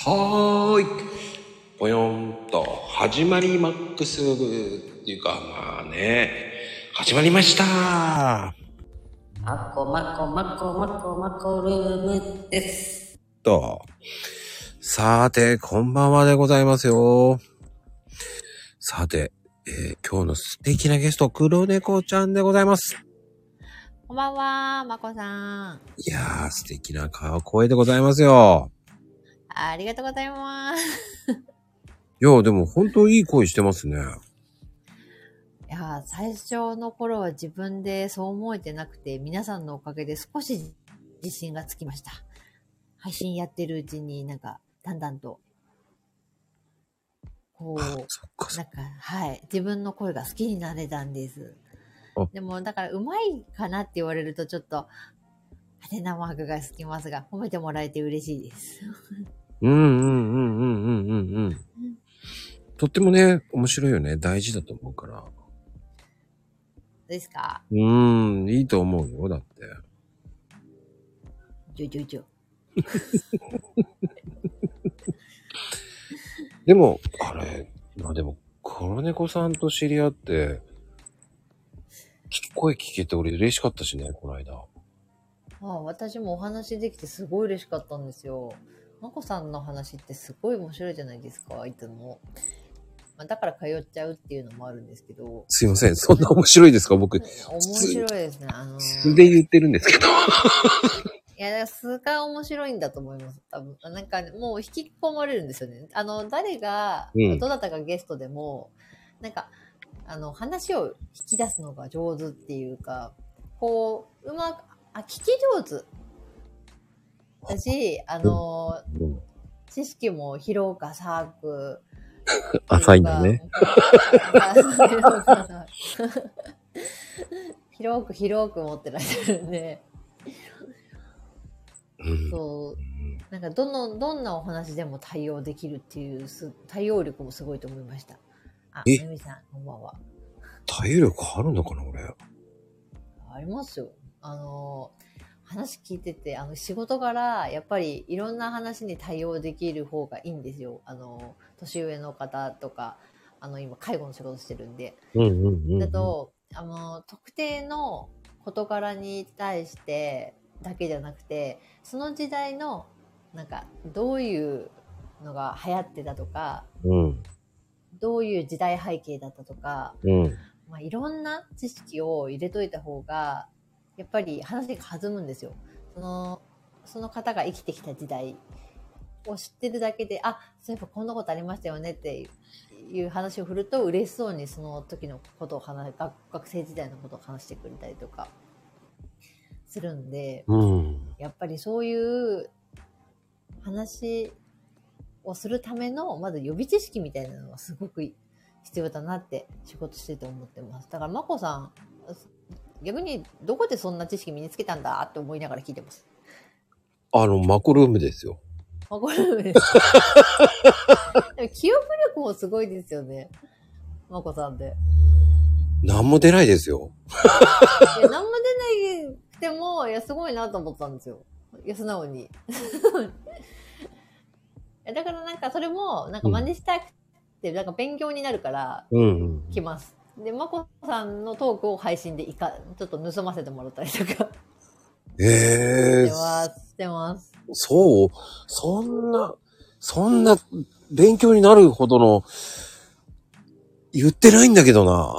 はーい。ぽよんと始まりマックスっていうか、まあね、始まりました。 マコルームです。 さて、こんばんはでございますよ。さて、今日の素敵なゲスト、黒猫ちゃんでございます。 こんばんは、まこさん。 いやー、素敵な声でございますよ。 ありがとうございます。 いや、でも本当いい声してますね。 いや、最初の頃は自分でそう思えてなくて、皆さんのおかげで少し自信がつきました。配信やってるうちになんか、だんだんと、こう、なんか、はい、自分の声が好きになれたんです。でも、だから、うまいかなって言われるとちょっと、ハテナマークがつきますが、褒めてもらえて嬉しいです。 うん。とってもね、面白いよね。大事だと思うから。 ですか？ いいと思うよ、だって。でも、あれ、まあでも、黒猫さんと知り合って、声聞けて俺嬉しかったしね、この間。 私もお話できてすごい嬉しかったんですよ。まこさんの話ってすごい面白いじゃないですか、いつも。だから通っちゃうっていうのもあるんですけど。 すいません、そんな面白いですか僕。 面白いですね。 素で言ってるんですけど。 いや、素が面白いんだと思います。多分。なんか、もう引き込まれるんですよね。誰が、どなたがゲストでも、なんか、話を引き出すのが上手っていうか、こう、聞き上手。だし、知識も広く浅く、 浅いんだね。 広く持ってらっしゃるんで、そう、なんかどんなお話でも対応できるっていう、対応力もすごいと思いました。めみさん、こんばんは。 対応力あるのかな、俺。 ありますよ。話聞いてて、仕事柄、やっぱりいろんな話に対応できる方がいいんですよ。年上の方とか、今、介護の仕事してるんで。だと、特定の事柄に対してだけじゃなくて、その時代の、なんか、どういうのが流行ってたとか、どういう時代背景だったとか、いろんな知識を入れといた方が、やっぱり話が弾むんですよ。その方が生きてきた時代を知ってるだけで、そういえばこんなことありましたよねっていう話を振ると嬉しそうにその時のことを学生時代のことを話してくれたりとかするんで、やっぱりそういう話をするためのまず予備知識みたいなのはすごく必要だなって仕事してて思ってます。だからまこさん、逆にどこでそんな知識身につけたんだって思いながら聞いてます。 マコルームですよ。 マコルームです。でも記憶力もすごいですよね。まこさんって。 なんも出ないですよ。 いや、なんも出ないくても、いや、すごいなと思ったんですよ。いや、素直に。だからなんかそれも、なんか真似したくて、なんか勉強になるから、来ます。で、まこさんのトークを配信でちょっと盗ませてもらったりとか。してます。 そう？そんな勉強になるほどの、言ってないんだけどな。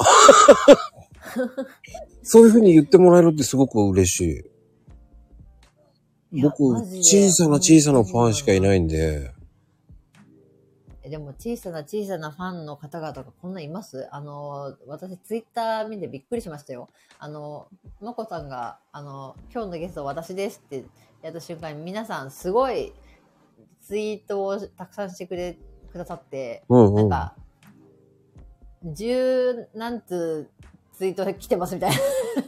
そういう風に言ってもらえるってすごく嬉しい。僕、小さなファンしかいないんで。 でも小さなファンの方々がこんないます？私ツイッター見てびっくりしましたよ。まこさんが、今日のゲスト私ですってやった瞬間に皆さんすごいツイートをたくさんしてくださって、なんか、10何通ツイート来てますみたいな。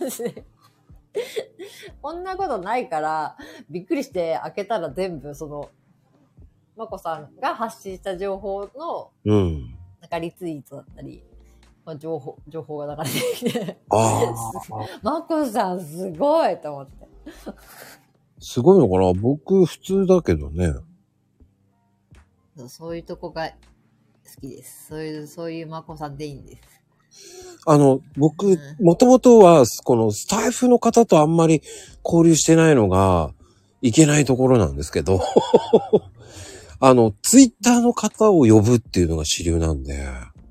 こんなことないから、びっくりして開けたら全部まこさんが発信した情報の、なんかリツイートだったり、情報が流れてきて、まこさんすごいと思って。 すごいのかな？僕普通だけどね。 そういうとこが好きです。そういうまこさんでいいんです。 僕、もともとは、このスタイフの方とあんまり交流してないのがいけないところなんですけど、ツイッターの方を呼ぶっていうのが主流なんで。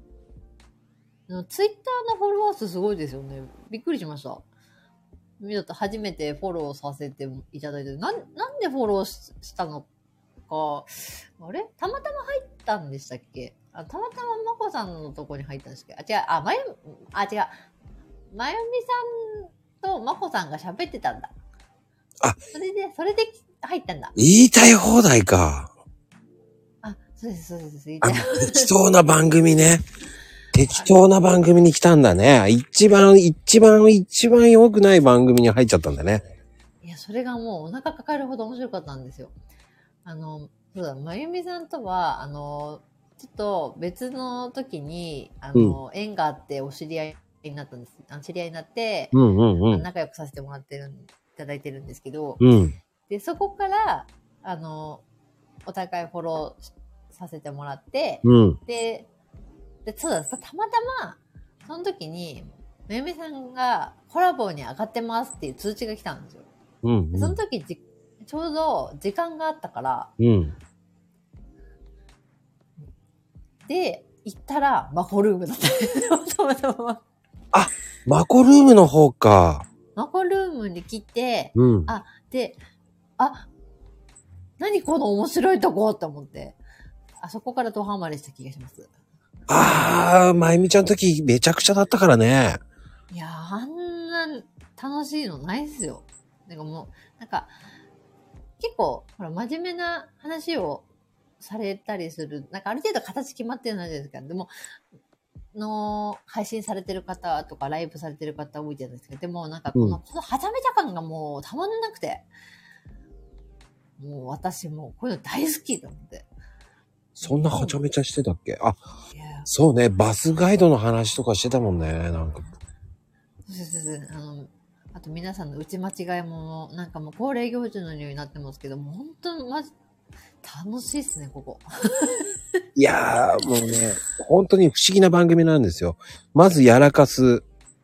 ツイッターのフォロワー数すごいですよね。びっくりしました。だって初めてフォローさせていただいて、なんでフォローしたのか、あれたまたま入ったんでしたっけ？たまたままこさんのとこに入ったんですけど、違う。まゆみさんとまこさんが喋ってたんだ。それで入ったんだ。 言いたい放題か。 そうです。 適当な番組ね。適当な番組に来たんだね。一番良くない番組に入っちゃったんだね。 いや、それがもうお腹抱えるほど面白かったんですよ。そうだ、まゆみさんとは、ちょっと別の時に、縁があってお知り合いになったんです。知り合いになって、仲良くさせてもらっていただいてるんですけど、で、そこから、お互いフォローさせてもらって、で、そうだ、たまたま、その時に、めゆみさんがコラボに上がってますっていう通知が来たんですよ。その時ちょうど時間があったから、で、行ったら、マコルームだったんですよ、たまたま。 マコルームの方か。 マコルームに来て、何この面白いとこって思って、そこからドハマりした気がします。 まゆみちゃんの時めちゃくちゃだったからね。 いや、あんな楽しいのないですよ。結構、ほら、真面目な話をされたりする、ある程度形決まってるじゃないですか。でも、配信されてる方とか、ライブされてる方多いじゃないですか。でも、このはちゃめちゃ感がもうたまんなくて、もう私もこういうの大好きと思って。 そんなはちゃめちゃしてたっけ？そうね、バスガイドの話とかしてたもんね、なんか。 あと皆さんの打ち間違いも、もう恒例行事のようになってますけど、もう本当に楽しいっすね、ここ。 いやー、もうね、本当に不思議な番組なんですよ。まずやらかす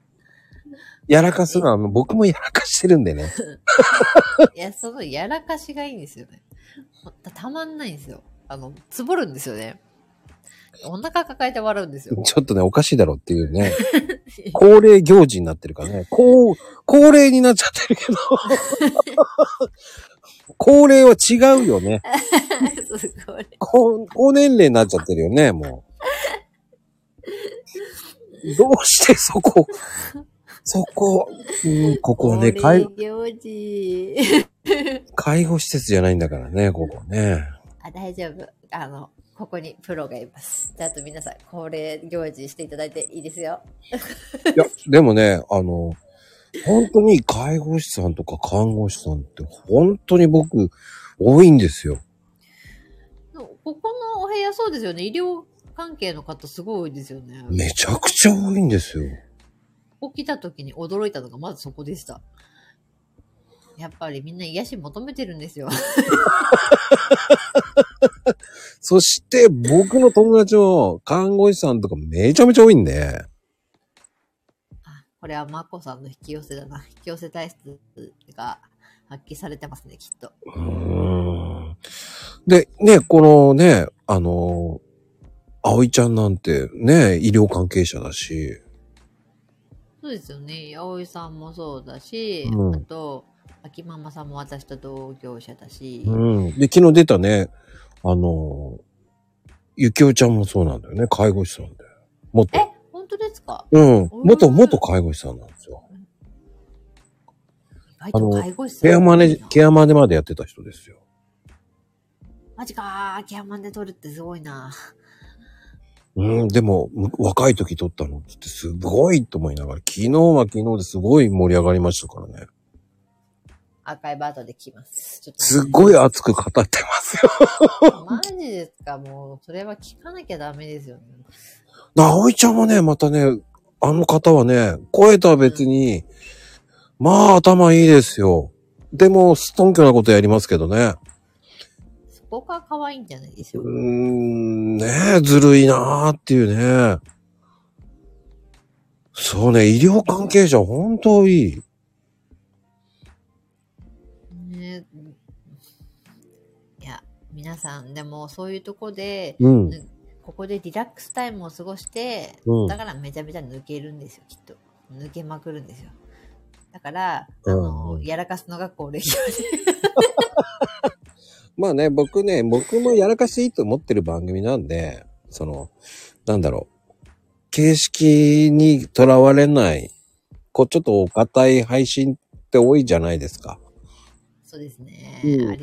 のは僕もやらかしてるんでね。 いや、そのやらかしがいいんですよね。たまんないんですよ。つぼるんですよね。お腹抱えて笑うんですよ。 ちょっとね、おかしいだろっていうね。恒例行事になってるからね。恒例になっちゃってるけど。恒例は違うよね。高年齢になっちゃってるよね、もう。どうしてここね、介護施設じゃないんだからね、ここね。 大丈夫。ここにプロがいます。あと皆さん、恒例行事していただいていいですよ。 いや、でもね、本当に介護士さんとか看護師さんって本当に僕多いんですよ。 ここのお部屋そうですよね。医療関係の方すごい多いですよね。 めちゃくちゃ多いんですよ。 起きた時に驚いたのがまずそこでした。やっぱりみんな癒し求めてるんですよ。 そして僕の友達の看護師さんとかめちゃめちゃ多いんで。 これはマコさんの引き寄せだな。引き寄せ体質が発揮されてますね、きっと。 で、ね、このね、葵ちゃんなんてね、医療関係者だし。 そうですよね。葵さんもそうだし、あと、秋ママさんも私と同業者だし。 で、昨日出たね、ゆきおちゃんもそうなんだよね。介護士さんで。本当ですか？ 元介護士さんなんですよ。 介護士さん。 ケアマネまでやってた人ですよ。 マジかー。ケアマネ取るってすごいな。 でも、若い時撮ったのってすごいと思いながら、昨日は昨日ですごい盛り上がりましたからね。 アーカイブ後で聞きます。 すっごい熱く語ってますよ。 マジですか？もう、それは聞かなきゃダメですよね。 葵ちゃんもね、またね、あの方はね、声とは別に、まあ頭いいですよ。でも、ストンキョなことやりますけどね。 そこが可愛いんじゃないでしょうか。 ねえ、ずるいなーっていうね。そうね、医療関係者、本当いい。 ね、いや、皆さん、でもそういうとこで、 うん。 ここでリラックスタイムを過ごして、 うん。 だからめちゃめちゃ抜けるんですよ、きっと。抜けまくるんですよ。だから、 うん。 やらかすのが恒例で。 まあね、僕もやらかしていいと思ってる番組なんで、なんだろう。形式にとらわれない、ちょっとお堅い配信って多いじゃないですか。 そうですね。 うん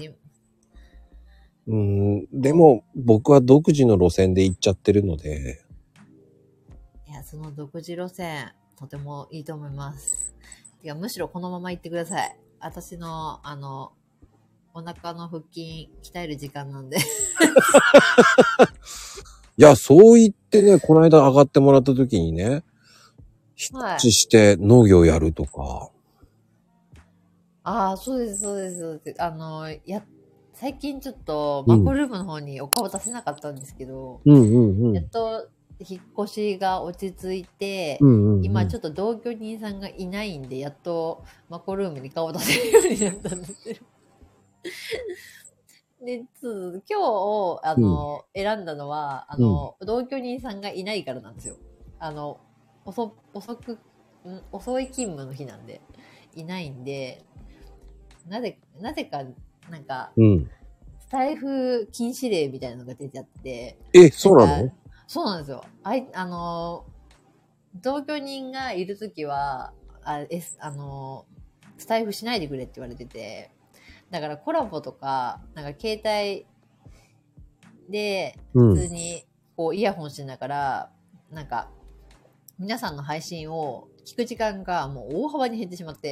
でも僕は独自の路線で行っちゃってるので。 いや、その独自路線、とてもいいと思います。いや、むしろこのまま行ってください。私の、お腹の腹筋鍛える時間なんで。 いや、そう言ってね、この間上がってもらった時にね、引っ越しして農業やるとか。 ああ、そうです、そうです、そうです。最近ちょっとマコルームの方にお顔出せなかったんですけど、やっと引っ越しが落ち着いて、今ちょっと同居人さんがいないんで、やっとマコルームに顔出せるようになったんですよ。で、今日、選んだのは、同居人さんがいないからなんですよ。遅い勤務の日なんで、いないんで、なぜか、なんか、スタイフ禁止令みたいなのが出ちゃって。 そうなの？ そうなんですよ。同居人がいるときは、スタイフしないでくれって言われてて、だからコラボとか、なんか携帯で、普通にこうイヤホンしながら、なんか、皆さんの配信を聞く時間がもう大幅に減ってしまって。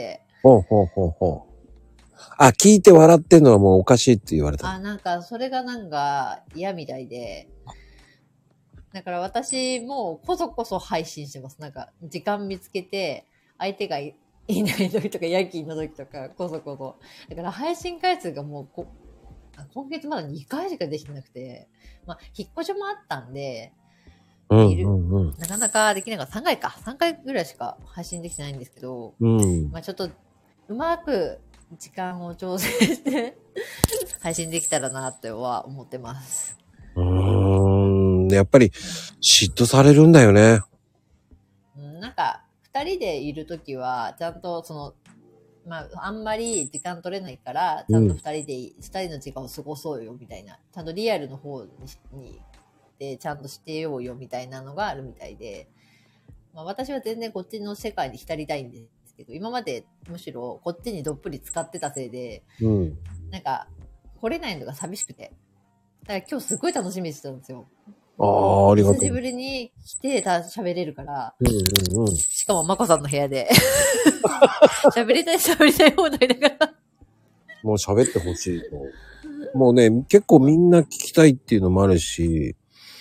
聞いて笑ってんのはもうおかしいって言われた。 なんか、それがなんか嫌みたいで、だから私もこそこそ配信してます。なんか、時間見つけて、相手がいない時とか、夜勤の時とか、こそこそ。だから配信回数がもう今月まだ2回しかできてなくて、まあ、引っ越しもあったんで、なかなかできなかった。3回ぐらいしか配信できてないんですけど、まあちょっと、うまく時間を調整して配信できたらなっては思ってます。 やっぱり嫉妬されるんだよね。 なんか、二人でいるときは、ちゃんとまあ、あんまり時間取れないから、ちゃんと二人の時間を過ごそうよみたいな、ちゃんとリアルの方にでちゃんとしてようよみたいなのがあるみたいで、まあ、私は全然こっちの世界に浸りたいんですけど、今までむしろこっちにどっぷり使ってたせいで、なんか来れないのが寂しくて、だから今日すごい楽しみにしてたんですよ。 ありがとう。 久しぶりに来て喋れるから、しかもまこさんの部屋で喋りたい放題だからもう喋ってほしいと。もうね、結構みんな聞きたいっていうのもあるし、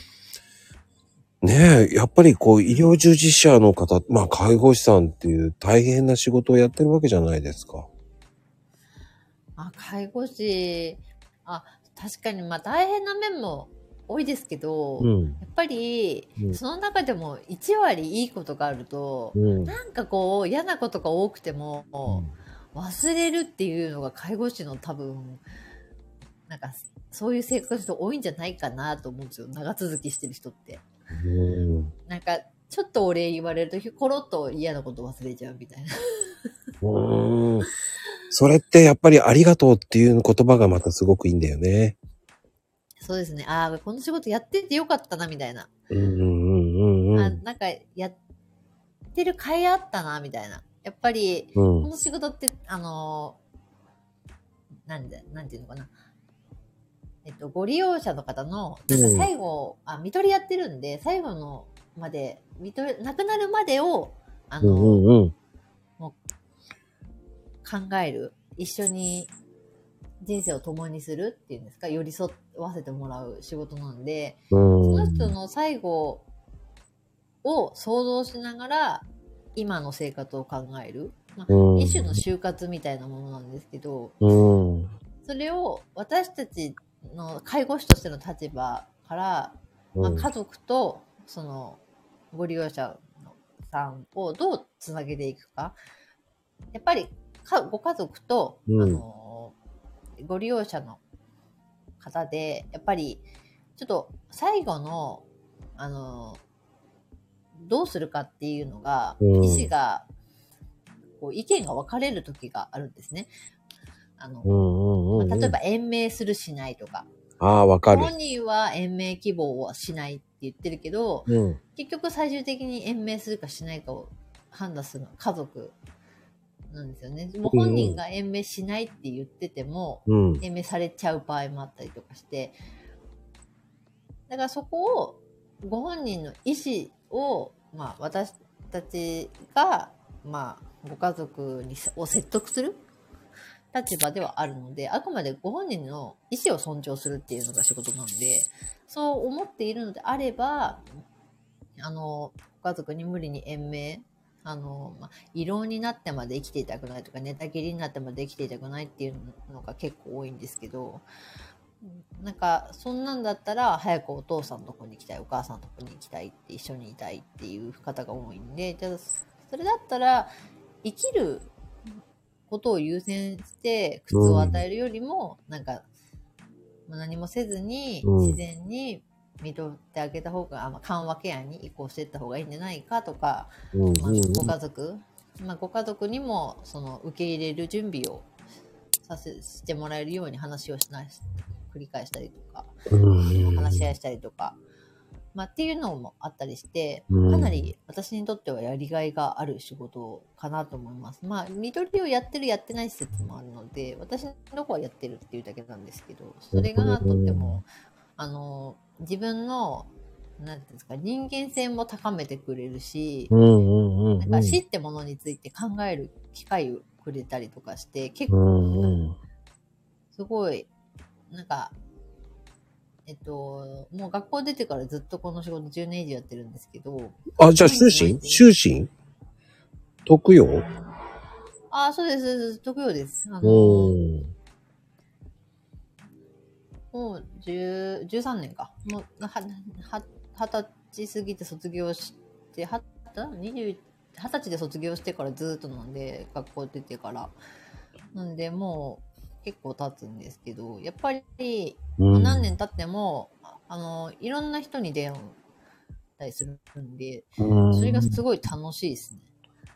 ねえ、やっぱりこう医療従事者の方、まあ介護士さんっていう大変な仕事をやってるわけじゃないですか。 介護士、確かにまあ大変な面も多いですけど、やっぱり、その中でも1割いいことがあると、なんかこう嫌なことが多くても、忘れるっていうのが介護士の多分、なんかそういう性格の人多いんじゃないかなと思うんですよ。長続きしてる人って。なんか、ちょっとお礼言われるとき、コロッと嫌なこと忘れちゃうみたいな。 それってやっぱりありがとうっていう言葉がまたすごくいいんだよね。 そうですね。この仕事やっててよかったな、みたいな。なんか、やってる甲斐あったな、みたいな。やっぱり、この仕事って、なんていうのかな。ご利用者の方の、なんか最後、見取りやってるんで、最後のまで、亡くなるまでを、もう考える。一緒に人生を共にするっていうんですか、寄り添わせてもらう仕事なんで、その人の最後を想像しながら、今の生活を考える。まあ、一種の就活みたいなものなんですけど、それを私たちの介護士としての立場から、まあ、家族とそのご利用者さんをどうつなげていくか。やっぱりご家族と、ご利用者の方で、やっぱりちょっと最後のどうするかっていうのが、意思がこう意見が分かれる時があるんですね。例えば延命するしないとか。 わかる。 本人は延命希望はしないって言ってるけど、結局最終的に延命するかしないかを判断するのは家族なんですよね。もう本人が延命しないって言ってても、延命されちゃう場合もあったりとかして、だからそこをご本人の意思を、まあ、私たちが、まあ、ご家族を説得する立場ではあるので、あくまでご本人の意思を尊重するっていうのが仕事なんで、そう思っているのであれば、ご家族に無理に延命、胃ろうになってまで生きていたくないとか、寝たきりになってまで生きていたくないっていうのが結構多いんですけど、なんか、そんなんだったら、早くお父さんのとこに行きたい、お母さんのとこに行きたいって、一緒にいたいっていう方が多いんで、じゃあ、それだったら、生きることを優先して苦痛を与えるよりも、なんか、何もせずに、自然に見とってあげた方が、緩和ケアに移行していった方がいいんじゃないかとか、ご家族、ご家族にも、その、受け入れる準備をしてもらえるように話を繰り返したりとか、話し合いしたりとか、っていうのもあったりして、かなり私にとってはやりがいがある仕事かなと思います。緑をやってるやってない施設もあるので、私のとこはやってるっていうだけなんですけど、それがとっても、自分の、なんていうんですか、人間性も高めてくれるし、なんか死ってものについて考える機会をくれたりとかして、結構、すごい、なんか、もう学校出てからずっとこの仕事10年以上やってるんですけど。 じゃあ終身特養？ そうです。特養です。もう13年か。もう、20歳過ぎて卒業して、20歳で卒業してからずっとなんで、学校出てから。なんで、もう結構経つんですけど、やっぱり、何年経っても、いろんな人に出会ったりするんで、それがすごい楽しいですね。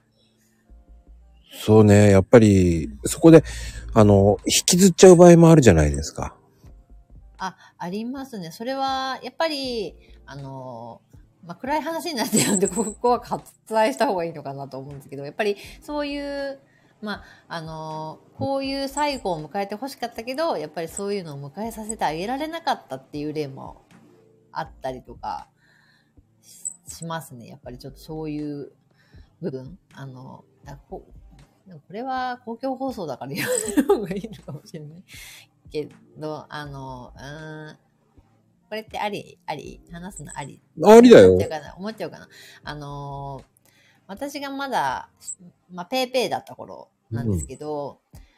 そうね、やっぱり、そこで、引きずっちゃう場合もあるじゃないですか。 ありますね。それは、やっぱり、暗い話になってるんで、ここは割愛した方がいいのかなと思うんですけど、やっぱり、そういう、こういう最後を迎えて欲しかったけど、やっぱりそういうのを迎えさせてあげられなかったっていう例もあったりとかしますね。やっぱりちょっとそういう部分。これは公共放送だから言わせる方がいいのかもしれないけど、これってあり話すのありありだよ。 思っちゃうかな。私がまだ、ペーペーだった頃なんですけど、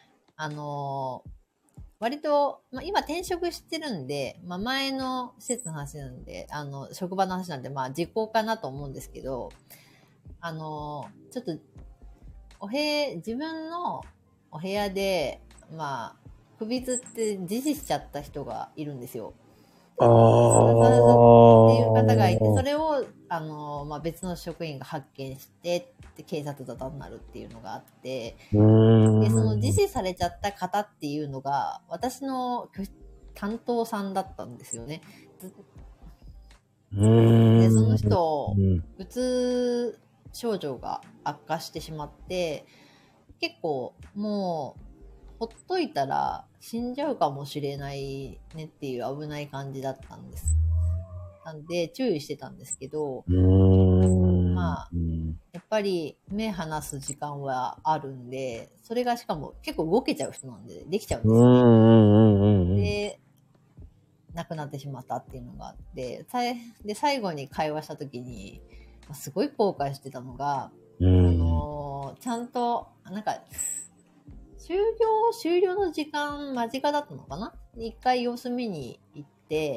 割と、今転職してるんで、前の施設の話なんで、職場の話なんで、時効かなと思うんですけど、ちょっと、自分のお部屋で、首吊って自死しちゃった人がいるんですよ。っていう方がいて、それを、別の職員が発見して、警察沙汰になるっていうのがあって、で、その自死されちゃった方っていうのが、私の担当さんだったんですよね。で、その人、うつ症状が悪化してしまって、結構もう、ほっといたら死んじゃうかもしれないねっていう危ない感じだったんです。なんで注意してたんですけど、やっぱり目離す時間はあるんで、それがしかも結構動けちゃう人なんでできちゃうんですよね。で、亡くなってしまったっていうのがあって、で、最後に会話した時に、すごい後悔してたのが、ちゃんと、 終了の時間間近だったのかな、一回様子見に行って、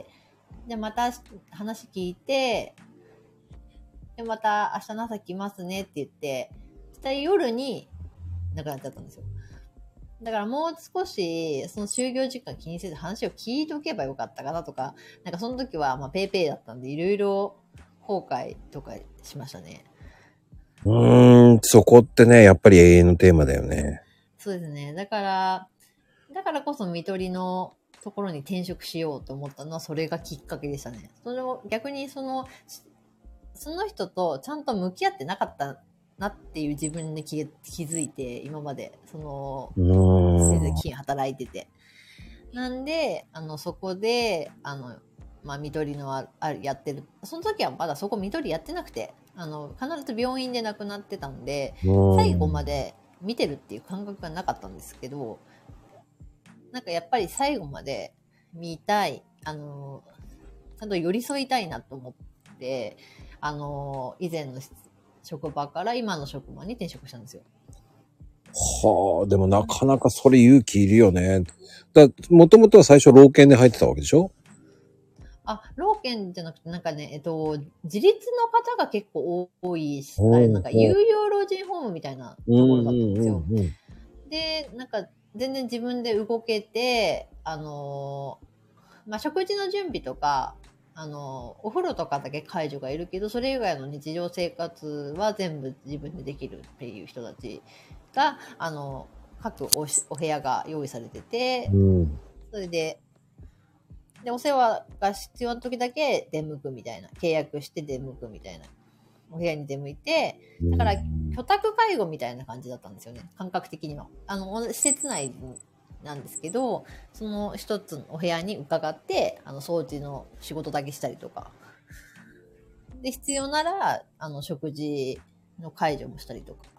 で、また話聞いて、で、また明日の朝来ますねって言って、そしたら夜に亡くなっちゃったんですよ。だからもう少し、その就業時間気にせず話を聞いておけばよかったかなとか、なんかその時はまあペイペイだったんで、いろいろ後悔とかしましたね。 そこってね、やっぱり永遠のテーマだよね。 そうですね。だからこそ見取りのところに転職しようと思ったのはそれがきっかけでしたね。それを逆にその人とちゃんと向き合ってなかったなっていう自分に気づいて、今まで、全然金働いてて。なんで、そこで、まあ、見取りのやってる。その時はまだそこ見取りやってなくて、必ず病院で亡くなってたんで、最後まで見てるっていう感覚がなかったんですけど、なんかやっぱり最後まで見たい、ちゃんと寄り添いたいなと思って、以前の職場から今の職場に転職したんですよ。 はあ、でもなかなかそれ勇気いるよね。もともとは最初老犬で入ってたわけでしょ？ 老犬じゃなくて、なんかね、自立の方が結構多いし、なんか有料老人ホームみたいなところだったんですよ。で、なんか全然自分で動けて、まあ、食事の準備とか、お風呂とかだけ介助がいるけど、それ以外の日常生活は全部自分でできるっていう人たちが、各お部屋が用意されてて、それで、お世話が必要な時だけ出向くみたいな、契約して出向くみたいな、お部屋に出向いて、だから、居宅介護みたいな感じだったんですよね、感覚的には。施設内なんですけど、その一つのお部屋に伺って、掃除の仕事だけしたりとか。で、必要なら、食事の介助もしたりとか。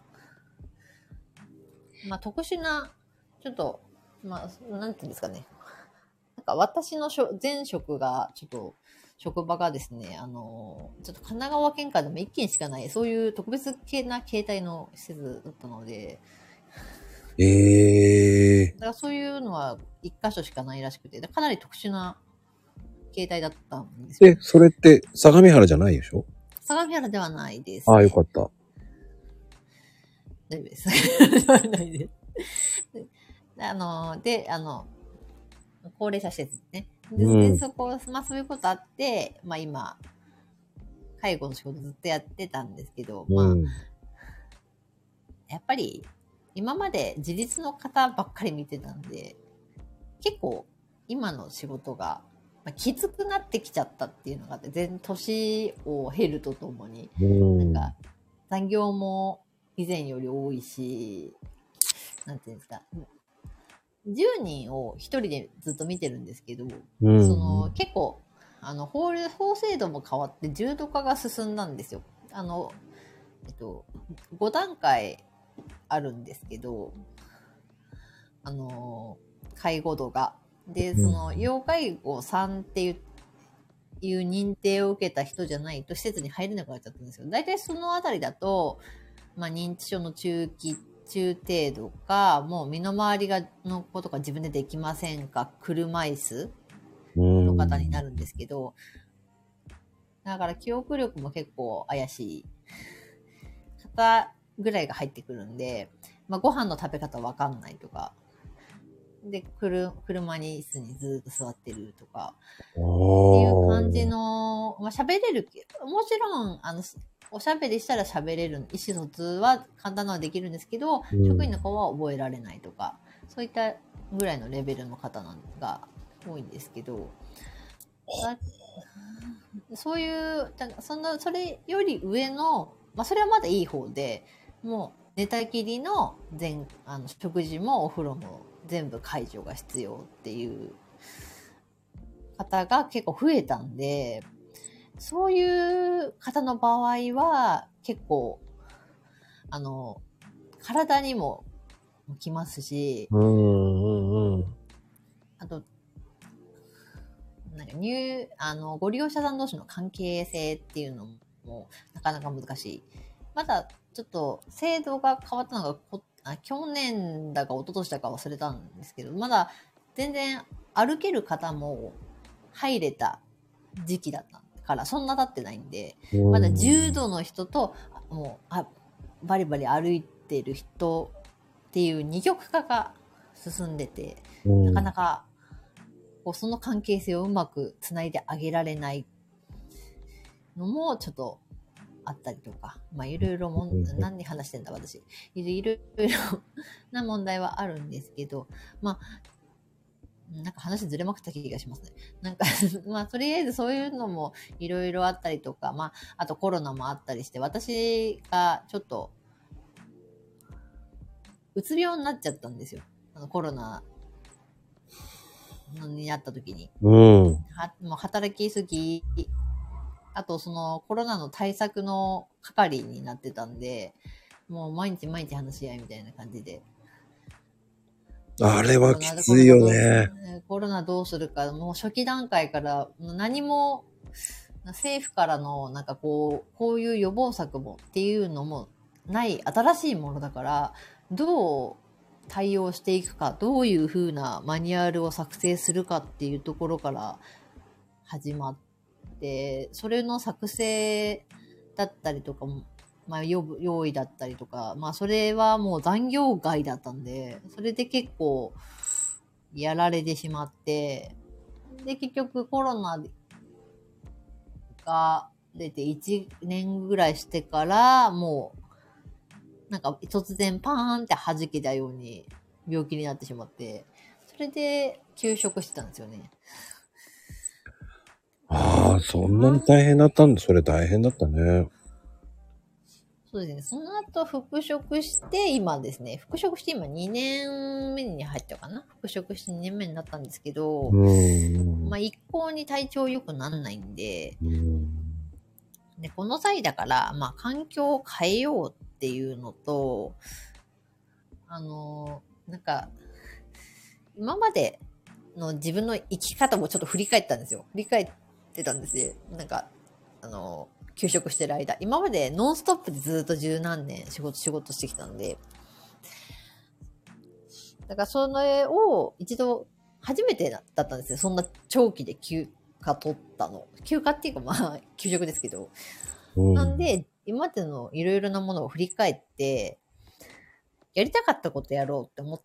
まあ、特殊な、ちょっと、まあ、なんていうんですかね。なんか私の前職が、ちょっと、職場がですね、ちょっと神奈川県下でも1軒しかない、そういう特別系な形態の施設だったので、だからそういうのは1箇所しかないらしくて、かなり特殊な形態だったんですよ。 それって相模原じゃないでしょ？ 相模原ではないです、ね。 ああ、よかった。 大丈夫です。ないです。高齢者施設ね。で、そこ、まあそういうことあって、まあ今、介護の仕事ずっとやってたんですけど、まあ、やっぱり、今まで自立の方ばっかり見てたんで、結構、今の仕事が、まあ、きつくなってきちゃったっていうのがあって、年を経るとともに、なんか、残業も以前より多いし、なんていうんですか、10人を1人でずっと見てるんですけど、結構、法制度も変わって重度化が進んだんですよ。5段階あるんですけど、介護度が。で、要介護3っていう認定を受けた人じゃないと施設に入れなくなっちゃったんですよ。大体そのあたりだと、まあ、認知症の中程度か、もう身の回りのことが自分でできませんか、車椅子の方になるんですけど、だから記憶力も結構怪しい方ぐらいが入ってくるんで、まあ、ご飯の食べ方わかんないとか、で、車に椅子にずっと座ってるとか、っていう感じの、まあ、喋れる、もちろん、おしゃべりしたら喋れる、意思疎通は簡単なのはできるんですけど、職員の子は覚えられないとか、そういったぐらいのレベルの方が多いんですけど、そういう、それより上の、まあ、それはまだいい方で、もう寝たきりの食事もお風呂も全部介助が必要っていう方が結構増えたんで、そういう方の場合は結構体にもきますし、あとなんかご利用者さん同士の関係性っていうのもなかなか難しい。まだちょっと制度が変わったのが今去年だか一昨年だか忘れたんですけど、まだ全然歩ける方も入れた時期だったから、そんな経ってないんで、まだ重度の人と、もう、バリバリ歩いてる人っていう二極化が進んでて、なかなか、その関係性をうまくつないであげられないのもちょっとあったりとか、まあいろいろ何で話してんだ私。いろいろな問題はあるんですけど、まあ、なんか話ずれまくった気がしますね。なんかまあとりあえずそういうのもいろいろあったりとか、まああとコロナもあったりして、私がちょっとうつ病になっちゃったんですよ。コロナになった時に。もう働きすぎ、あとそのコロナの対策の係になってたんで、もう毎日毎日話し合いみたいな感じで。 あれはきついよね。 コロナどうするか、もう初期段階から何も、政府からのなんかこういう予防策もっていうのもない新しいものだから、どう対応していくか、どういう風なマニュアルを作成するかっていうところから始まって、それの作成だったりとかも、まあ用意だったりとか、まあそれはもう残業外だったんで、それで結構やられてしまって、で結局コロナが出て1年ぐらいしてから、もうなんか突然パーンって弾けたように病気になってしまって、それで休職してたんですよね。 ああ、そんなに大変だったんだ。それ大変だったね。 そうですね。その後復職して、今ですね。復職して今2年目に入ったかな。復職して2年目になったんですけど、まあ一向に体調良くならないんで、で、この際だから、まあ環境を変えようっていうのと、なんか、今までの自分の生き方もちょっと振り返ったんですよ。振り返ってたんですよ。なんか、休職してる間。今までノンストップでずっと十何年仕事してきたんで。だからそれを一度初めてだったんですよ。そんな長期で休暇取ったの。休暇っていうかまあ、休職ですけど。なんで、今までのいろいろなものを振り返って、やりたかったことやろうって思って、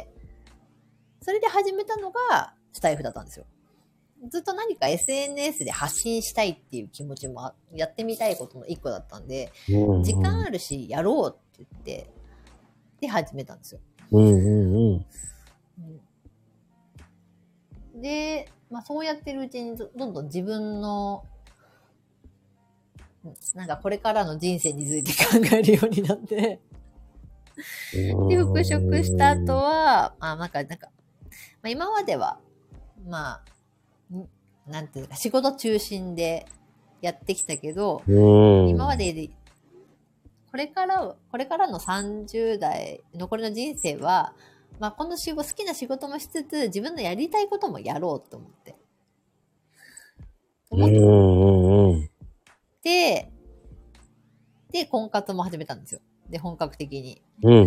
それで始めたのがスタイフだったんですよ。ずっと何か SNS で発信したいっていう気持ちもやってみたいことの一個だったんで、時間あるしやろうって言って、で始めたんですよ。で、まあそうやってるうちにどんどん自分の、なんかこれからの人生について考えるようになって、で、復職した後は、なんか、まあ今までは、まあ、なんていうか、仕事中心でやってきたけど、今まで、これからの30代、残りの人生は、まあ、この好きな仕事もしつつ、自分のやりたいこともやろうと思って。で、婚活も始めたんですよ。で、本格的に。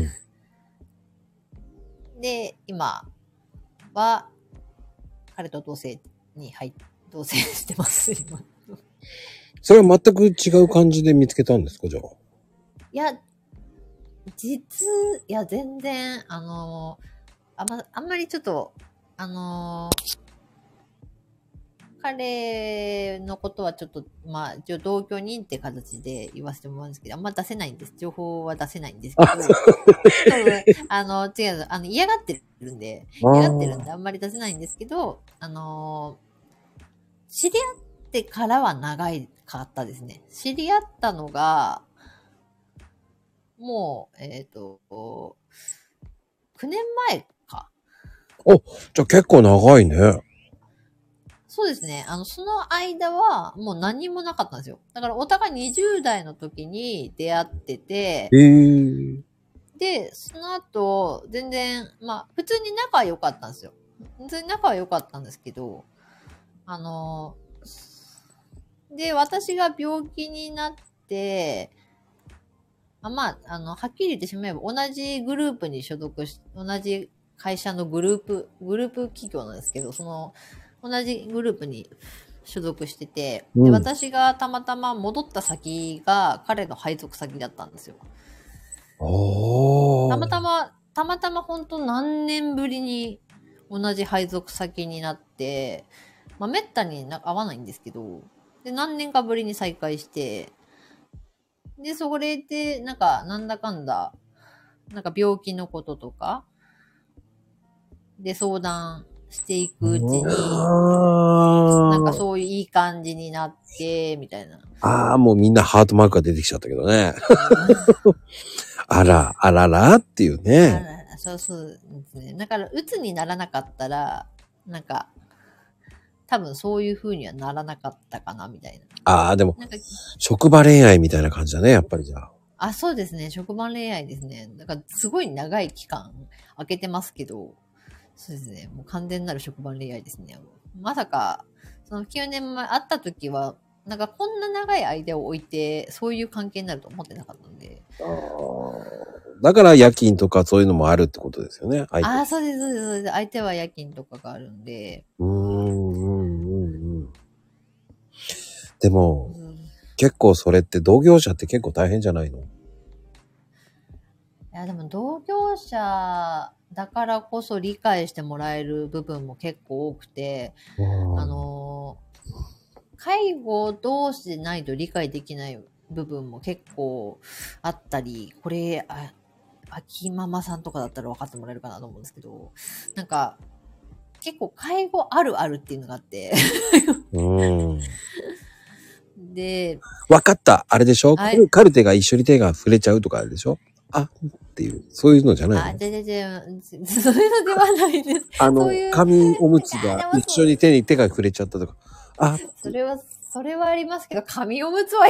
で、今は、彼と同棲してます、今。 それは全く違う感じで見つけたんですか、じゃあ。 いや、全然、あんまりちょっと、彼のことはちょっと、まあ、同居人って形で言わせてもらうんですけど、あんま出せないんです。情報は出せないんですけど、違う、嫌がってるんで、あんまり出せないんですけど、知り合ってからは長かったですね。知り合ったのが、もう、9年前か。 じゃあ結構長いね。 そうですね。その間はもう何もなかったんですよ。だからお互い20代の時に出会ってて、で、その後、全然、まあ、普通に仲は良かったんですよ。普通に仲は良かったんですけど、で、私が病気になって、 はっきり言ってしまえば、同じグループに所属し、同じ会社のグループ企業なんですけど、同じグループに所属してて、で、私がたまたま戻った先が彼の配属先だったんですよ。たまたま本当何年ぶりに同じ配属先になって、めったに会わないんですけど、で、何年かぶりに再会して、で、それで、なんだかんだ、病気のこととか、で、相談していくうちに、そういういい感じになって、みたいな。 もうみんなハートマークが出てきちゃったけどね。あららっていうね。 そうですね。だから、鬱にならなかったら、多分そういう風にはならなかったかな、みたいな。 でも、職場恋愛みたいな感じだね、やっぱりじゃあ。 そうですね。職場恋愛ですね。だから、すごい長い期間空けてますけど、そうですね。もう完全なる職場恋愛ですね。まさか、その9年前会った時は、こんな長い間を置いて、そういう関係になると思ってなかったんで。 だから夜勤とかそういうのもあるってことですよね。 そうです、そうです、そうです。相手は夜勤とかがあるんで。 でも、結構それって同業者って結構大変じゃないの？いや、でも同業者だからこそ理解してもらえる部分も結構多くて、介護同士でないと理解できない部分も結構あったり、これ、秋ママさんとかだったら分かってもらえるかなと思うんですけど、結構介護あるあるっていうのがあってで、 分かった。あれでしょ、カルテが一緒に手が触れちゃうとかあるでしょ？っていう、そういうのじゃないの？ そういうのではないです。 紙おむつが一緒に手が触れちゃったとか。 それはありますけど、紙おむつは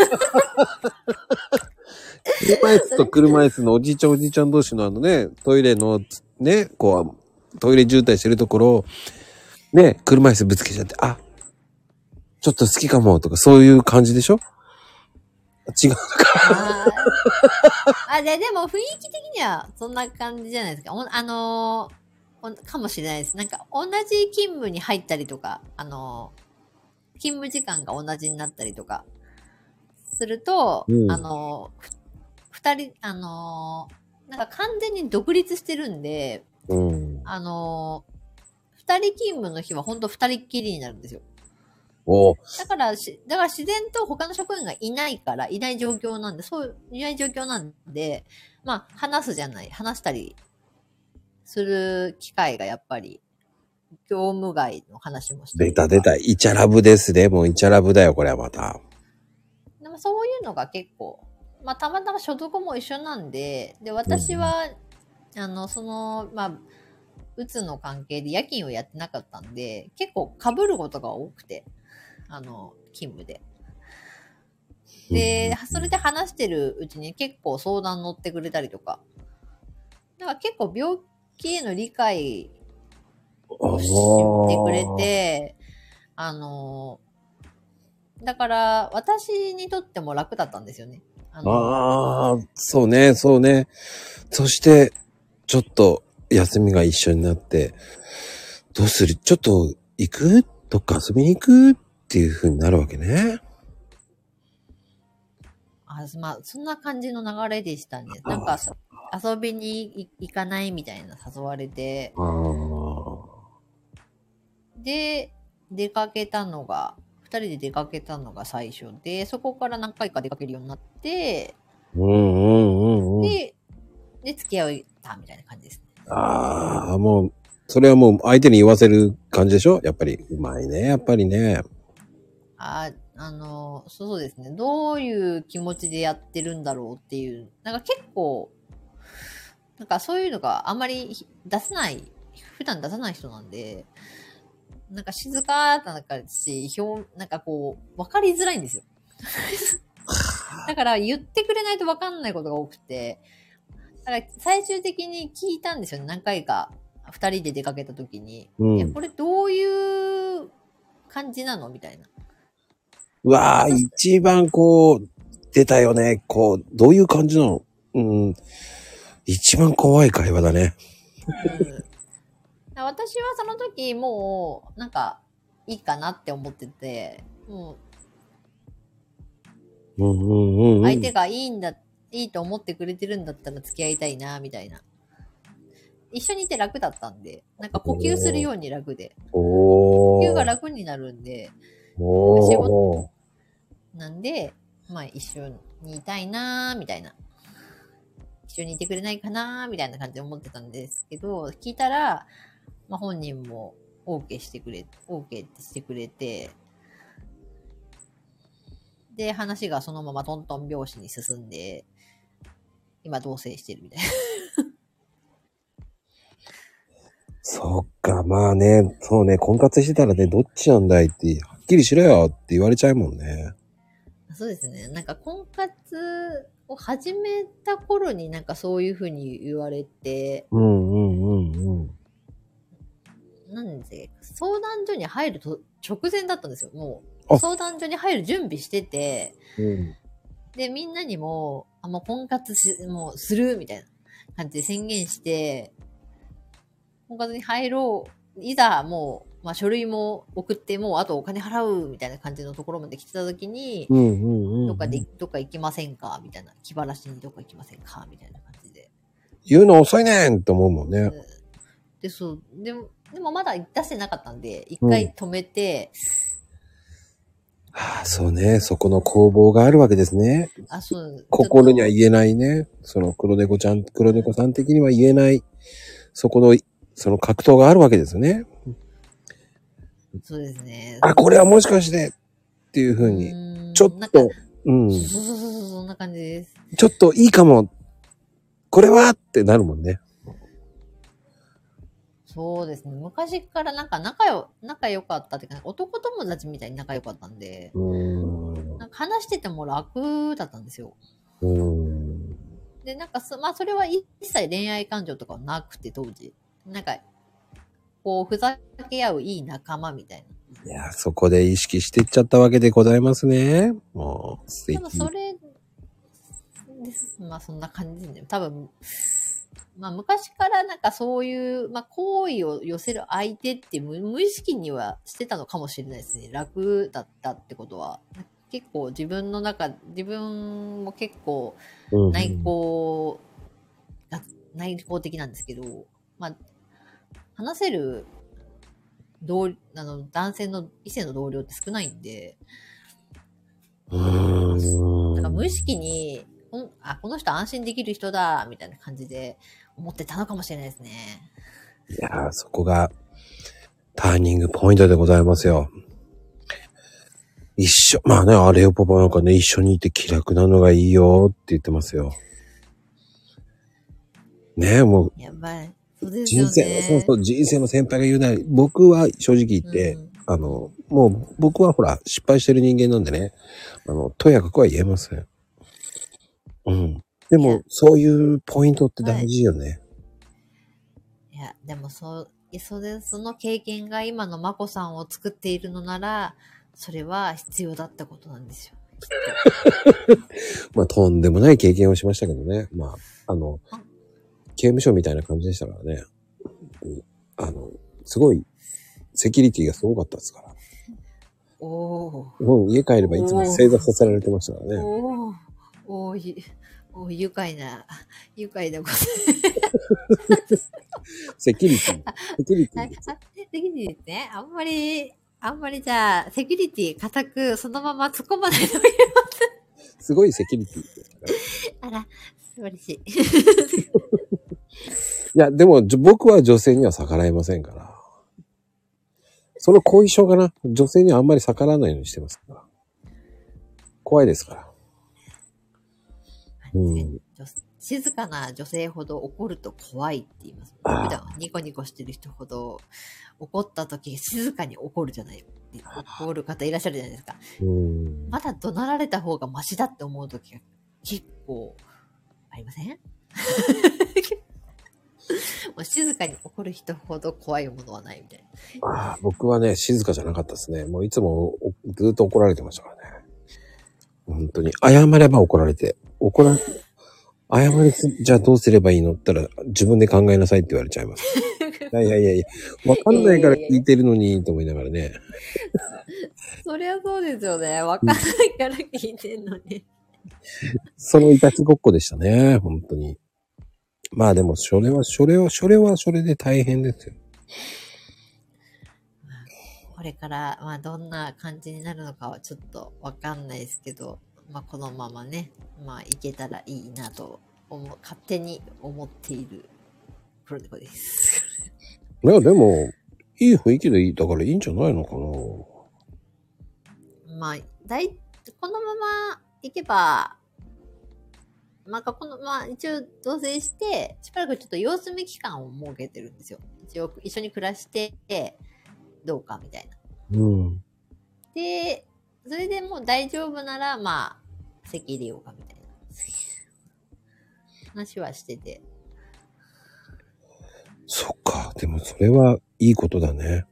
車椅子と車椅子のおじいちゃん同士のトイレのね、トイレ渋滞してるところを、ね、車椅子ぶつけちゃって、ちょっと好きかもとか、そういう感じでしょ？違うのか。 でも雰囲気的にはそんな感じじゃないですか。かもしれないです。同じ勤務に入ったりとか、勤務時間が同じになったりとか、すると、二人、完全に独立してるんで、二人勤務の日は本当二人っきりになるんですよ。だから自然と他の職員がいない状況なんで、話したりする機会がやっぱり、業務外の話もして出た。イチャラブですね。もうイチャラブだよ、これはまた。 でもそういうのが結構、たまたま所属も一緒なんで、私は、うつの関係で夜勤をやってなかったんで、結構被ることが多くて、勤務で。で、それで話してるうちに結構相談乗ってくれたりとか、結構病気への理解をしてくれて、だから私にとっても楽だったんですよね。 そうね。そして、ちょっと休みが一緒になって、どうする？ちょっと行く？どっか遊びに行く？っていう風になるわけね。 そんな感じの流れでしたね。遊びに行かないみたいな誘われて。で、二人で出かけたのが最初で、そこから何回か出かけるようになって、で、付き合ったみたいな感じですね。 もう、それはもう相手に言わせる感じでしょ？やっぱり、うまいね、やっぱりね。 そうですね。どういう気持ちでやってるんだろうっていう、結構、そういうのがあんまり普段出さない人なんで、静かだし、わかりづらいんですよ。だから言ってくれないとわかんないことが多くて、だから最終的に聞いたんですよね。何回か二人で出かけた時に、これどういう感じなのみたいな。 一番てたよね。こう、どういう感じなの？一番怖い会話だね。 私はその時もう、なんか、いいかなって思ってて、もう、相手がいいと思ってくれてるんだったら付き合いたいな、みたいな。一緒にいて楽だったんで、なんか呼吸するように楽で。呼吸が楽になるんで、仕事なんで、まあ一緒にいたいな、みたいな。一緒にいてくれないかな、みたいな感じで思ってたんですけど、聞いたら、まあ本人も OK ってしてくれて、で、話がそのままトントン拍子に進んで、今同棲してるみたいな。 そっか、まあね、そうね、婚活してたらね、どっちなんだいって、はっきりしろよって言われちゃうもんね。 そうですね。なんか婚活を始めた頃になんかそういう風に言われて、なんで、相談所に入ると直前だったんですよ。もう、相談所に入る準備してて、で、みんなにも、もう婚活もうするみたいな感じで宣言して、婚活に入ろう。いざもう、まあ書類も送って、もうあとお金払うみたいな感じのところまで来てた時に、どっか行きませんかみたいな。気晴らしにどっか行きませんかみたいな感じで。 言うの遅いねんと思うもんね。 で、そう。でもまだ出してなかったんで、一回止めて、 そうね。そこの攻防があるわけですね。 そう。 心には言えないね。その黒猫さん的には言えない、その格闘があるわけですよね。 そうですね。 これはもしかしてっていう風に、ちょっと、 そう、そんな感じです。 ちょっといいかも。これはってなるもんね。 そうですね。昔からなんか仲良かったっていうか、男友達みたいに仲良かったんで、なんか話してても楽だったんですよ。で、なんかまあそれは一切恋愛感情とかはなくて当時。なんか、こう、ふざけ合ういい仲間みたいな。 いや、そこで意識していっちゃったわけでございますね。もう、素敵。 でもそれです。まあそんな感じですね。多分、まあ昔からなんかそういう、まあ好意を寄せる相手って無意識にはしてたのかもしれないですね。楽だったってことは。結構自分も結構内向的なんですけど、まあ、話せる異性の同僚って少ないんで、なんか無意識に、この人安心できる人だ、みたいな感じで思ってたのかもしれないですね。 いやー、そこがターニングポイントでございますよ。まあね、あれよパパなんかね、一緒にいて気楽なのがいいよって言ってますよ。ねえ、もう。 やばい。そうですよね。 人生の先輩が言うなら、僕は正直言って、もう僕はほら、失敗してる人間なんでね、とやかくは言えません。でも、そういうポイントって大事よね。 いや、でもその経験が今のまこさんを作っているのなら、それは必要だったことなんですよ。 まあ、とんでもない経験をしましたけどね。まあ、刑務所みたいな感じでしたからね。すごい、セキュリティがすごかったですから。家帰ればいつも正座させられてましたからね。 愉快なこと。 セキュリティですね。あんまりじゃあ、セキュリティ固くそのまま突っ込まないでおきます。 すごいセキュリティですから。あら、素晴らしい。 いや、でも僕は女性には逆らえませんから。その後遺症がな、女性にはあんまり逆らわないようにしてますから。怖いですから。 静かな女性ほど怒ると怖いって言います。普段ニコニコしてる人ほど怒った時静かに怒るじゃない。怒る方いらっしゃるじゃないですか。まだ怒鳴られた方がマシだって思う時が結構ありません？もう静かに怒る人ほど怖いものはないみたいな。 僕はね、静かじゃなかったですね。もういつもずっと怒られてましたからね。 本当に。謝れば怒られて。謝りす、じゃあどうすればいいのって言ったら、自分で考えなさいって言われちゃいます。いやいやいやいや、わかんないから聞いてるのに、と思いながらね。 そりゃそうですよね。わかんないから聞いてんのに。 そのいたちごっこでしたね、本当に。まあでも、それはそれで大変ですよ。 これから、まあどんな感じになるのかはちょっとわかんないですけど、まあこのままね、まあいけたらいいなと勝手に思っているプロネコです。 いや、でも、いい雰囲気でだからいいんじゃないのかな。 まあ、このままいけば、まあ一応同棲して、しばらくちょっと様子見期間を設けてるんですよ。一応一緒に暮らして、どうかみたいな。 うん。 で、それでもう大丈夫なら、まあ、籍入れようかみたいな話はしてて。 そっか。でもそれはいいことだね。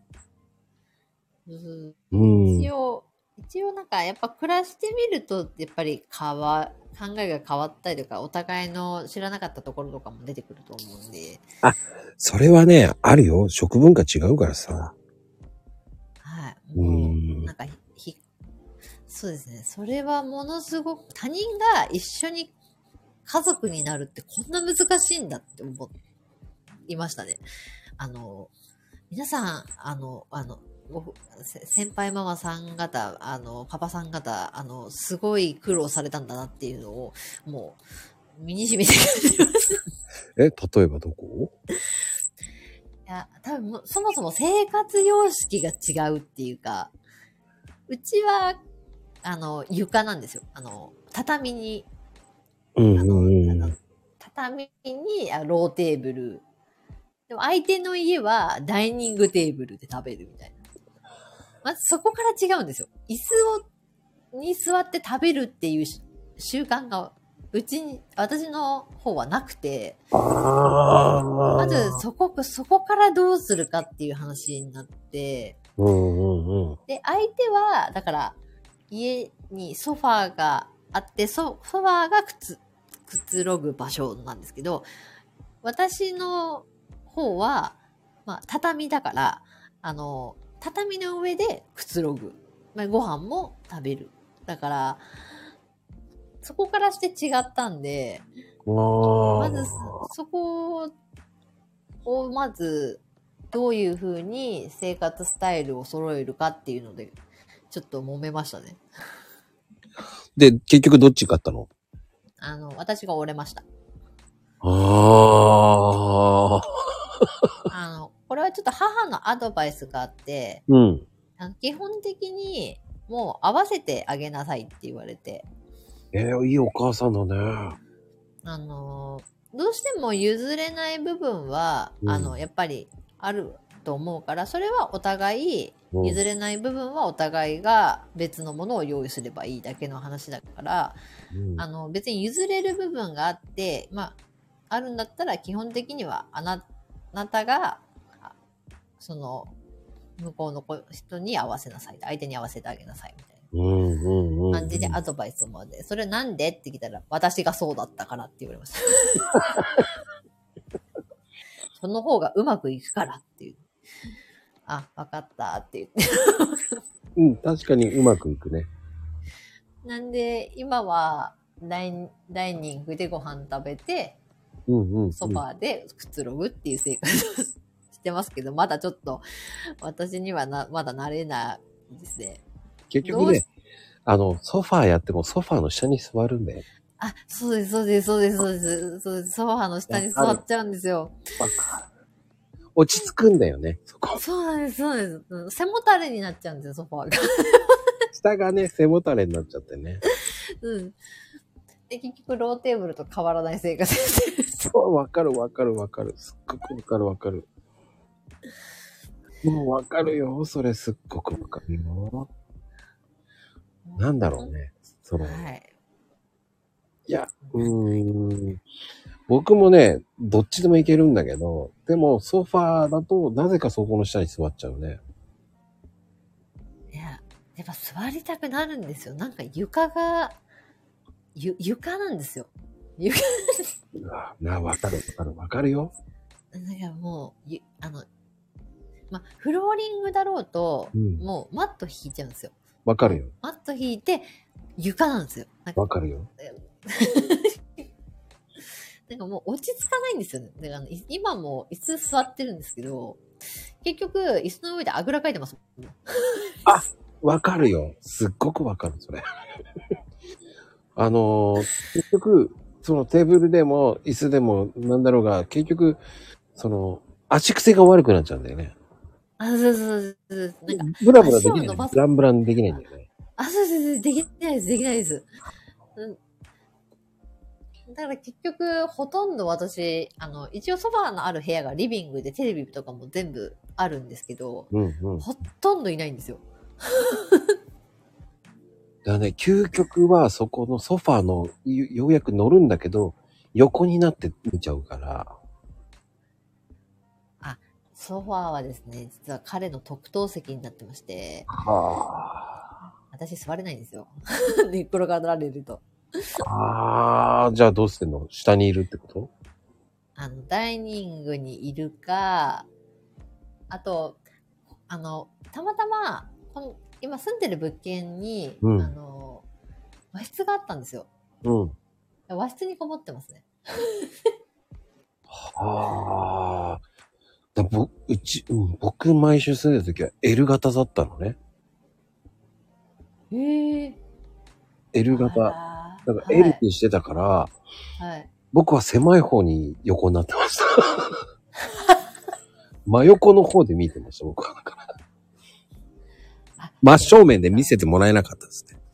うん。一応なんかやっぱ暮らしてみると、やっぱり考えが変わったりとか、お互いの知らなかったところとかも出てくると思うんで。 あ、それはね、あるよ。食文化違うからさ。 はい。もう、なんかそうですね。それはものすごく、他人が一緒に家族になるってこんな難しいんだって思いましたね。皆さん、先輩ママさん方、パパさん方、すごい苦労されたんだなっていうのを、もう、身に染みて感じました。 例えばどこ？ いや、多分そもそも生活様式が違うっていうか、うちは、床なんですよ。畳に、畳にローテーブル。でも相手の家はダイニングテーブルで食べるみたいな。まずそこから違うんですよ。椅子に座って食べるっていう習慣が、私の方はなくて、まずそこからどうするかっていう話になって、で、相手は、だから、家にソファーがあって、ソファーがくつろぐ場所なんですけど、私の方は、まあ、畳だから、畳の上でくつろぐ。まあ、ご飯も食べる。だから、そこからして違ったんで、まず、そこを、まず、どういう風に生活スタイルを揃えるかっていうので、ちょっと揉めましたね。 で、結局どっち勝ったの？ 私が折れました。これはちょっと母のアドバイスがあって、基本的にもう合わせてあげなさいって言われて。 いいお母さんだね。 どうしても譲れない部分は、やっぱりあると思うから、それはお互い、譲れない部分はお互いが別のものを用意すればいいだけの話だから、別に譲れる部分があって、まあ、あるんだったら基本的にはあなたが、その、向こうの人に合わせなさい。相手に合わせてあげなさい。みたいな感じでアドバイスもあって、それなんでって聞いたら、私がそうだったからって言われました。その方がうまくいくからっていう。あ、わかったって言って。確かにうまくいくね。 なんで、今はダイニングでご飯食べて、ソファーでくつろぐっていう生活をしてますけど、まだちょっと私にはまだ慣れないですね。 結局ね、ソファーやってもソファーの下に座るんだよ。 あ、そうです。ソファーの下に座っちゃうんですよ。 落ち着くんだよね、そこ。 そうなんです。背もたれになっちゃうんですよ、ソファーが。 下がね、背もたれになっちゃってね。 で、結局ローテーブルと変わらない生活です。 そう、わかる。すっごくわかる。もうわかるよ。それすっごくわかるよ。なんだろうね。はい。いや、僕もね、どっちでもいけるんだけど、でもソファーだとなぜかそこの下に座っちゃうね。 いや、 やっぱ座りたくなるんですよ。なんか床が、床なんですよ。床。 わかるよ。 なんかもう、フローリングだろうと、もうマット引いちゃうんですよ。 わかるよ。 マット引いて、床なんですよ。 わかるよ。 なんかもう落ち着かないんですよね。だから今も椅子座ってるんですけど、結局椅子の上であぐらかいてますもん。 あ、わかるよ。すっごくわかる、それ。結局、そのテーブルでも椅子でもなんだろうが、結局、足癖が悪くなっちゃうんだよね。 そう。なんか、 ブラブラできない。 足を伸ばす。 ブランブランできないんだよね。 そう。できないです。だから結局、ほとんど私、一応ソファーのある部屋がリビングでテレビとかも全部あるんですけど、ほとんどいないんですよ。 だからね、究極はそこのソファーのようやく乗るんだけど、横になって見ちゃうから。 ソファーはですね、実は彼の特等席になってまして、私座れないんですよ。寝っ転がられると。 じゃあどうしてんの？下にいるってこと？ ダイニングにいるか、あと、たまたま、今住んでる物件に、和室があったんですよ。和室にこもってますね。 僕毎週住んでる時は L 型だったのね。L 型。だから L にしてたから、僕は狭い方に横になってました。真横の方で見てました、僕は。だから。真正面で見せてもらえなかったですね。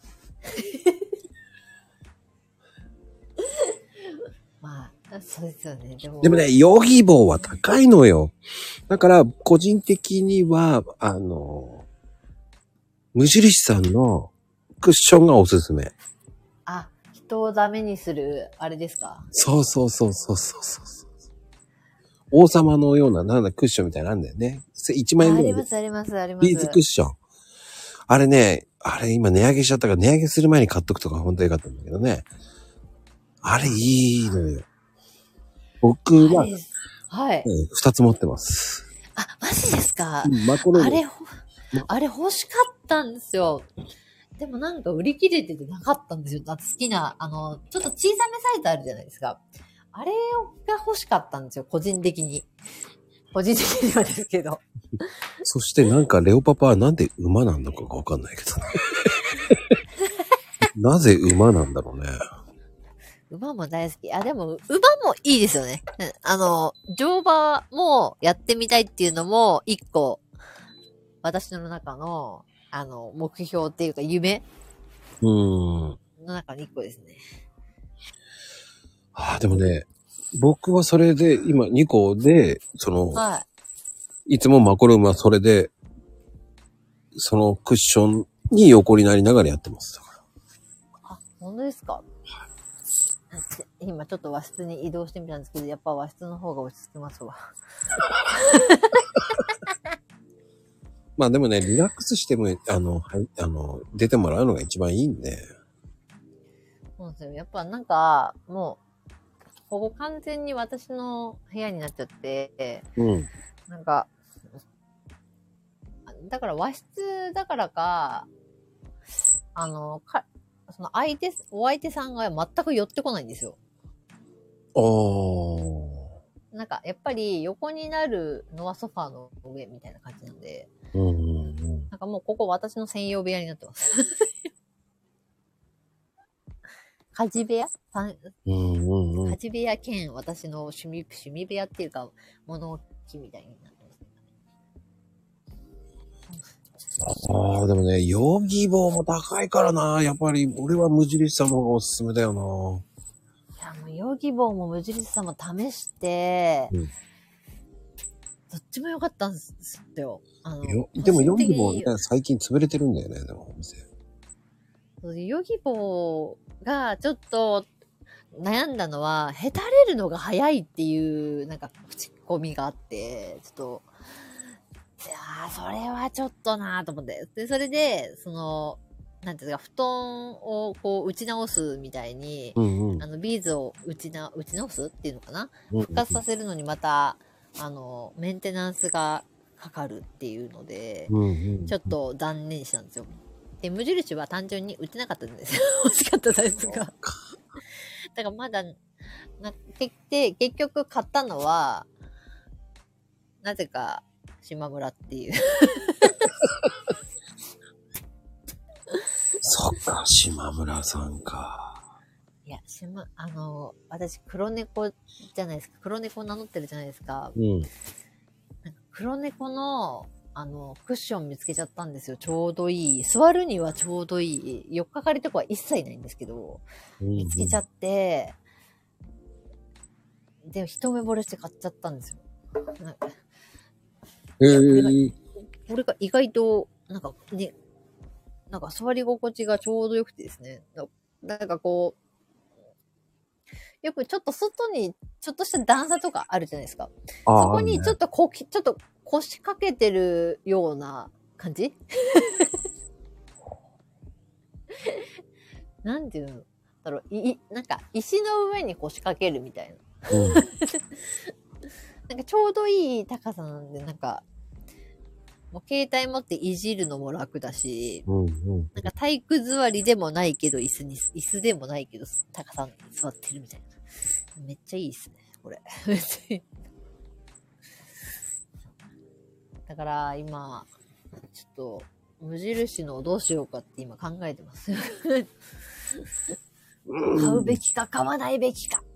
そうですよね。 でもね、ヨギボーは高いのよ。だから、個人的には、無印さんのクッションがおすすめ。 人をダメにする、あれですか？ そう。王様のような、クッションみたいなんだよね。1万円ぐらいで。 あります。 ビーズクッション。あれね、今値上げしちゃったから、値上げする前に買っとくとか本当に良かったんだけどね。あれいいのよ。僕は、2つ持ってます。 マジですか？あれ欲しかったんですよ。でもなんか売り切れててなかったんですよ。好きな、ちょっと小さめサイズあるじゃないですか。あれが欲しかったんですよ、個人的にはですけど。 そしてなんかレオパパはなんで馬なんだかわかんないけどね。なぜ馬なんだろうね。 馬も大好き。でも、馬もいいですよね。乗馬もやってみたいっていうのも、一個、私の中の、目標っていうか、夢の中の一個ですね。 でもね、僕はそれで、今2個で、いつもマコルームはそれで、そのクッションに横になりながらやってます。 本当ですか？今ちょっと和室に移動してみたんですけど、やっぱ和室の方が落ち着きますわ。 まあでもね、リラックスしても、出てもらうのが一番いいんで。 そうですよ。やっぱなんか、もう、ここ完全に私の部屋になっちゃって、なんか、だから和室だからか、そのお相手さんが全く寄ってこないんですよ。なんか、やっぱり横になるのはソファーの上みたいな感じなんで、なんかもうここ私の専用部屋になってます。家事部屋家事部屋兼私の趣味部屋っていうか、物置みたいになってます。でもね、ヨギボーも高いからな。やっぱり、俺は無印さんの方がおすすめだよな。 いや、もうヨギボーも無印さんも試して、どっちも良かったんですよ。 でもヨギボーね、最近潰れてるんだよね、でもお店。 ヨギボーがちょっと悩んだのは、へたれるのが早いっていう、なんか、口コミがあって、ちょっと、 それはちょっとなと思って。で、それで、なんていうか、布団をこう打ち直すみたいに、ビーズを打ち直すっていうのかな、復活させるのにまた、メンテナンスがかかるっていうので、ちょっと断念したんですよ。で、無印は単純に売ってなかったんですよ。欲しかったサイズが。だからまだ、結局買ったのは、なぜか、島村っていう。 そっか、島村さんか。 いや、私、黒猫じゃないですか。黒猫名乗ってるじゃないですか。なんか黒猫の、クッション見つけちゃったんですよ。ちょうどいい。座るにはちょうどいい。4日かかりとかは一切ないんですけど、見つけちゃって、で、一目惚れして買っちゃったんですよ。これが意外と、なんかね、なんか座り心地がちょうど良くてですね。なんかこう、よくちょっと外に、ちょっとした段差とかあるじゃないですか。そこにちょっとちょっと腰掛けてるような感じなんていうのだろう、なんか石の上に腰掛けるみたいな。なんかちょうどいい高さなんで、なんか、もう携帯持っていじるのも楽だし、なんか体育座りでもないけど椅子でもないけど高さに座ってるみたいな。めっちゃいいっすね、これ。めっちゃいい。だから今、ちょっと、無印のどうしようかって今考えてます。買うべきか買わないべきか。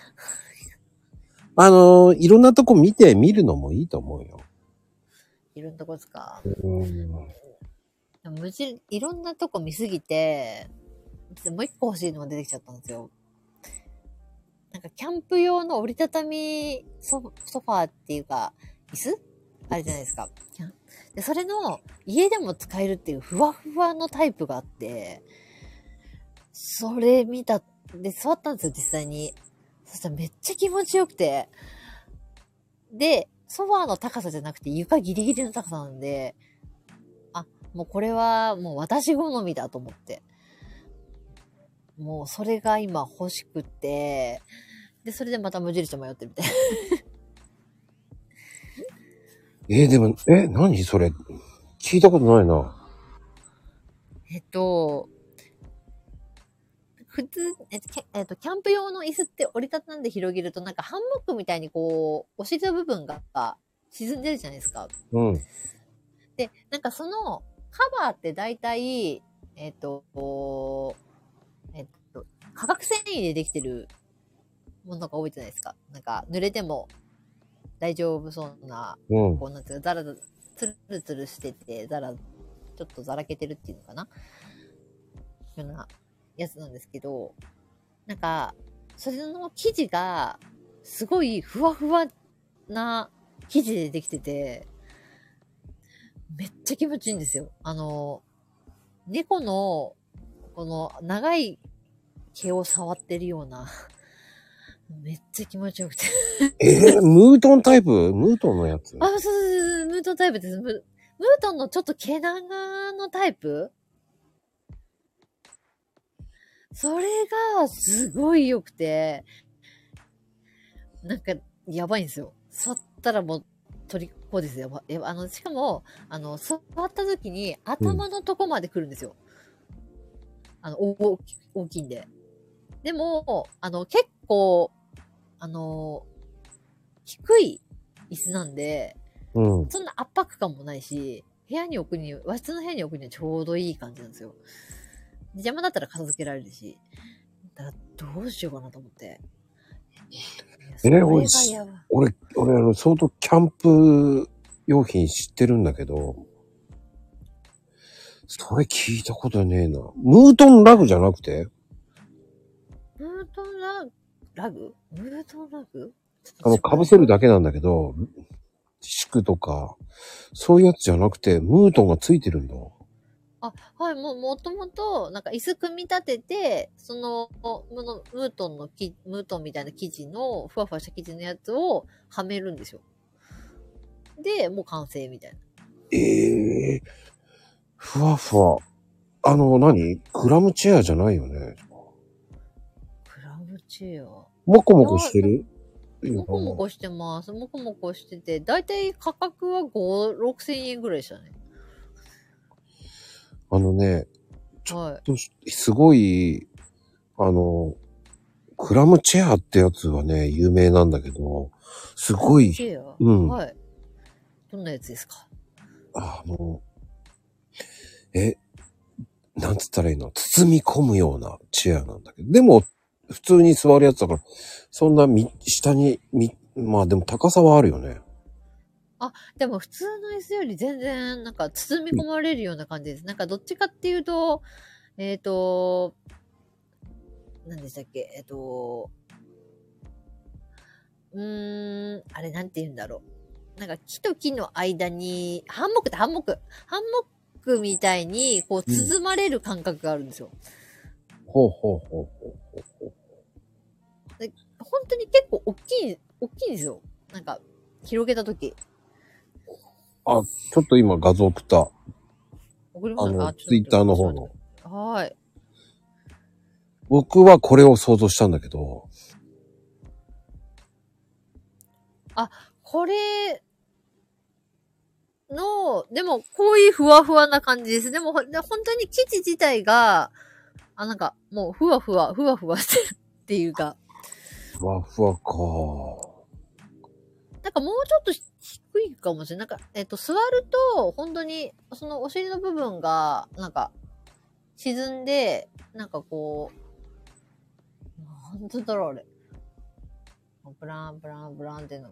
いろんなとこ見るのもいいと思うよ。 いろんなとこですか。いろんなとこ見すぎて、もう一個欲しいのが出てきちゃったんですよ。なんかキャンプ用の折りたたみソファーっていうか、椅子あるじゃないですか。で、それの家でも使えるっていうふわふわのタイプがあって、それで座ったんですよ、実際に。そしたらめっちゃ気持ちよくて。で、ソファーの高さじゃなくて床ギリギリの高さなんで、もうこれはもう私好みだと思って。もうそれが今欲しくて、で、それでまた無印迷ってるみたい。 でも、何それ聞いたことないな。 普通、キャンプ用の椅子って折りたたんで広げるとなんかハンモックみたいにこう、お尻の部分が沈んでるじゃないですか。で、なんかそのカバーって大体、化学繊維でできてるものが多いじゃないですか。なんか濡れても大丈夫そうな、こうなんていうか、ツルツルしてて、ちょっとザラけてるっていうのかなようなやつなんですけど、なんか、それの生地が、すごいふわふわな生地でできてて、めっちゃ気持ちいいんですよ。猫の、この長い毛を触ってるような、めっちゃ気持ちよくて。 ムートンタイプ？ムートンのやつ？ そう、ムートンタイプです。ムートンのちょっと毛長のタイプ？それがすごい良くて、なんかやばいんですよ。座ったらもう虜ですよ。しかも、座った時に頭のとこまで来るんですよ。大きいんで。でも、結構、低い椅子なんで、そんな圧迫感もないし、和室の部屋に置くにはちょうどいい感じなんですよ。邪魔だったら片付けられるし。だからどうしようかなと思って。 俺、相当キャンプ用品知ってるんだけど、それ聞いたことねえな。ムートンラグじゃなくて？ ムートンラグ被せるだけなんだけど、敷くとか、そういうやつじゃなくて、ムートンがついてるんだ。 はい、もともと、なんか椅子組み立てて、その、ムートンみたいな生地の、ふわした生地のやつをはめるんですよ。で、もう完成みたいな。 ええー、ふわふわ。何クラムチェアじゃないよね。 クラムチェア。 もこもこしてる？ もこもこしてます。もこもこしてて、だいたい価格は5、6千円ぐらいでしたね。 ちょはっと、すごい、クラムチェアってやつはね、有名なんだけど、すごい、 チェア、 うん。 はい。どんなやつですか？ なんつったらいいの？包み込むようなチェアなんだけど、でも、普通に座るやつだから、そんな下に、まあでも高さはあるよね。 あ、でも普通の椅子より全然なんか包み込まれるような感じです。なんかどっちかっていうと、何でしたっけあれなんて言うんだろう。なんか木と木の間に、ハンモックだ、ハンモック。ハンモックみたいに、こう、包まれる感覚があるんですよ。 ほうほうほうほうほう。 で本当に結構大きいんですよ。なんか、広げたとき。 あ、ちょっと今画像送った。 送りますか？ ツイッターの方の。 はい。 僕はこれを想像したんだけど。 あ、これの、でも、こういうふわふわな感じです。でも、本当に生地自体が、なんか、もう、ふわふわしてるっていうか。 ふわふわか。 なんかもうちょっと低いかもしれない。なんか、座ると、本当に、そのお尻の部分が、なんか、沈んで、なんかこう、なんつったろう、あれ。ブランっていうのが。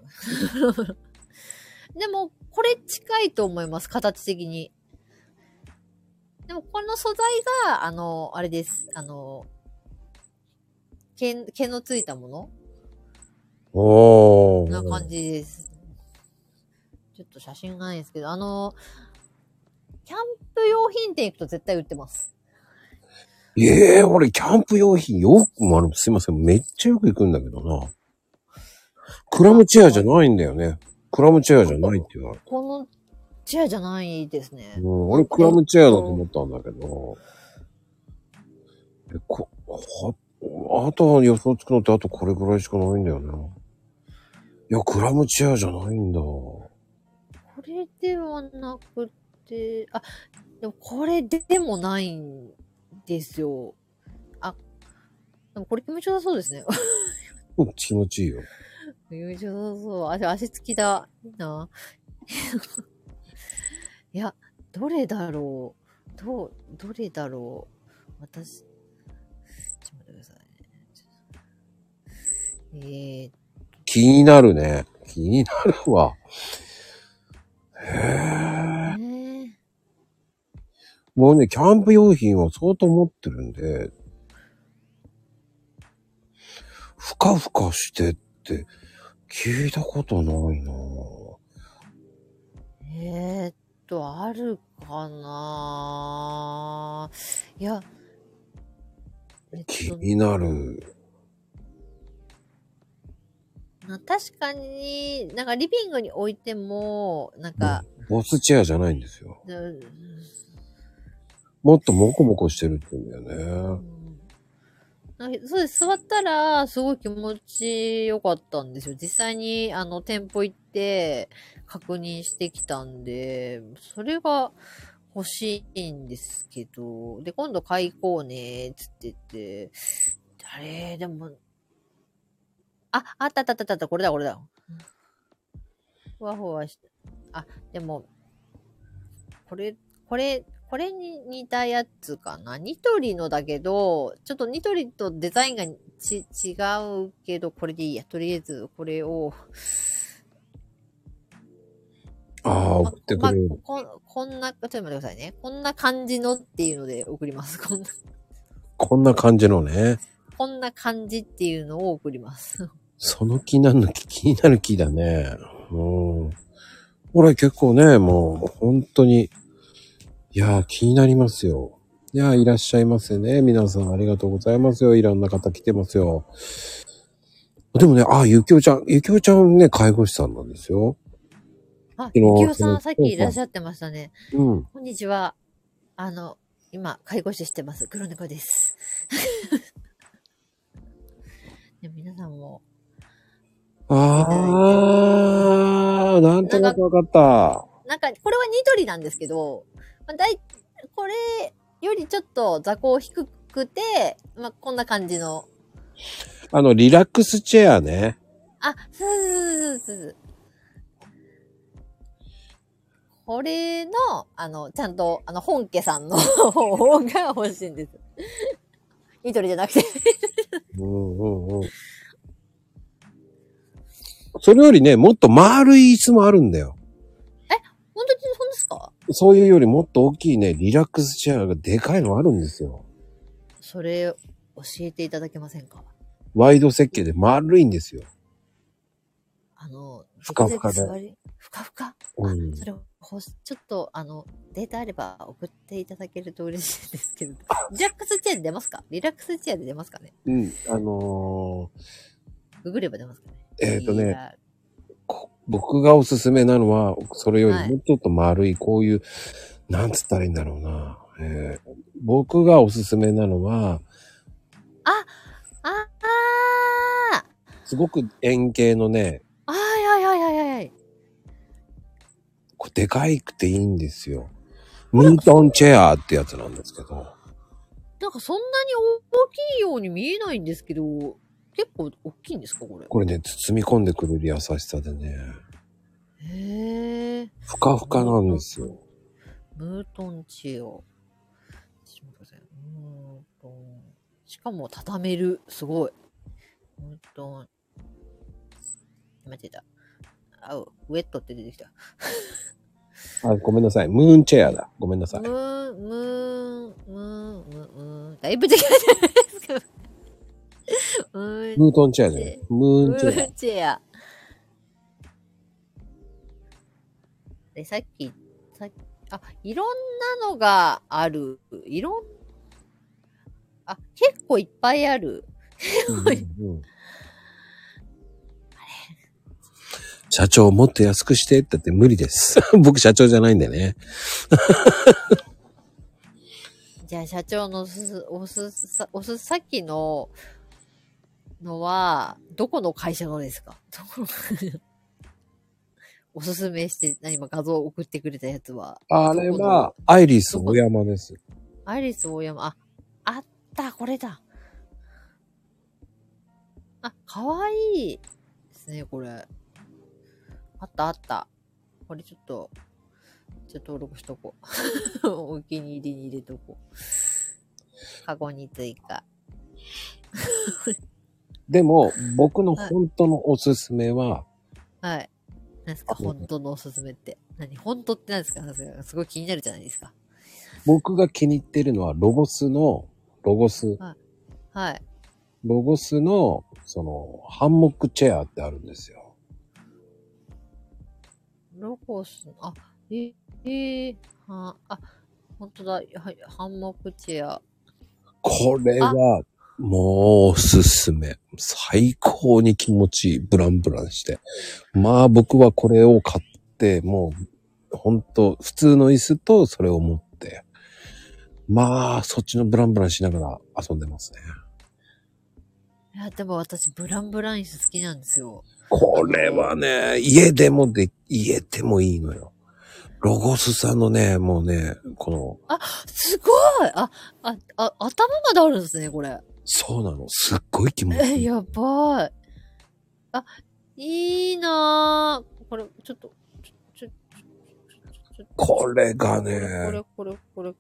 でも、これ近いと思います、形的に。でも、この素材が、あれです。毛のついたものおー。 な感じです。ちょっと写真がないんですけど、キャンプ用品店行くと絶対売ってます。 俺、キャンプ用品よくもすいません。めっちゃよく行くんだけどな。クラムチェアじゃないんだよね。クラムチェアじゃないって言われる。 このチェアじゃないですね。 俺クラムチェアだと思ったんだけど。あとは予想つくのってあとこれぐらいしかないんだよね。いや、クラムチェアじゃないんだ。 これではなくて、でもこれでもないんですよ。でもこれ気持ちよさそうですね。 気持ちいいよ。 気持ちよさそう。足つきだ。いいな。いや、どれだろう。どれだろう。私、ちょっと待ってくださいね。 気になるね。気になるわ。へぇ。もうね、キャンプ用品は相当持ってるんで、ふかふかしてって聞いたことないなぁ。 あるかないや、 気になる。 確かに、なんかリビングに置いても、なんか、 ボスチェアじゃないんですよ。もっとモコモコしてるって言うんだよね。 そうです。座ったら、すごい気持ちよかったんですよ。実際に、店舗行って、確認してきたんで、それが欲しいんですけど、で、今度買い行こうね、つって言って、でも、あった、これだ。ふわふわして。でも、これに似たやつかな。ニトリのだけど、ちょっとニトリとデザインが違うけど、これでいいや。とりあえず、これを。 送ってくれる。 こんな、ちょっと待ってくださいね。こんな感じのっていうので送ります。 こんな感じのね。 こんな感じっていうのを送ります。 その気になる気だね。俺結構ね、もう本当に、いやー気になりますよ。いやーいらっしゃいませね。皆さんありがとうございますよ。いろんな方来てますよ。でもね、ゆきおちゃんね、介護士さんなんですよ。 あ、ゆきおさん、さっきいらっしゃってましたね。 うん。 こんにちは。今、介護士してます。黒猫です。で皆さんも。 なんとなくわかった。 なんか、これはニトリなんですけど、これよりちょっと座高低くて、こんな感じの。 リラックスチェアね。 あ、そう。これの、ちゃんと、本家さんの方が欲しいんです。ニトリじゃなくて。 それよりね、もっと丸い椅子もあるんだよ。 本当ですか？ そういうよりもっと大きいね、リラックスチェアがでかいのあるんですよ。 それ、教えていただけませんか？ ワイド設計で丸いんですよ。ふかふかで。 ふかふか。 うん、 それ、ちょっと、データあれば送っていただけると嬉しいですけど。リラックスチェアで出ますか？リラックスチェアで出ますかね？ うん、 ググれば出ますかね。僕がおすすめなのは、それよりもうちょっと丸い、こういう、なんつったらいいんだろうな。僕がおすすめなのは、すごく円形のね、 はい。 これでかいくていいんですよ。ムートンチェアってやつなんですけど。 なんかそんなに大きいように見えないんですけど、結構大きいんですかこれ？ これね、包み込んでくれる優しさでね。 へー。 ふかふかなんですよ。 ムートンチェア。しかも畳める。すごい。ムートン。間違えた。ウェットって出てきた。 ごめんなさい。ムーンチェアだ。ごめんなさい。 だいぶ違うじゃないですか。 ムートンチェアじゃない。ムーンチェア。 で、さっき、いろんなのがある。結構いっぱいある。 社長もっと安くしてって言って無理です。僕社長じゃないんでね。 じゃあ社長のさっきのは、どこの会社のですか？おすすめして、今画像を送ってくれたやつは。 あれは、アイリスオーヤマです。 アイリスオーヤマ、あった、これだ。かわいいですね、これ。あった。これちょっと登録しとこう。お気に入りに入れとこう。カゴに追加。 でも、僕の本当のおすすめは、 はい。何ですか本当のおすすめって。本当って何ですか？すごい気になるじゃないですか。 僕が気に入ってるのは、ロゴス。 はい。 ロゴスの、ハンモックチェアってあるんですよ。 ロゴス、本当だ。はい、ハンモックチェア。 これは、もうおすすめ。最高に気持ちいい。ブランブランして。まあ僕はこれを買って、もう、ほんと、普通の椅子とそれを持って、まあ、そっちのブランブランしながら遊んでますね。 いや、でも私、ブランブラン椅子好きなんですよ。 これはね、家でもいいのよ。ロゴスさんのね、もうね、 すごい頭まであるんですね、これ。 そうなの。すっごい気持ちいい。 やばい。いいなぁ。これ、ちょっと、 これがね、 これ。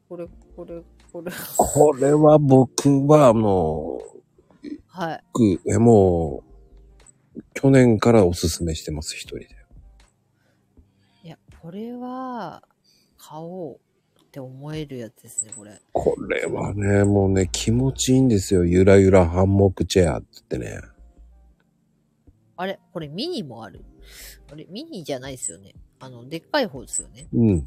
これは僕ははい。 もう、去年からおすすめしてます、一人で。 いや、これは、買おうって思えるやつですね、これ。 これはね、もうね、気持ちいいんですよ。ゆらゆらハンモックチェアって言ってね。 あれこれミニもある。あれミニじゃないですよね。でっかい方ですよね。 うん。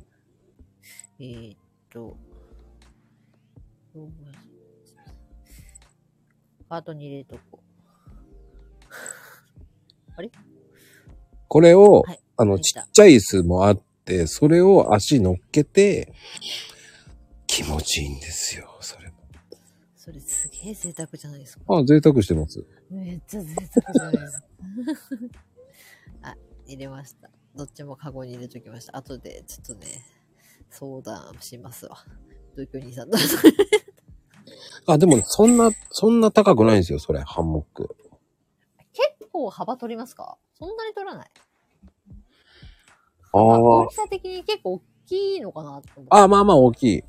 カートに入れとこう。あれこれを、 ちっちゃい椅子もあって、それを足乗っけて、気持ちいいんですよ、それも。 それすげえ贅沢じゃないですか。 あ、贅沢してます。 めっちゃ贅沢じゃないですか。あ、入れました。どっちもカゴに入れときました。後でちょっとね、相談しますわ。同居人さんと。 あ、でもそんな高くないんですよ、それ、ハンモック。 結構幅取りますか？そんなに取らない？ あ大きさ的に結構大きいのかなと思って。 あ、まあまあ大きい。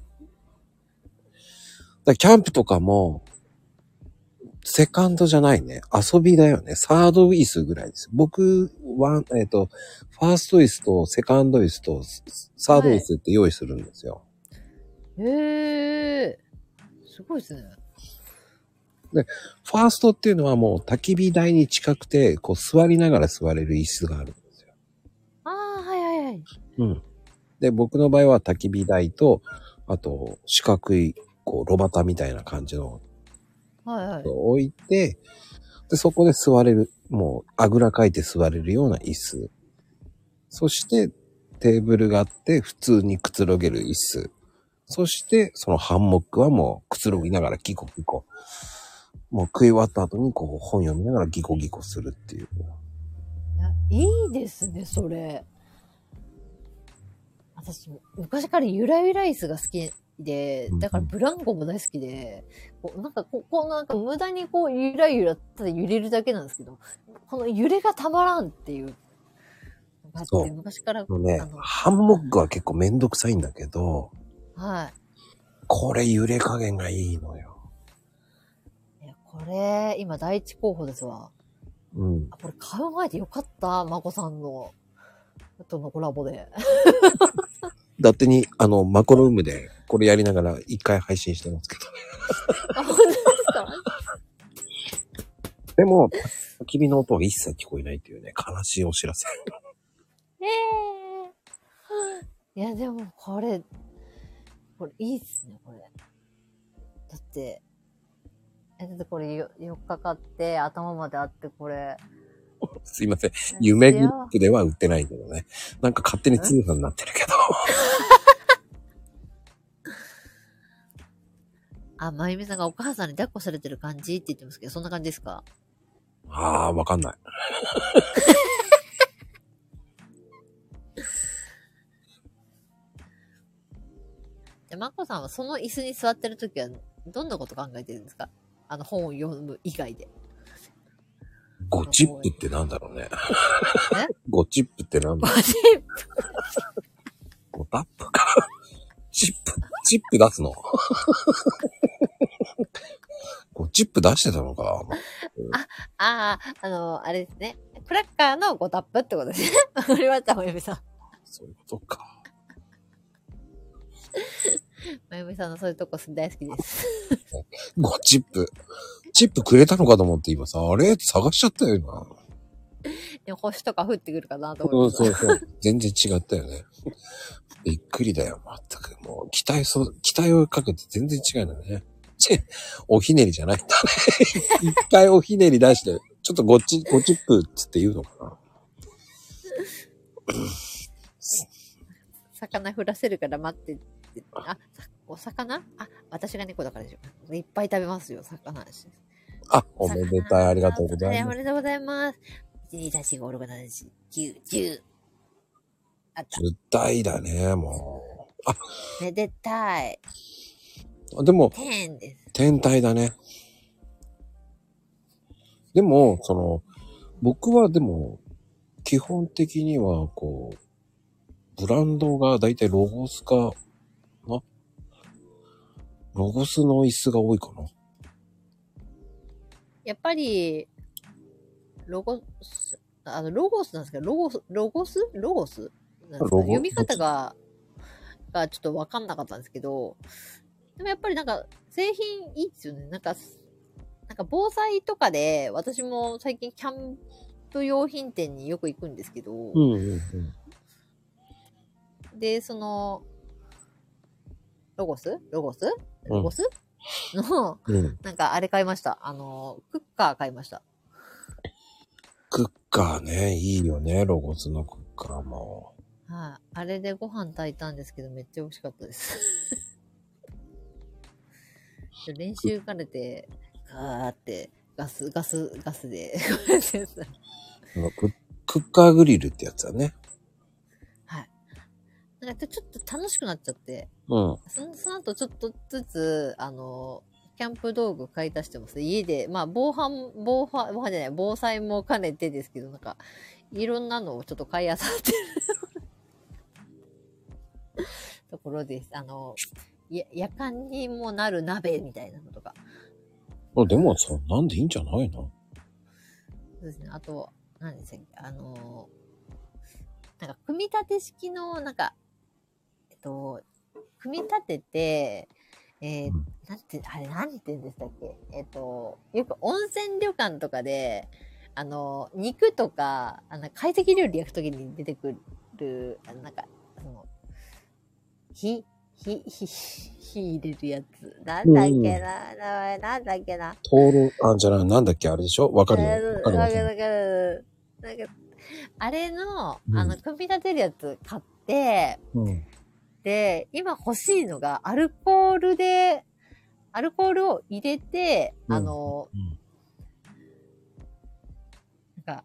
キャンプとかも、セカンドじゃないね。遊びだよね。サード椅子ぐらいです。僕は、ファースト椅子とセカンド椅子とサード椅子って用意するんですよ。 へえ、すごいですね。 で、ファーストっていうのはもう焚き火台に近くて、こう座りながら座れる椅子があるんですよ。 ああ、はいはいはい。 うん。で、僕の場合は焚き火台と、あと四角い、こう、炉端みたいな感じの、 はいはい。 置いて、で、そこで座れる、もう、あぐらかいて座れるような椅子。そして、テーブルがあって、普通にくつろげる椅子。そして、そのハンモックはもう、くつろぎながらギコギコ。もう食い終わった後に、こう、本読みながらギコギコするっていう。 いいですね、それ。私、昔からゆらゆら椅子が好きで、だからブランコも大好きで、こうなんかなんか無駄にこうゆらゆらただ揺れるだけなんですけど、この揺れがたまらんっていう。 そう。 昔から。 ね、ハンモックは結構めんどくさいんだけど、 はい。 これ揺れ加減がいいのよ。 いや、これ、今第一候補ですわ。 うん。 これ買う前でよかった、まこさんの、とのコラボで。 だってに、マコルームでこれやりながら一回配信してますけどね。 あ、本当ですか？ でも、焚き火の音は一切聞こえないっていうね、悲しいお知らせ。 いや、でもこれいいっすね、これ。だってこれ4日買って頭まであってこれ。 すいません。夢グッズでは売ってないけどね。なんか勝手に通販になってるけど。 あ、まゆみさんがお母さんに抱っこされてる感じって言ってますけど、そんな感じですか？ ああ、わかんない。 じゃあ、まこさんはその椅子に座ってるときは、どんなこと考えてるんですか？本を読む以外で。 ゴチップってなんだろうね。ゴチップってなんだろう。 ゴチップゴタップか。チップ出すのゴチップ出してたのか。 あれですね。クラッカーの5タップってことですね。わかりました、まゆみさん。 そういうことか。 まゆみさんのそういうとこ大好きです。 ゴチップ。チップくれたのかと思って今さ、あれって探しちゃったよ、今。 でも星とか降ってくるかなと思って。 そう。全然違ったよね。びっくりだよ、まったく。もう、期待をかけて全然違うのね。おひねりじゃないんだね。一回おひねり出して、ちょっとゴチップっつって言うのかな。 魚降らせるから待ってって。お魚？私が猫だからでしょ。いっぱい食べますよ、魚。 おめでたい、ありがとうございます。 おめでとうございます。1、2、3、4、5、6、7、8、9、10。あった。 10体だね、もう。めでたい。 でも、 10です。 天体だね。でも、僕はでも、基本的には、こう、ブランドがだいたいロゴスかな。ロゴスの椅子が多いかな。 やっぱり、ロゴスなんですけど、ロゴスなんですか？読み方がちょっとわかんなかったんですけど、でもやっぱりなんか、製品いいですよね。なんか防災とかで、私も最近キャンプ用品店によく行くんですけど、で、ロゴスの、なんかあれ買いました。クッカー買いました。 クッカーね、いいよね、ロゴスのクッか、もはい、あれでご飯炊いたんですけど、めっちゃ美味しかったです。練習兼ねて、ガーってガスで。 う。クッカーグリルってやつだね。 はい。なんかちょっと楽しくなっちゃって、 うん。 その後ちょっとずつ、キャンプ道具買い足してます。家で、まあ、防犯じゃない、防災も兼ねてですけど、なんか、いろんなのをちょっと買い漁ってるところです。夜間にもなる鍋みたいなのとか。 でもさ、なんでいいんじゃないの？ そうですね。あと、何ですか、なんか、組み立て式の、なんか、組み立てて、なんて言うんでしたっけ、よく温泉旅館とかで、肉とか、懐石料理焼くときに出てくる、なんか、火入れるやつ。なんだっけな、名前なんだっけな。 じゃない、なんだっけ、あれでしょ？わかるよ。わかるわかる。なんか、あれの、組み立てるやつ買って、で、今欲しいのが、アルコールを入れて、なんか、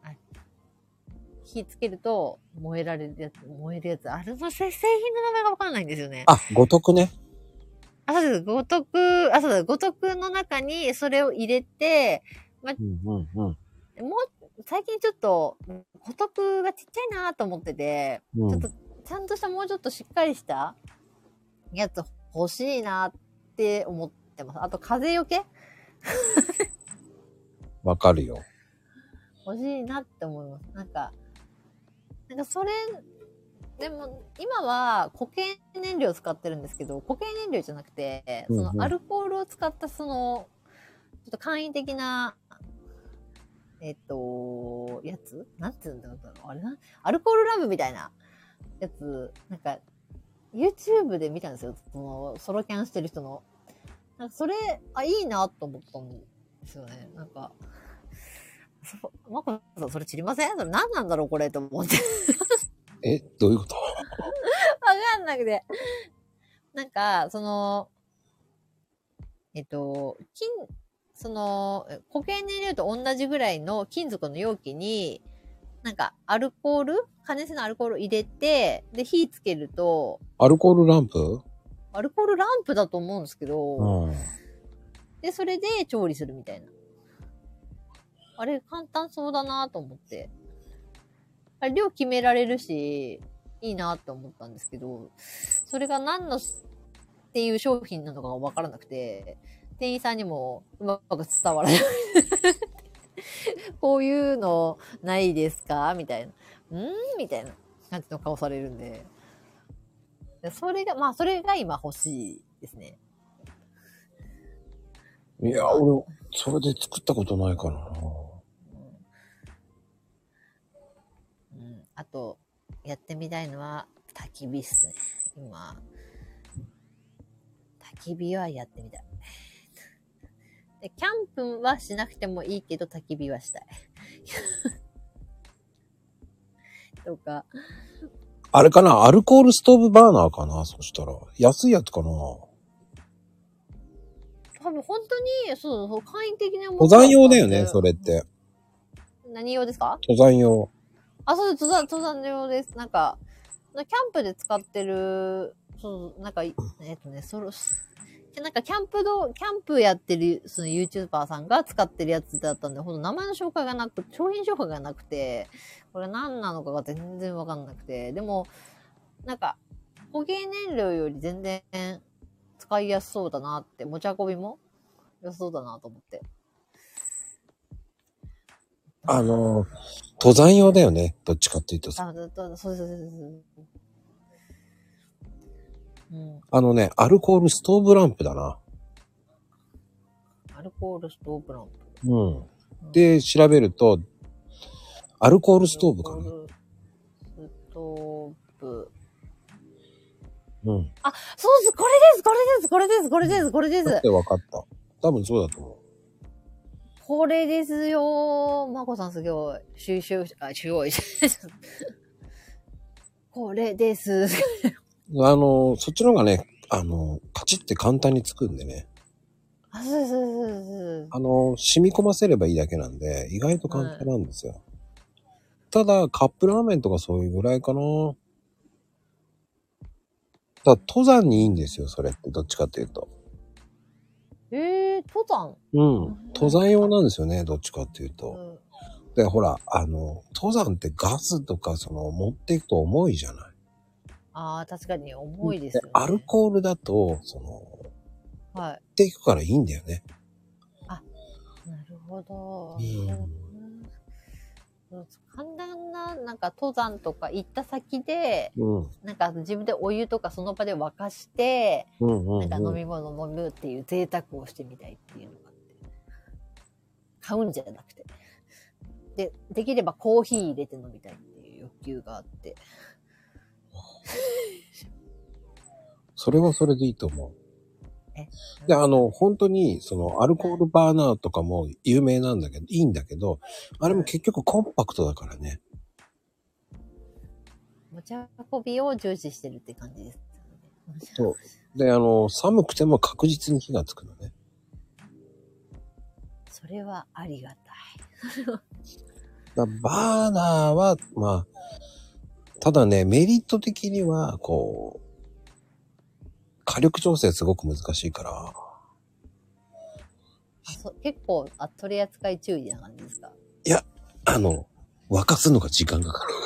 火つけると燃えるやつ。あれの製品の名前がわかんないんですよね。 五徳ね。 そうです。五徳の中にそれを入れて、最近ちょっと、五徳がちっちゃいなと思ってて、ちょっと、ちゃんとしたもうちょっとしっかりしたやつ欲しいなって思ってます。あと、風よけわかるよ。 欲しいなって思います。なんかそれ、でも、今は固形燃料を使ってるんですけど、固形燃料じゃなくて、そのアルコールを使ったちょっと簡易的な、やつなんて言うんだろうあれなアルコールラブみたいなやつ、なんか、YouTube で見たんですよ。ソロキャンしてる人の。なんかそれ、いいなと思ったんですよね。なんか、マコさん、それ知りません？それ何なんだろうこれと思って。 どういうこと？ わかんなくて。なんか、固形燃料と同じぐらいの金属の容器に、なんか、加熱のアルコールを入れて、で、火つけると、 アルコールランプだと思うんですけど、で、それで調理するみたいな。あれ、簡単そうだなと思って。あれ、量決められるし、いいなと思ったんですけど、それが何のっていう商品なのかがわからなくて、店員さんにもうまく伝わらない。こういうのないですかみたいな。みたいな感じの顔されるんで。それが今欲しいですね。 いや、俺、それで作ったことないからな。 あと、やってみたいのは焚き火っすね。今。焚き火はやってみたい。で、キャンプはしなくてもいいけど焚き火はしたい。とか。 あれかな？アルコールストーブバーナーかな？そしたら。安いやつかな？ 多分本当に、そう、簡易的なもの。 登山用だよね、それって。 何用ですか？ 登山用。 そうです、登山用です。なんか、キャンプで使ってる、なんか、なんかキャンプやってる、その YouTuber さんが使ってるやつだったんで、ほんと名前の紹介がなく、商品紹介がなくて、これ何なのかが全然わかんなくて、でも、なんか、固形燃料より全然使いやすそうだなって、持ち運びも良さそうだなと思って。 登山用だよね。どっちかっていうとさ。 そう。 アルコールストーブランプだな。 アルコールストーブランプ。 で、調べると、アルコールストーブかな。 アルコールストーブ。そうです、これです。 って分かった。多分そうだと思う。 これですよ。まこさんすごい。 これです。 そっちの方がね、カチッて簡単につくんでね。 あ、そうそうそう染み込ませればいいだけなんで、意外と簡単なんですよ。ただ、カップラーメンとかそういうぐらいかな。登山にいいんですよ、それって。どっちかっていうと。 登山？ うん。登山用なんですよね、どっちかっていうと。で、ほら、登山ってガスとか、持っていくと重いじゃない。 ああ、確かに重いですよね。 アルコールだと、 はい。 持っていくからいいんだよね。 あ、なるほど。簡単な、なんか登山とか行った先で、なんか自分でお湯とかその場で沸かして、なんか飲み物飲むっていう贅沢をしてみたいっていうのがあって。買うんじゃなくて。できればコーヒー入れて飲みたいっていう欲求があって。 それはそれでいいと思う。で、本当に、アルコールバーナーとかも有名なんだけど、いいんだけど、あれも結局コンパクトだからね。 持ち運びを重視してるって感じです。 そう。で、寒くても確実に火がつくのね。 それはありがたい。 バーナーは、まあ、ただね、メリット的には、火力調整すごく難しいから。 結構取り扱い注意な感じですか？ いや、沸かすのが時間かかる。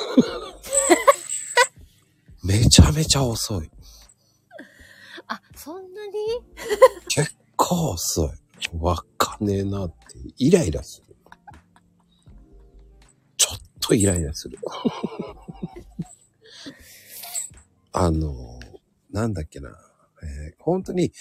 めちゃめちゃ遅い。 あ、そんなに？ 結構遅い。わかねえなって、イライラする。ちょっとイライラする。なんだっけな。本当に、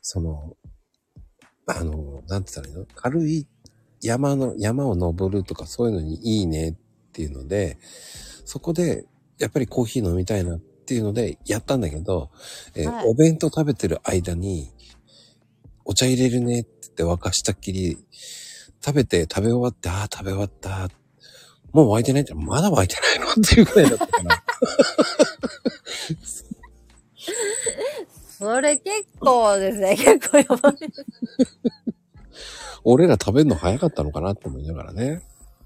なんて言ったらいいの？軽い山を登るとかそういうのにいいねっていうので、そこで、やっぱりコーヒー飲みたいなっていうのでやったんだけど、お弁当食べてる間に、お茶入れるねって言って沸かしたっきり、食べ終わって、食べ終わった。もう沸いてないってまだ沸いてないのっていうくらいだったから。 それ結構ですね。結構やばい。 俺ら食べるの早かったのかなって思いながらね。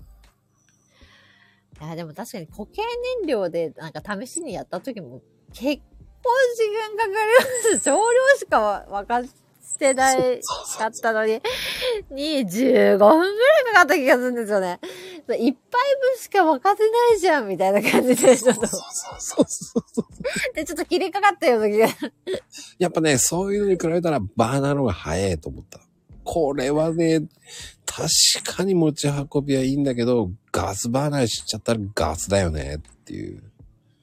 いや、でも確かに固形燃料でなんか試しにやった時も結構時間かかります。少量しか沸かしてないかったのに、25分くらいかかった気がするんですよね。一杯分しか沸かせないじゃんみたいな感じで、ちょっと。そう。で、ちょっと切れかかったような気が。 やっぱね、そういうのに比べたらバーナーの方が早いと思った。これはね、確かに持ち運びはいいんだけど、ガスバーナーしちゃったらガスだよねっていう。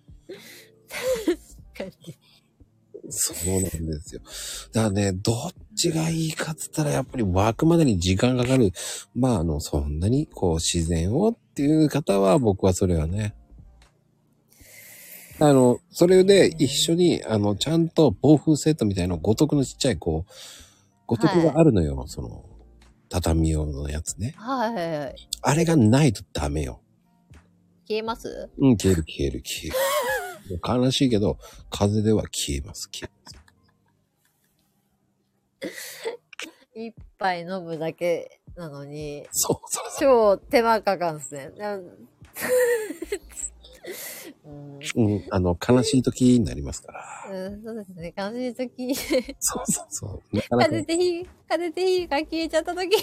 確かに。 そうなんですよ。だからね、どっちがいいかっつったらやっぱり沸くまでに時間かかる。まあそんなに自然をっていう方は僕はそれはね。それで一緒に、ちゃんと防風セットみたいな五徳のちっちゃい五徳があるのよ、畳用のやつね。 はい。 あれがないとダメよ。 消えます？ うん、消える。悲しいけど、風では消えます。 一杯飲むだけなのに、 そう。 超手間かかるんですね。 悲しい時になりますから。 そうですね。悲しい時。 そう。 風で火が消えちゃった時。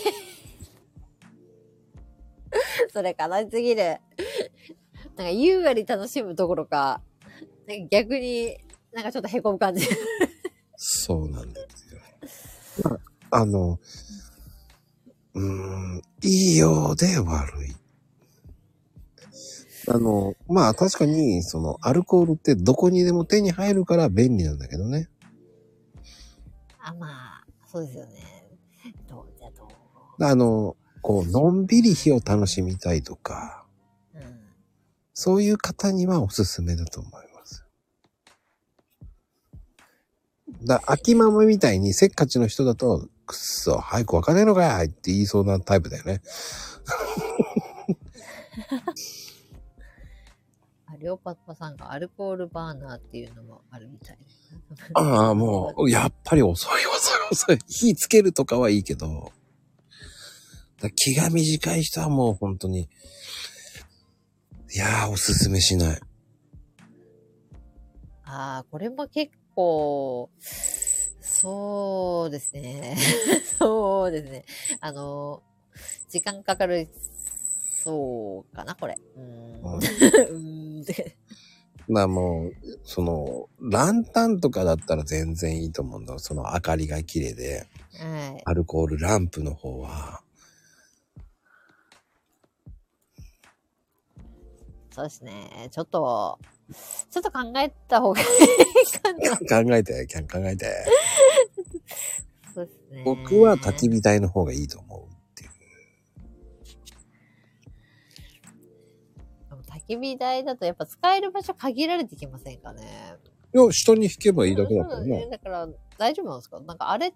それ悲しすぎる。なんか優雅に楽しむどころか、逆になんかちょっと凹む感じ。 そうなんですよ。いいようで悪い。まあ確かに、アルコールってどこにでも手に入るから便利なんだけどね。 まあ、そうですよね。 のんびり火を楽しみたいとか、そういう方にはおすすめだと思います。秋ママみたいにせっかちの人だと、くっそ、早くわかねえのかいって言いそうなタイプだよね。 アりょうパパさんがアルコールバーナーっていうのもあるみたい。 ああ、もう、やっぱり遅い。火つけるとかはいいけど、気が短い人はもう本当に、いやー、おすすめしない。 ああ、これも結構、そうですね。そうですね。時間かかる、そうかな、これ。 まあもう、ランタンとかだったら全然いいと思うんだ。その明かりが綺麗で、 はい。 アルコールランプの方は。 そうですね。ちょっと考えた方がいいかな。 考えて。 そうですね。 僕は焚き火台の方がいいと思うっていう。 焚き火台だとやっぱ使える場所限られてきませんかね。 いや、下に引けばいいだけだからね。 だから大丈夫なんですか？なんかあれって、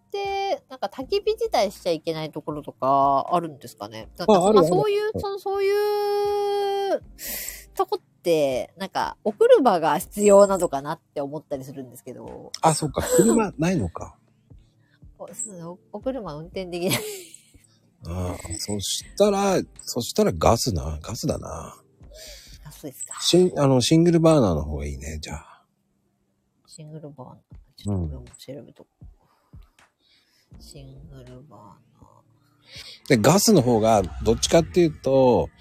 なんか焚き火自体しちゃいけないところとかあるんですかね？なんかあるそういうとこって、なんかお車が必要なのかなって思ったりするんですけど。 あ、そっか。車ないのか。 お車運転できない。 ああ、そしたらガスだな。 ガスですか。 シングルバーナーの方がいいね、じゃあ。 シングルバーナー。ちょっとこれも調べとこう。シングルバーナで、ガスの方が、どっちかっていうと、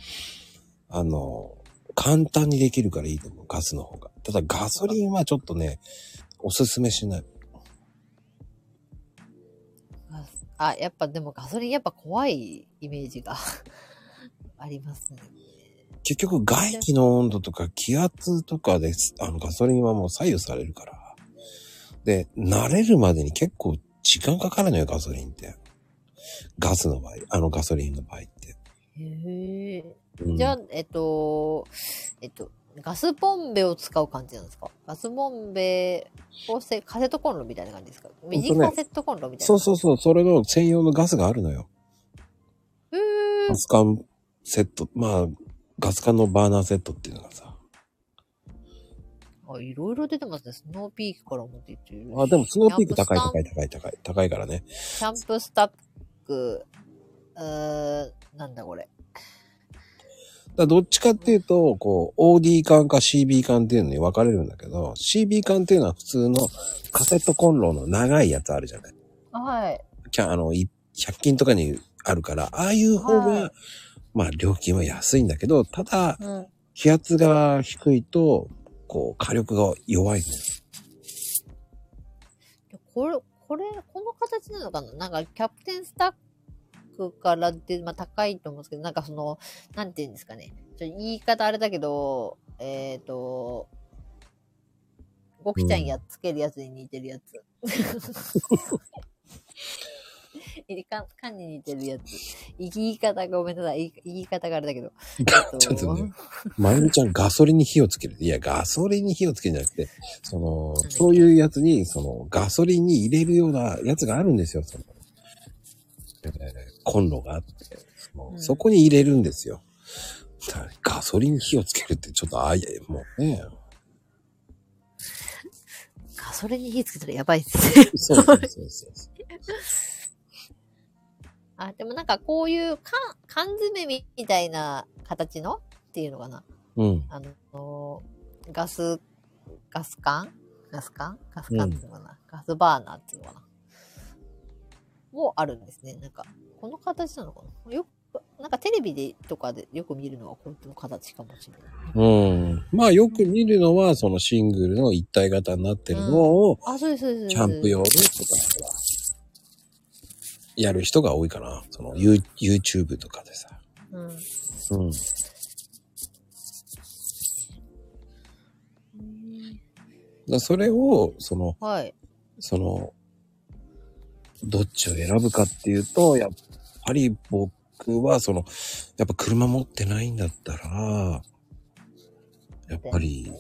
簡単にできるからいいと思う。ガスの方が。ただガソリンはちょっとね、おすすめしない。 ー。やっぱでもガソリンやっぱ怖いイメージがありますね。 結局外気の温度とか気圧とかです。ガソリンはもう左右されるから。で、慣れるまでに結構時間かかるのよ、ガソリンって。ガスの場合、ガソリンの場合って。 へえ。 うん、 じゃあ、ガスボンベを使う感じなんですか？ガスボンベをカセットコンロみたいな感じですか？ミニカセットコンロみたいな。 そう。それの専用のガスがあるのよ。ガス管セット。まあ、ガス管のバーナーセットっていうのがさ。 いろいろ出てますね。スノーピークからも出てる。 でもスノーピーク高いからね。 キャンプスタック、なんだこれ。 どっちかっていうと、OD 管か CB 管っていうのに分かれるんだけど、CB 管っていうのは普通のカセットコンロの長いやつあるじゃない。 はい。 100均とかにあるから、ああいう方が、まあ料金は安いんだけど、ただ、気圧が低いと、火力が弱いのよ。 この形なのかな？なんか、キャプテンスタックからで、まあ、高いと思うんですけど、なんかなんて言うんですかね。言い方あれだけど、ゴキちゃんつけるやつに似てるやつ。缶に似てるやつ。言い方ごめんなさい。言い方があれだけど。 ちょっとね、まゆみちゃんガソリンに火をつける。いや、ガソリンに火をつけるんじゃなくて、そういうやつに、ガソリンに入れるようなやつがあるんですよ。コンロがあって、そこに入れるんですよ。ガソリンに火をつけるってちょっともうね。 ガソリンに火つけたらやばいっすね。 そう。 でもなんかこういう缶詰みたいな形のっていうのかな。ガス管っていうのかな、ガスバーナーっていうのかな。もあるんですね。なんか、この形なのかな。なんかテレビでとかでよく見るのはこういう形かもしれない。 まあよく見るのはそのシングルの一体型になってるのを、 そうです。 キャンプ用でとかやる人が多いかな。YouTube とかでさ。それを、どっちを選ぶかっていうと、やっぱり僕はやっぱ車持ってないんだったら、やっぱり、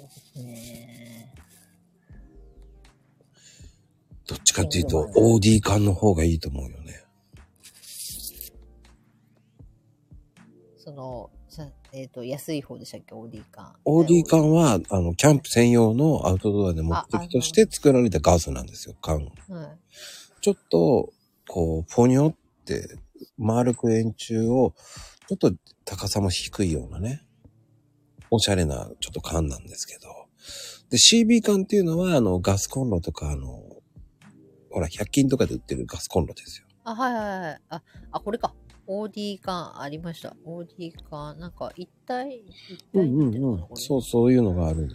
どっちかっていうと OD 缶の方がいいと思うよね。 安い方でしたっけ、OD 缶。 OD 缶は、キャンプ専用のアウトドアで目的として作られたガスなんですよ、缶。 はい。 ちょっと、こう、ポニョって丸く円柱を、ちょっと高さも低いようなね、おしゃれなちょっと缶なんですけど。で、CB 缶っていうのは、ガスコンロとか、ほら、100均とかで売ってるガスコンロですよ。 はいはいはい。これか。OD 缶ありました。OD 缶、なんか一体になってるのかな、これ。 そういうのがあるんです。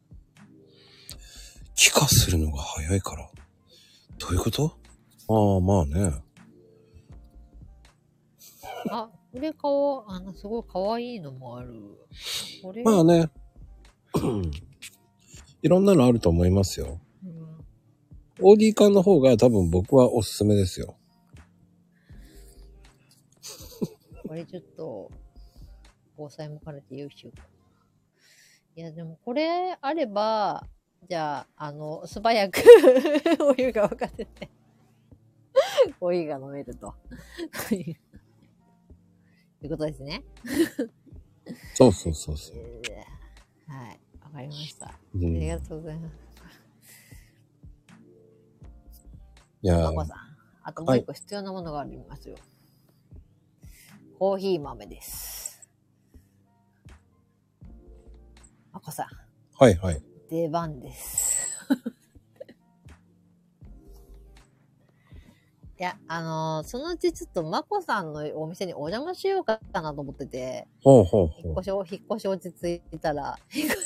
気化するのが早いから。どういうこと？まあね。 これすごい可愛いのもある。これまあね。いろんなのあると思いますよ。OD 缶の方が多分僕はおすすめですよ。 これちょっと、防災も兼ねて優秀か。いや、でもこれあれば、じゃあ、素早くお湯が沸かせて、コーヒーが飲めると。いうことですね。 そう。 はい。わかりました。ありがとうございます。 いやまこさん、あともう一個必要なものがありますよ。コーヒー豆です。まこさん。 はい。 出番です。いや、そのうちちょっとまこさんのお店にお邪魔しようかなと思ってて。 引っ越し落ち着いたら、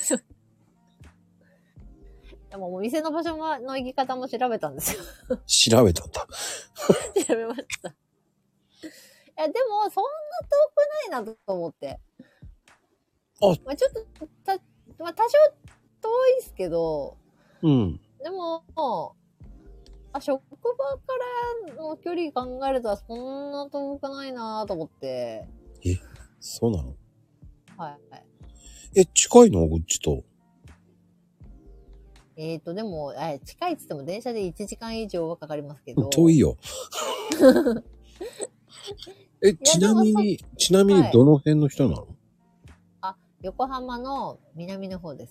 でもお店の場所の行き方も調べたんですよ。 調べたんだ。 調べました。いや、でも、そんな遠くないなと思って。まあ、ちょっと、多少遠いっすけど、でも、職場からの距離考えるとそんな遠くないなと思って。 そうなの？ はい。 近いのこっちと。 でも、近いっつっても電車で1時間以上はかかりますけど。 遠いよ。ちなみにどの辺の人なの？ 横浜の南の方です。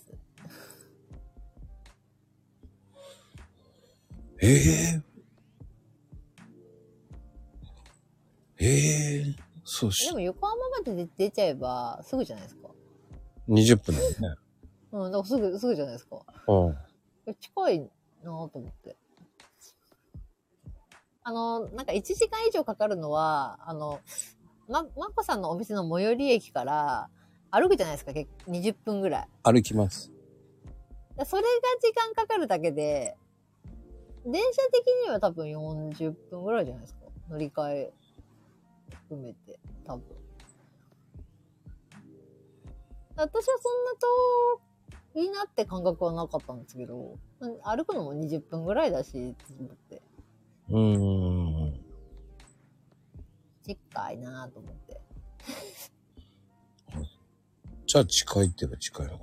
そうし。 でも横浜まで出ちゃえばすぐじゃないですか。 20分だよね。 だからすぐじゃないですか。近いなぁと思って。なんか1時間以上かかるのは、まこさんのお店の最寄り駅から歩くじゃないですか、20分ぐらい。 歩きます。 それが時間かかるだけで、電車的には多分40分ぐらいじゃないですか。乗り換え含めて、多分。私はそんな遠いなって感覚はなかったんですけど、歩くのも20分ぐらいだし、と思って。近いなと思って。 じゃあ近いって言えば近いのか。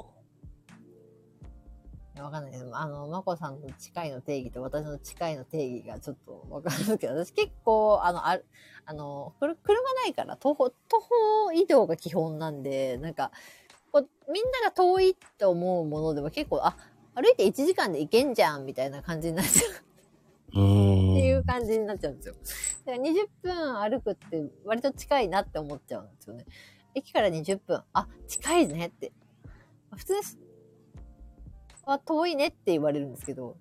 わかんないです。まこさんの近いの定義と私の近いの定義がちょっとわかんないけど、私結構、車ないから徒歩移動が基本なんで、なんか、みんなが遠いって思うものでは結構、歩いて1時間で行けんじゃんみたいな感じになっちゃう。っていう感じになっちゃうんですよ。だから20分歩くって割と近いなって思っちゃうんですよね。駅から20分、近いねって。普通は遠いねって言われるんですけど。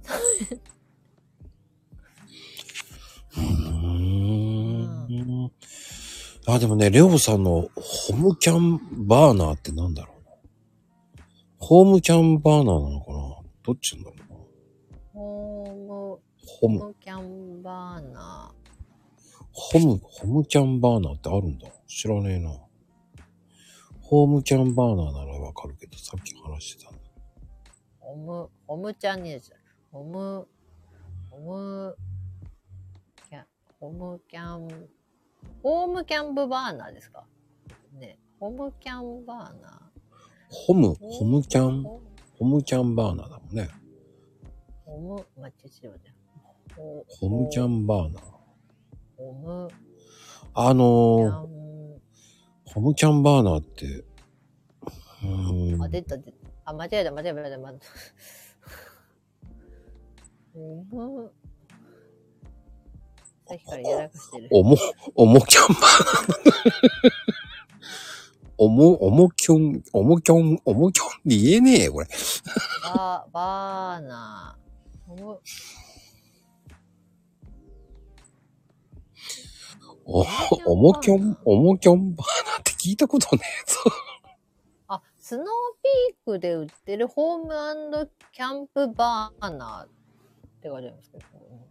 でもね、レオさんのホームキャンバーナーってなんだろうな。ホームキャンバーナーなのかな？どっちなんだろうな。 ホームキャンバーナー。 ホームキャンバーナーってあるんだ。知らねえな。ホームキャンバーナーならわかるけど、さっき話してたんだ。 ホームキャンプバーナーですかね。ホームキャンバーナー。 ホムキャンバーナーだもんね。ホムキャンバーナー。 ホムキャンバーナーって、 あ、出た。あ、間違えた。さっきからやらかしてる。 おもキャンバーナー。おもきょんって言えねえよ、これ。 バーナー。 おもきょんバーナーって聞いたことねえぞ。 あ、スノーピークで売ってるホーム&キャンプバーナーって書いてありますけど、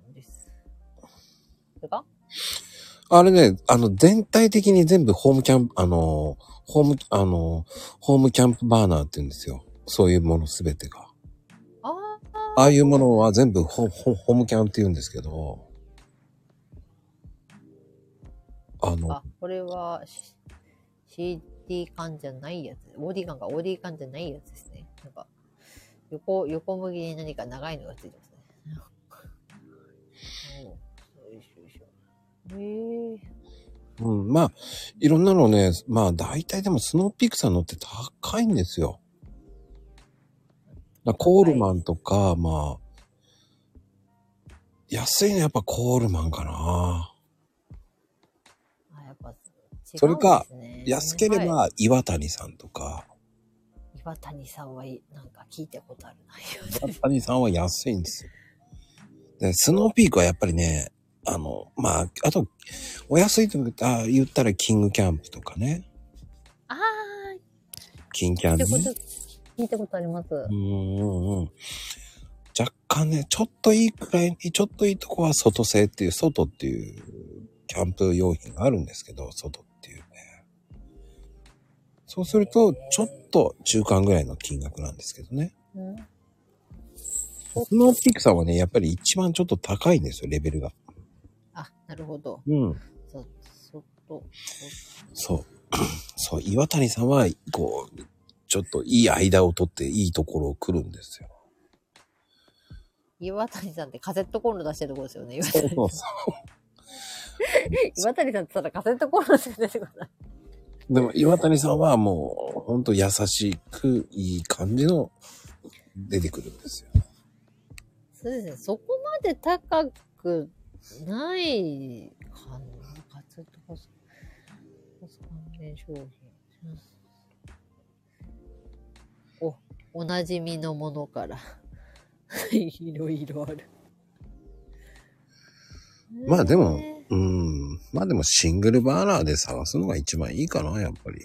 それかあれね、全体的に全部ホームキャンプ、ホームキャンプバーナーって言うんですよ。そういうものすべてが。ああいうものは全部ホームキャンって言うんですけど、 これは CD 缶じゃないやつ。OD 缶じゃないやつですね。なんか、横向きに何か長いのがついてますね。よいしょ。 まあ、いろんなのね、まあ大体でもスノーピークさんのって高いんですよ。コールマンとか、まあ、安いのやっぱコールマンかな。 やっぱそれか、安ければ岩谷さんとか。 岩谷さんはなんか聞いたことあるな。 岩谷さんは安いんですよ。で、スノーピークはやっぱりね、まあ、あと、お安いと言ったらキングキャンプとかね。キンキャンね。 聞いたことあります。 若干ね、ちょっといいとこは外製っていう、外っていうキャンプ用品があるんですけど、外っていうね。そうすると、ちょっと中間ぐらいの金額なんですけどね。スノーピークさんはね、やっぱり一番ちょっと高いんですよ、レベルが。 なるほど。 そう、岩谷さんは、こう、ちょっといい間を取っていいところを来るんですよ。 岩谷さんってカセットコンロ出してるところですよね。 そう。 岩谷さんって言ったらカセットコンロ出してください。 でも岩谷さんはもうほんと優しくいい感じの出てくるんですよ。 そうですね。そこまで高くないかな。カセットコン関連商品。おなじみのものからいろいろある。 まあでも、まあでもシングルバーナーで探すのが一番いいかな、やっぱり。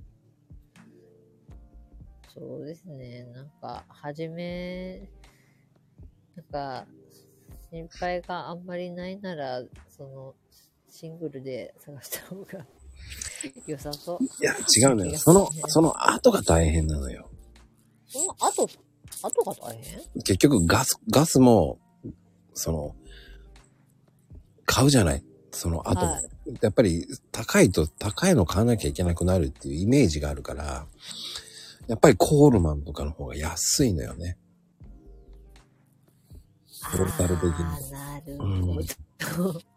そうですね。なんか、なんか、心配があんまりないなら、シングルで探した方が良さそう。 いや、違うのよ。その後が大変なのよ。 その後が大変？ 結局ガスも、買うじゃない。その後、やっぱり高いの買わなきゃいけなくなるっていうイメージがあるから、やっぱりコールマンとかの方が安いのよね。トータル的に。 なるほど。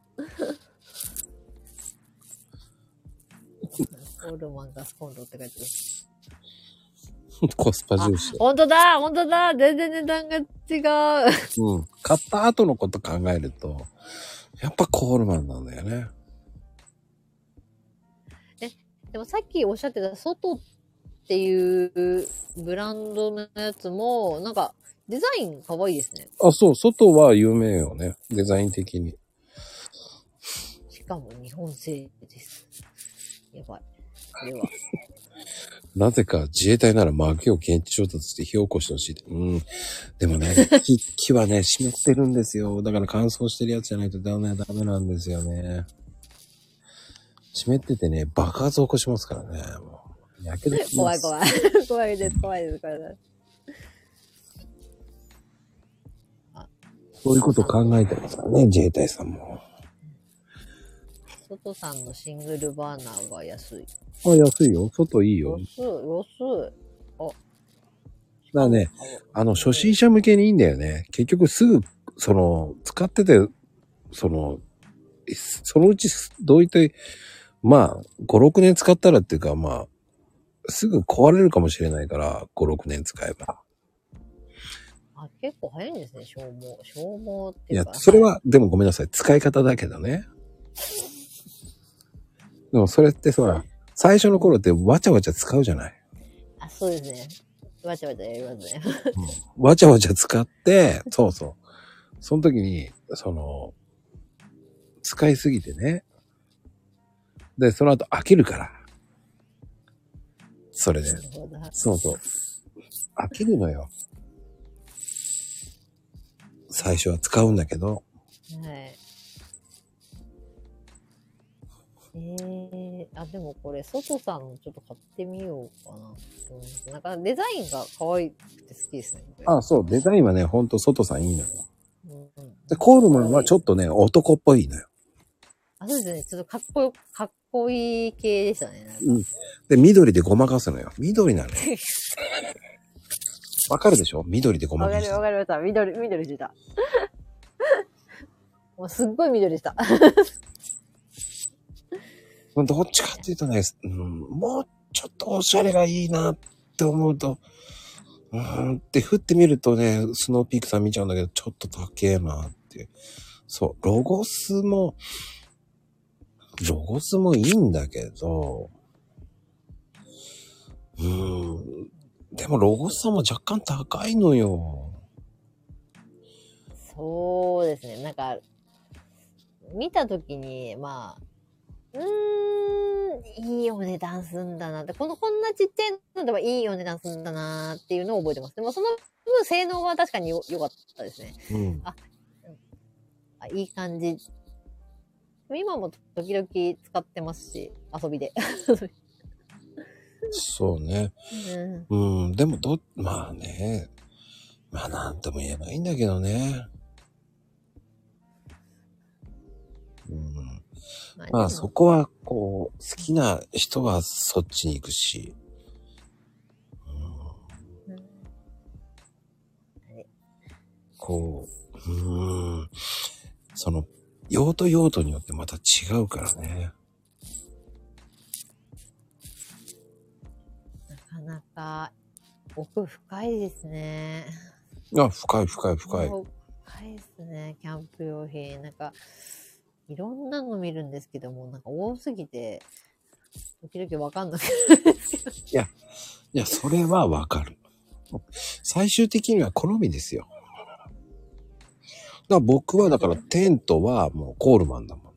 コールマンガスコンロって書いてる。 コスパ重視。 本当だ全然値段が違う。 買った後のこと考えると、やっぱコールマンなんだよね。 でもさっきおっしゃってた外っていうブランドのやつも、なんかデザイン可愛いですね。 そう、外は有名よね。デザイン的に。 しかも日本製です。やばい。では。 なぜか自衛隊なら薪を現地調達して火起こしてほしい。でもね、木はね、湿ってるんですよ。だから乾燥してるやつじゃないとダメなんですよね。湿っててね、爆発起こしますからね。もうやけどします。 怖いです。 そういうこと考えてますからね、自衛隊さんも。 外さんのシングルバーナーが安い。 安いよ。外いいよ。 安い。 だからね、初心者向けにいいんだよね。結局すぐ、使ってて、そのうち、どういったまあ、5、6年使ったらっていうか、まあ、すぐ壊れるかもしれないから、5、6年使えば。 あ、結構早いんですね、消耗。消耗っていや、 いうか。 それは、でもごめんなさい。使い方だけどね。でもそれってさ、最初の頃ってわちゃわちゃ使うじゃない。 あ、そうですね。わちゃわちゃやりますね。 わちゃわちゃ使って、そうそう。その時に、使いすぎてね。で、その後飽きるから。それで。 なるほど。 そうそう。飽きるのよ。最初は使うんだけど。 はい。あ、でもこれ、外さんのちょっと買ってみようかなと思います。なんかデザインが可愛くて好きですね。これあ、そう、デザインはね、ほんと外さんいいのよ。 うんうん、 で、コールマンはちょっとね、男っぽいのよ。 あ、そうですね。ちょっとかっこいい系でしたね。なんかうん。で、緑でごまかすのよ。緑なのよ。わかるでしょ？緑でごまわかるかす。 わかりました。緑してた。もうすっごい緑した。 どっちかっていうとね、もうちょっとおしゃれがいいなって思うと、って振ってみるとね、スノーピークさん見ちゃうんだけど、ちょっと高えなっていう。そう、ロゴスもいいんだけど、でもロゴスさんも若干高いのよ。 そうですね。なんか、見たときに、まあ、いいお値段すんだなって、こんなちっちゃいのではいいお値段すんだなっていうのを覚えてます。でもその分性能は確かに良かったですね。いい感じ。今も時々使ってますし、遊びで。 そうね。でもまあね。まあなんとも言えないんだけどね。まあそこはこう、好きな人はそっちに行くし。こう、用途用途によってまた違うからね。 なかなか奥深いですね。 深い。 深いですね、キャンプ用品。なんか、いろんなの見るんですけども、なんか多すぎて、時々わかんなくなるんですけど。 いや、それはわかる。最終的には好みですよ。僕はだからテントはもうコールマンだもん。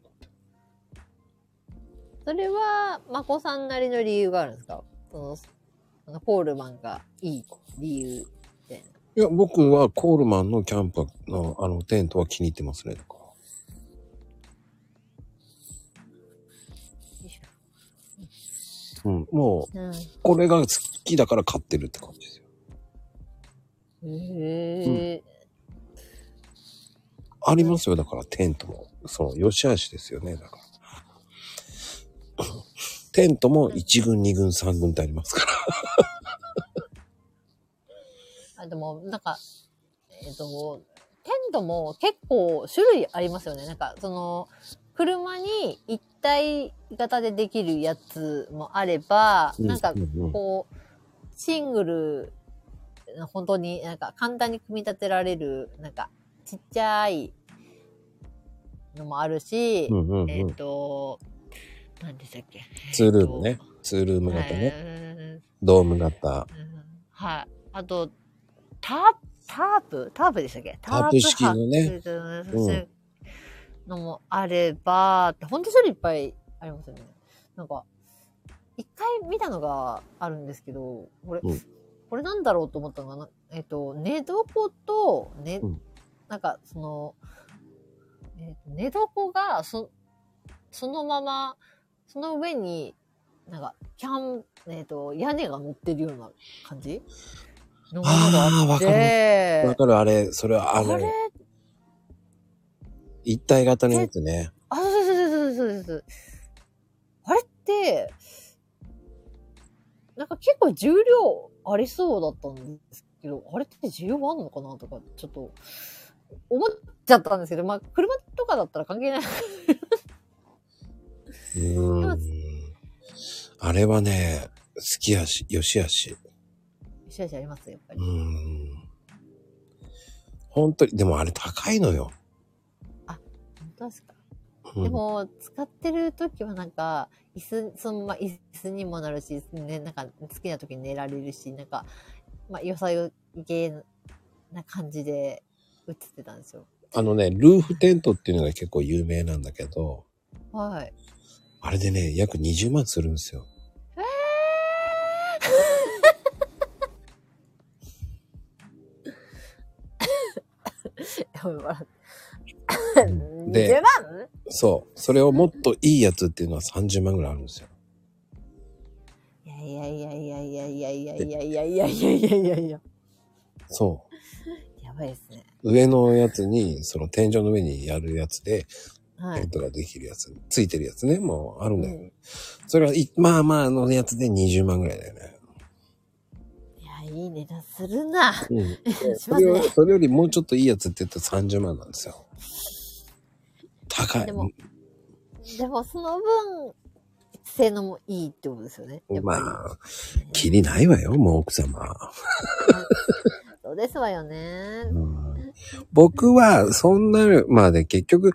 それは、まこさんなりの理由があるんですか？コールマンがいい理由みたいな。 いや、僕はコールマンのキャンプのテントは気に入ってますね。もう、これが好きだから買ってるって感じですよ。ありますよ、だからテントも。良し悪しですよね、だから。テントも1軍、2軍、3軍ってありますから。 でも、なんか、テントも結構種類ありますよね。なんか、車に一体型でできるやつもあれば、なんか、こう、シングル、本当になんか簡単に組み立てられる、なんか、ちっちゃいのもあるし、何でしたっけ？ ツールームね。ツールーム型ね。ドーム型。 はい。あと、タープでしたっけ？ タープ式のね。 のもあれば、ほんと種類いっぱいありますよね。なんか、一回見たのがあるんですけど、これなんだろうと思ったのが、寝床と、なんか寝床がそのまま、その上に、なんか、屋根が乗ってるような感じのものがあって。 わかる、あれ、それは一体型のやつね。 そうです。あれって、なんか結構重量ありそうだったんですけど、あれって需要あんのかなとか、ちょっと、思っちゃったんですけど、まあ、車とかだったら関係ない。 あれはね、好きやし、よしやし。 シャシャありますやっぱり。 本当に、でもあれ高いのよ。 あ、本当ですか。でも、使ってる時はなんか、そのまま椅子にもなるし、ね、なんか好きな時に寝られるし、なんか、良さげな感じで映ってたんですよ。 ルーフテントっていうのが結構有名なんだけど、 はい。 あれでね、約20万するんですよ。 で、20万？ そう。それをもっといいやつっていうのは30万ぐらいあるんですよ。 いや。 そう。 やばいですね。 上のやつに、その天井の上にやるやつで、 はい。 テントができるやつ、ついてるやつね、もうあるんだよ。それはまあまあのやつで20万ぐらいだよね。 いや、いい値段するな。しますね。それよりもうちょっといいやつって言ったら30万なんですよ。高い。 でもその分、性能もいいってことですよね。やっぱり。 まあ、気にないわよ、もう奥様。 そうですわよね。 僕は、そんな、まあね、結局、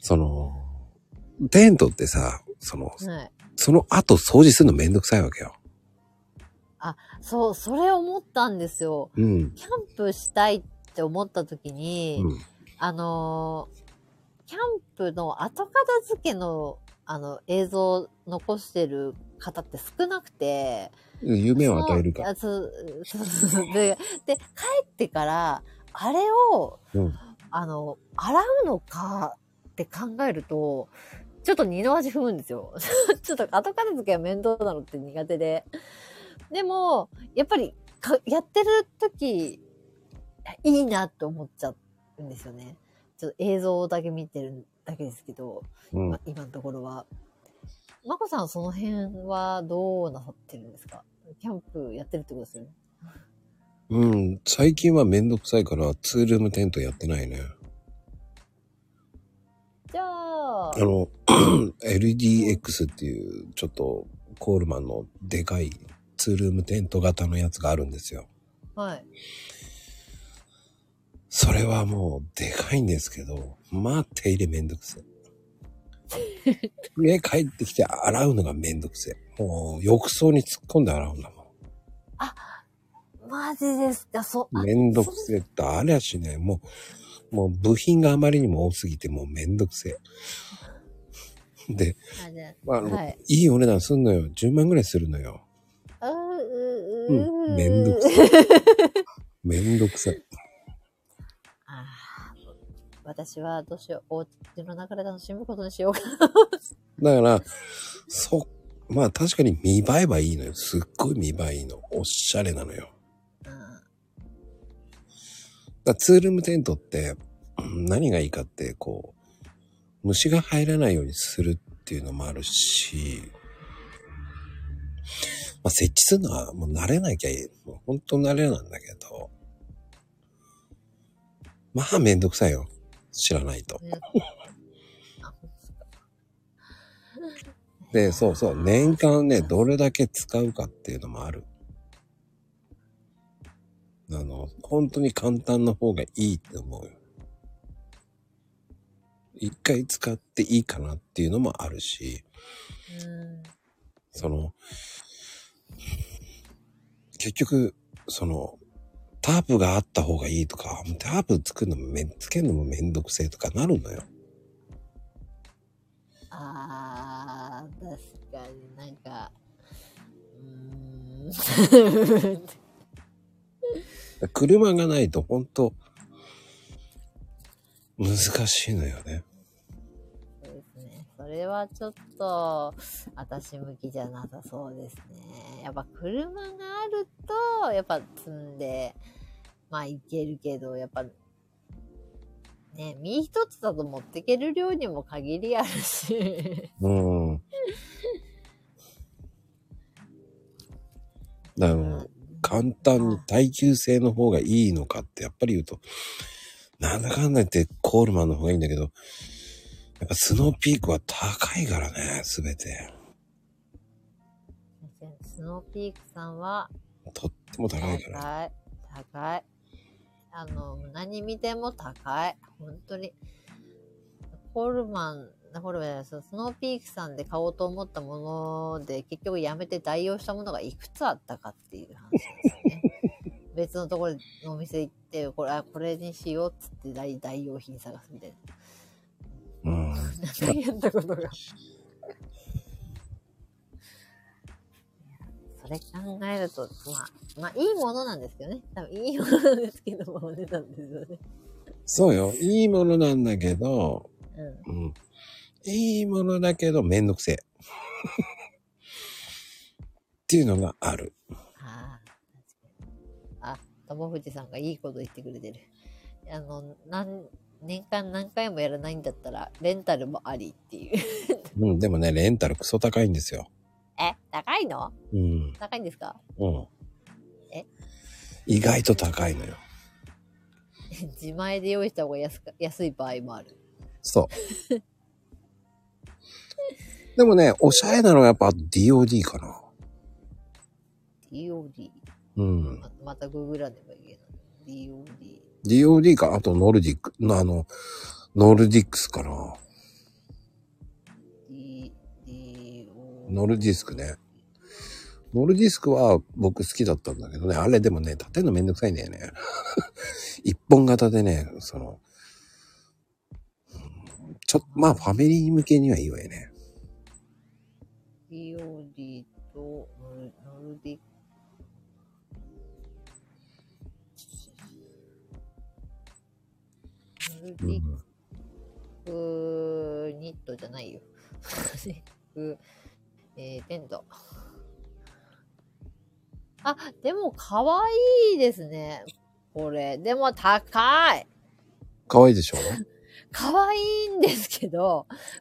テントってさ、その後掃除するのめんどくさいわけよ。 そう、それ思ったんですよ。キャンプしたいって思った時に、キャンプの後片付けの、映像残してる方って少なくて。 夢を与えるか。 で、帰ってから、あれを、洗うのかって考えると、ちょっと二の足踏むんですよ。ちょっと後片付けは面倒なのって苦手で。でも、やっぱり、やってる時、いいなって思っちゃうんですよね。ちょっと映像だけ見てるだけですけど、今のところは。まこさんその辺はどうなさってるんですか？キャンプやってるってことですよね。 最近はめんどくさいからツールームテントやってないね。 じゃあ、 LDX っていうちょっとコールマンのでかいツールームテント型のやつがあるんですよ。 はい。 それはもうでかいんですけど、まあ手入れめんどくせえ。家帰ってきて洗うのがめんどくせえ。もう浴槽に突っ込んで洗うんだもん。 マジですか？ めんどくせえってありゃしない。もう部品があまりにも多すぎてもうめんどくせえ。で、いいお値段すんのよ。10万ぐらいするのよ。めんどくせえ。めんどくさい。 私はどうしよう。お家の中で楽しむことにしようかな。だから、まあ確かに見栄えはいいのよ。すっごい見栄えいいの。おしゃれなのよ。ツールームテントって何がいいかって虫が入らないようにするっていうのもあるし、設置するのはもう慣れなきゃいい。もう本当慣れなんだけど、まあめんどくさいよ。知らないと。で、そうそう、年間ね、どれだけ使うかっていうのもある。本当に簡単な方がいいって思うよ。一回使っていいかなっていうのもあるし、結局、タープがあった方がいいとか、タープつけるのもめんどくせえとかなるのよ。 確かになんか、 車がないと本当難しいのよね。 そうですね。それはちょっと私向きじゃなさそうですね。やっぱ車があるとやっぱ積んでいけるけど、やっぱね、身一つだと持ってける量にも限りあるし。 だから簡単に耐久性の方がいいのかってやっぱり言うと、なんだかんだ言ってコールマンの方がいいんだけど、 やっぱスノーピークは高いからね、すべて。 スノーピークさんは、 とっても高いから。 高い。何見ても高い。本当に。ホルマンスノーピークさんで買おうと思ったもので、結局やめて代用したものがいくつあったかっていう話なんですね。別のところのお店行って、これにしようっつって代用品探すみたいな。やったことが。それ考えると、まあ、いいものなんですけどね。多分いいものなんですけども、お値段ですよね。 そうよ。いいものなんだけど、いいものだけどめんどくせえ。っていうのがある。 友藤さんがいいこと言ってくれてる。年間何回もやらないんだったら、レンタルもありっていう。 でもね、レンタルクソ高いんですよ。 高いの？高いんですか？ 意外と高いのよ。 自前で用意した方が安い場合もある。 そう。でもね、おしゃれなのはやっぱ DOD かな。 DOD？またググらねばいけない。 DOD か、あとノルディックスかな。ノルディスクね。ノルディスクは僕好きだったんだけどね。あれでもね、立てるのめんどくさいんだよね。一本型でね、まあファミリー向けにはいいわよね。 DOD とノルディック。ノルディックニットじゃないよ。テント。でも可愛いですね。これ。でも高い。 可愛いでしょ？ 可愛いんですけど、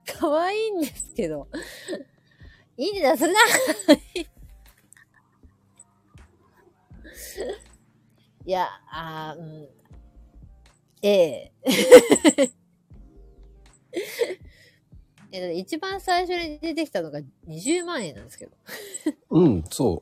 いい値段するな。いや、一番最初に出てきたのが20万円なんですけど。 そう。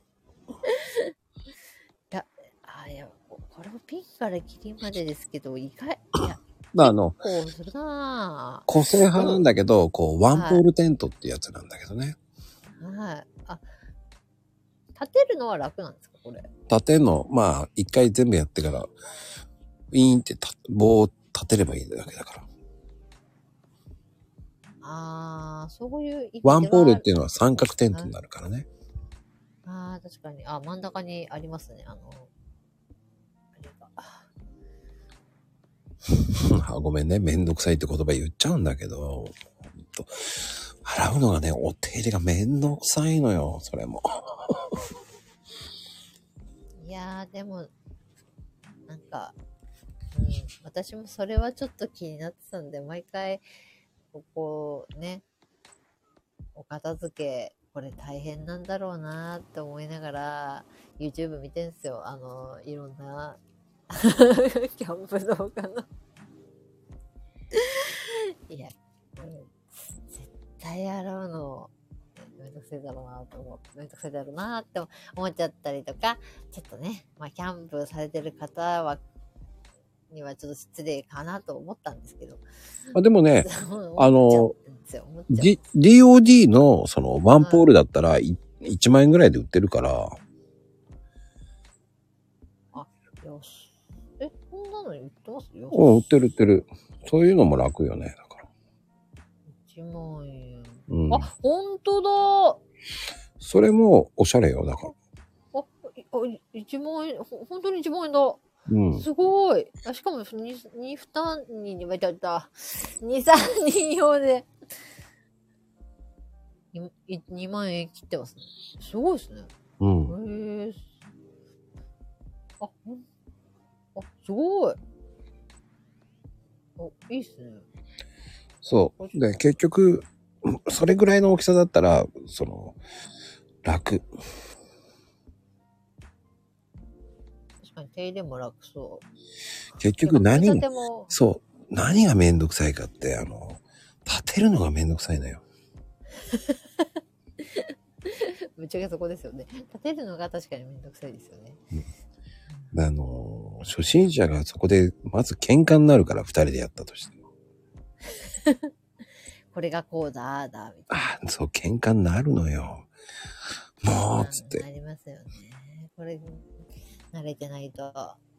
いや、これもピンからキリまでですけど、結構するなぁ。 個性派なんだけど、ワンポールテントってやつなんだけどね。 はい。立てるのは楽なんですか、これ。 立てるの、まあ、一回全部やってから、ウィーンって棒を立てればいいだけだから。 そういう意味では。ワンポールっていうのは三角テントになるからね。 確かに。真ん中にありますね。 ごめんね。めんどくさいって言葉言っちゃうんだけど、洗うのがね、お手入れがめんどくさいのよ、それも。 いやー、でも、なんか、私もそれはちょっと気になってたんで、毎回、ここね、お片付け、これ大変なんだろうなーって思いながら、YouTube 見てんすよ。いろんな、キャンプ動画の。いや、絶対洗うの、めんどくせえだろうなと思って、めんどくせえだろうなって思っちゃったりとか、ちょっとね、キャンプされてる方にはちょっと失礼かなと思ったんですけど。 でもね、DOD のワンポールだったら1万円ぐらいで売ってるから。 よし。こんなのに売ってますよ。 売ってる。そういうのも楽よね、だから。 1万円。 ほんとだ。 それもおしゃれよ、だから。 1万円、本当に1万円だ。すごい。しかも2、3人に2、3人用で2万円切ってますね。すごいですね。すごい。いいっすね。 そう。で、結局、それぐらいの大きさだったら、楽。 確かに手入れも楽そう。 結局何がめんどくさいかって、 立てるのがめんどくさいのよ。 ぶっちゃけそこですよね。立てるのが確かにめんどくさいですよね。 初心者がそこでまず喧嘩になるから、二人でやったとしても。 これがこうだ、みたいな。 そう、喧嘩になるのよ。もう、つって。 なりますよね。これ、慣れてないと。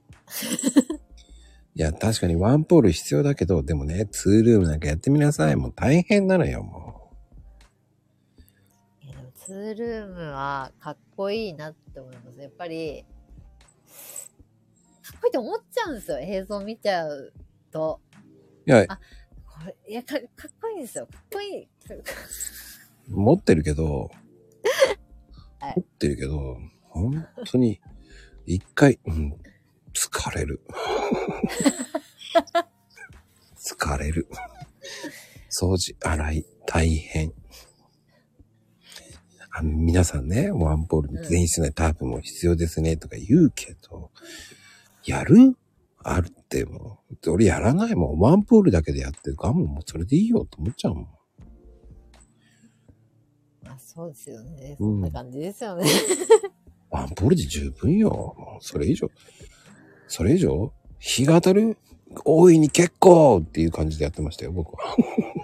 いや、確かにワンポール必要だけど、でもね、ツールームなんかやってみなさい。もう大変なのよ、もいやでもツールームはかっこいいなって思います。やっぱり、かっこいいと思っちゃうんですよ。映像見ちゃうと。 う。いや、 これ、いやかっこいいんですよ。かっこいい。 持ってるけど、 はい持ってるけど、本当に、一回、疲れる。疲れる。掃除、洗い、大変。皆さんね、ワンポールに前室内タープも必要ですねとか言うけど、やるあるってもう、俺やらないもん。ワンポールだけでやってるかもうそれでいいよと思っちゃうもん。 まあそうですよね。そんな感じですよね。 ワンポールで十分よ。もうそれ以上日が当たる大いに結構っていう感じでやってましたよ、僕は。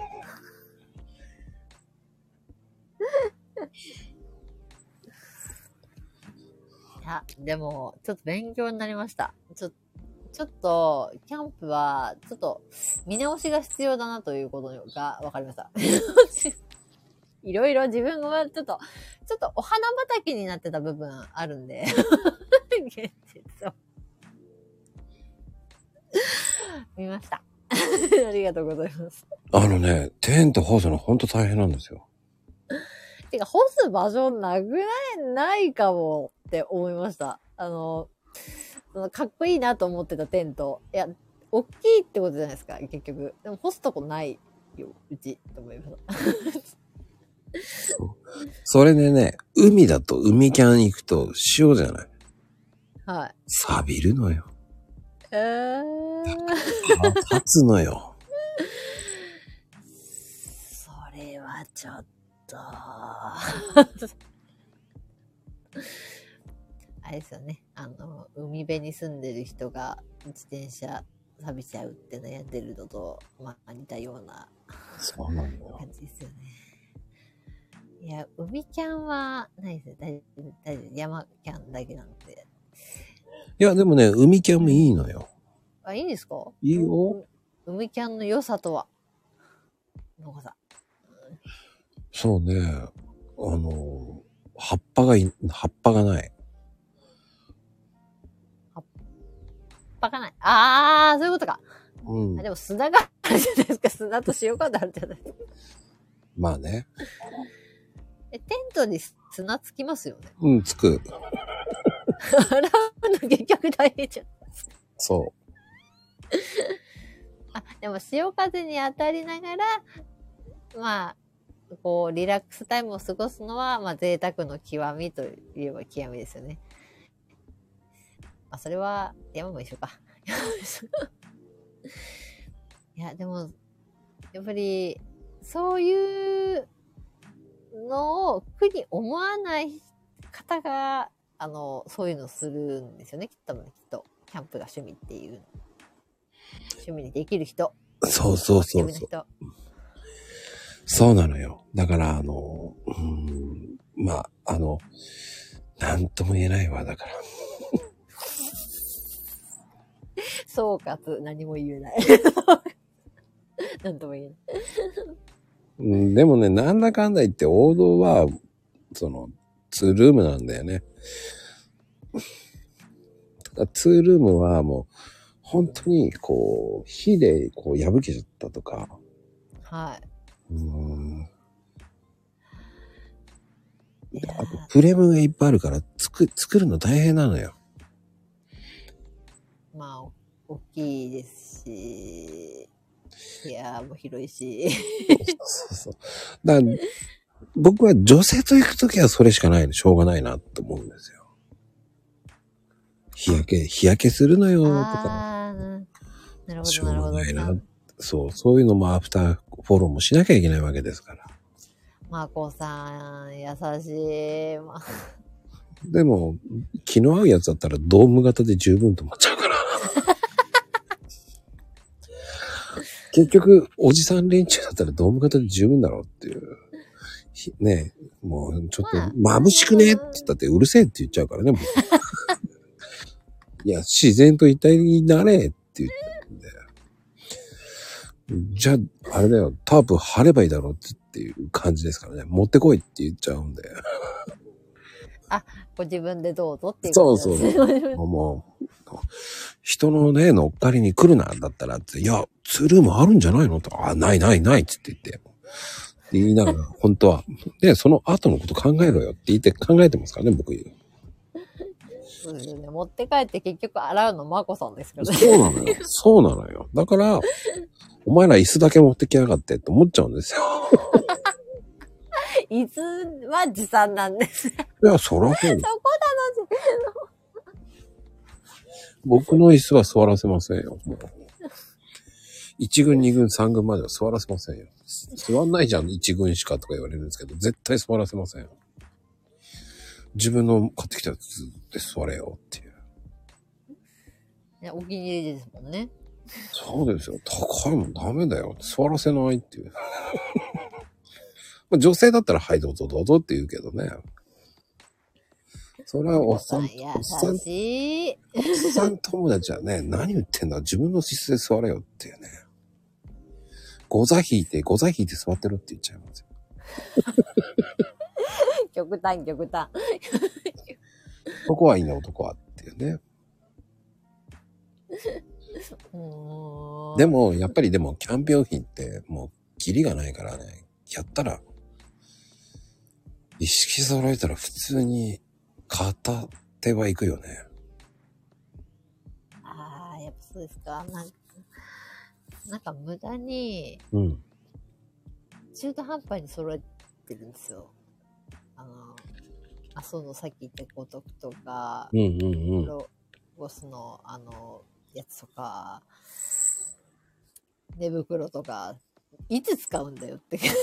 いや、でも、ちょっと勉強になりました。ちょっと、キャンプは、ちょっと、見直しが必要だなということが分かりました。いろいろ自分はちょっとお花畑になってた部分あるんで。現実を。見ました。ありがとうございます。 テント干すのほんと大変なんですよ。 てか、干す場所ないかもって思いました。そのかっこいいなと思ってたテント。いや、大きいってことじゃないですか、結局。でも干すとこないよ、うち、と思いました。 それでね、海だと海キャン行くと塩じゃない。 はい。 錆びるのよ。立つのよ。 それはちょっと。あれですよね。海辺に住んでる人が自転車錆びちゃうって悩んでるのと、まあ似たようなそうなんだよ。 感じですよね。いや、海キャンはないですね。大丈夫。山キャンだけなんで。 いや、でもね、海キャンもいいのよ。 あ、いいんですか？ いいよ。 海キャンの良さとは？のこさん。 そうね。葉っぱがない。 葉っぱがない。あー、そういうことか。 うん。 でも砂があるじゃないですか。砂と塩辛あるじゃないですか。 まあね。 テントに砂つきますよね。 うん、つく。 洗うの結局大変じゃん。 そう。 でも潮風に当たりながら、まあ、こう、リラックスタイムを過ごすのは、まあ、贅沢の極みといえば極みですよね。まあ、それは、山も一緒か。いや、でも、やっぱり、そういうのを苦に思わない方が、そういうのをするんですよね。きっと、キャンプが趣味っていう。趣味にできる人。 そう。そうなのよ。だから、まあ、なんとも言えないわ、だから。 総括、何も言えない。なんとも言えない。 でもね、なんだかんだ言って王道は、ツールームなんだよね。ツールームはもう、本当に、こう、火で、こう、破けちゃったとか。 はい。 あと、フレームがいっぱいあるから、作るの大変なのよ。 まあ、大きいですし、部屋も広いし。 そう。だから、僕は女性と行くときはそれしかないの。しょうがないなと思うんですよ。日焼けするのよ、とか。 なるほど、 しょうなるほど。 がないな。そういうのもアフターフフォローもしなきゃいけないわけですから。 まこさん、優しい。 でも、気の合うやつだったらドーム型で十分と思っちゃうから。結局、おじさん連中だったらドーム型で十分だろうっていう。ねえ、もうちょっと眩しくねって言ったってうるせえって言っちゃうからね、僕。いや、自然と一体になれって言ってんで。じゃあ、あれだよ、タープ張ればいいだろうっていう感じですからね。持ってこいって言っちゃうんで。 あ、ご自分でどうぞっていうそうそう。もう、人のね、乗っかりに来るな、だったらって、いや、ツールームあるんじゃないのと、あ、ないないないって言って。って言いながら、本当は。で、その後のこと考えろよって言って考えてますからね、僕。 そうですよね。持って帰って結局洗うのまこさんですからね。 そうなのよ。そうなのよ。だから、お前ら椅子だけ持ってきやがってって思っちゃうんですよ。 椅子は持参なんですよ。 いや、そらそうです。 そこなの。 僕の椅子は座らせませんよ。もう1軍、2軍、3軍までは座らせませんよ。座んないじゃん、1軍しかとか言われるんですけど、絶対座らせませんよ。自分の買ってきたやつで座れよっていう。 いや、お気に入りですもんね。 そうですよ。高いもんダメだよ。座らせないっていう。女性だったら、はい、どうぞどうぞって言うけどね。それはおっさん、 優しい。 おっさん友達はね、何言ってんだ、自分の椅子で座れよっていうね。ゴザ引いて座ってるって言っちゃいますよ。 極端。 男はいいね、男はっていうね。でも、やっぱりキャンプ用品ってもう、キリがないからね、やったら、一式揃えたら普通に、片手は行くよね。 ああ、やっぱそうですか。なんか無駄に、中途半端に揃えてるんですよ。そのさっき言ったごとくとか、ロゴスのやつとか、寝袋とか、いつ使うんだよってキ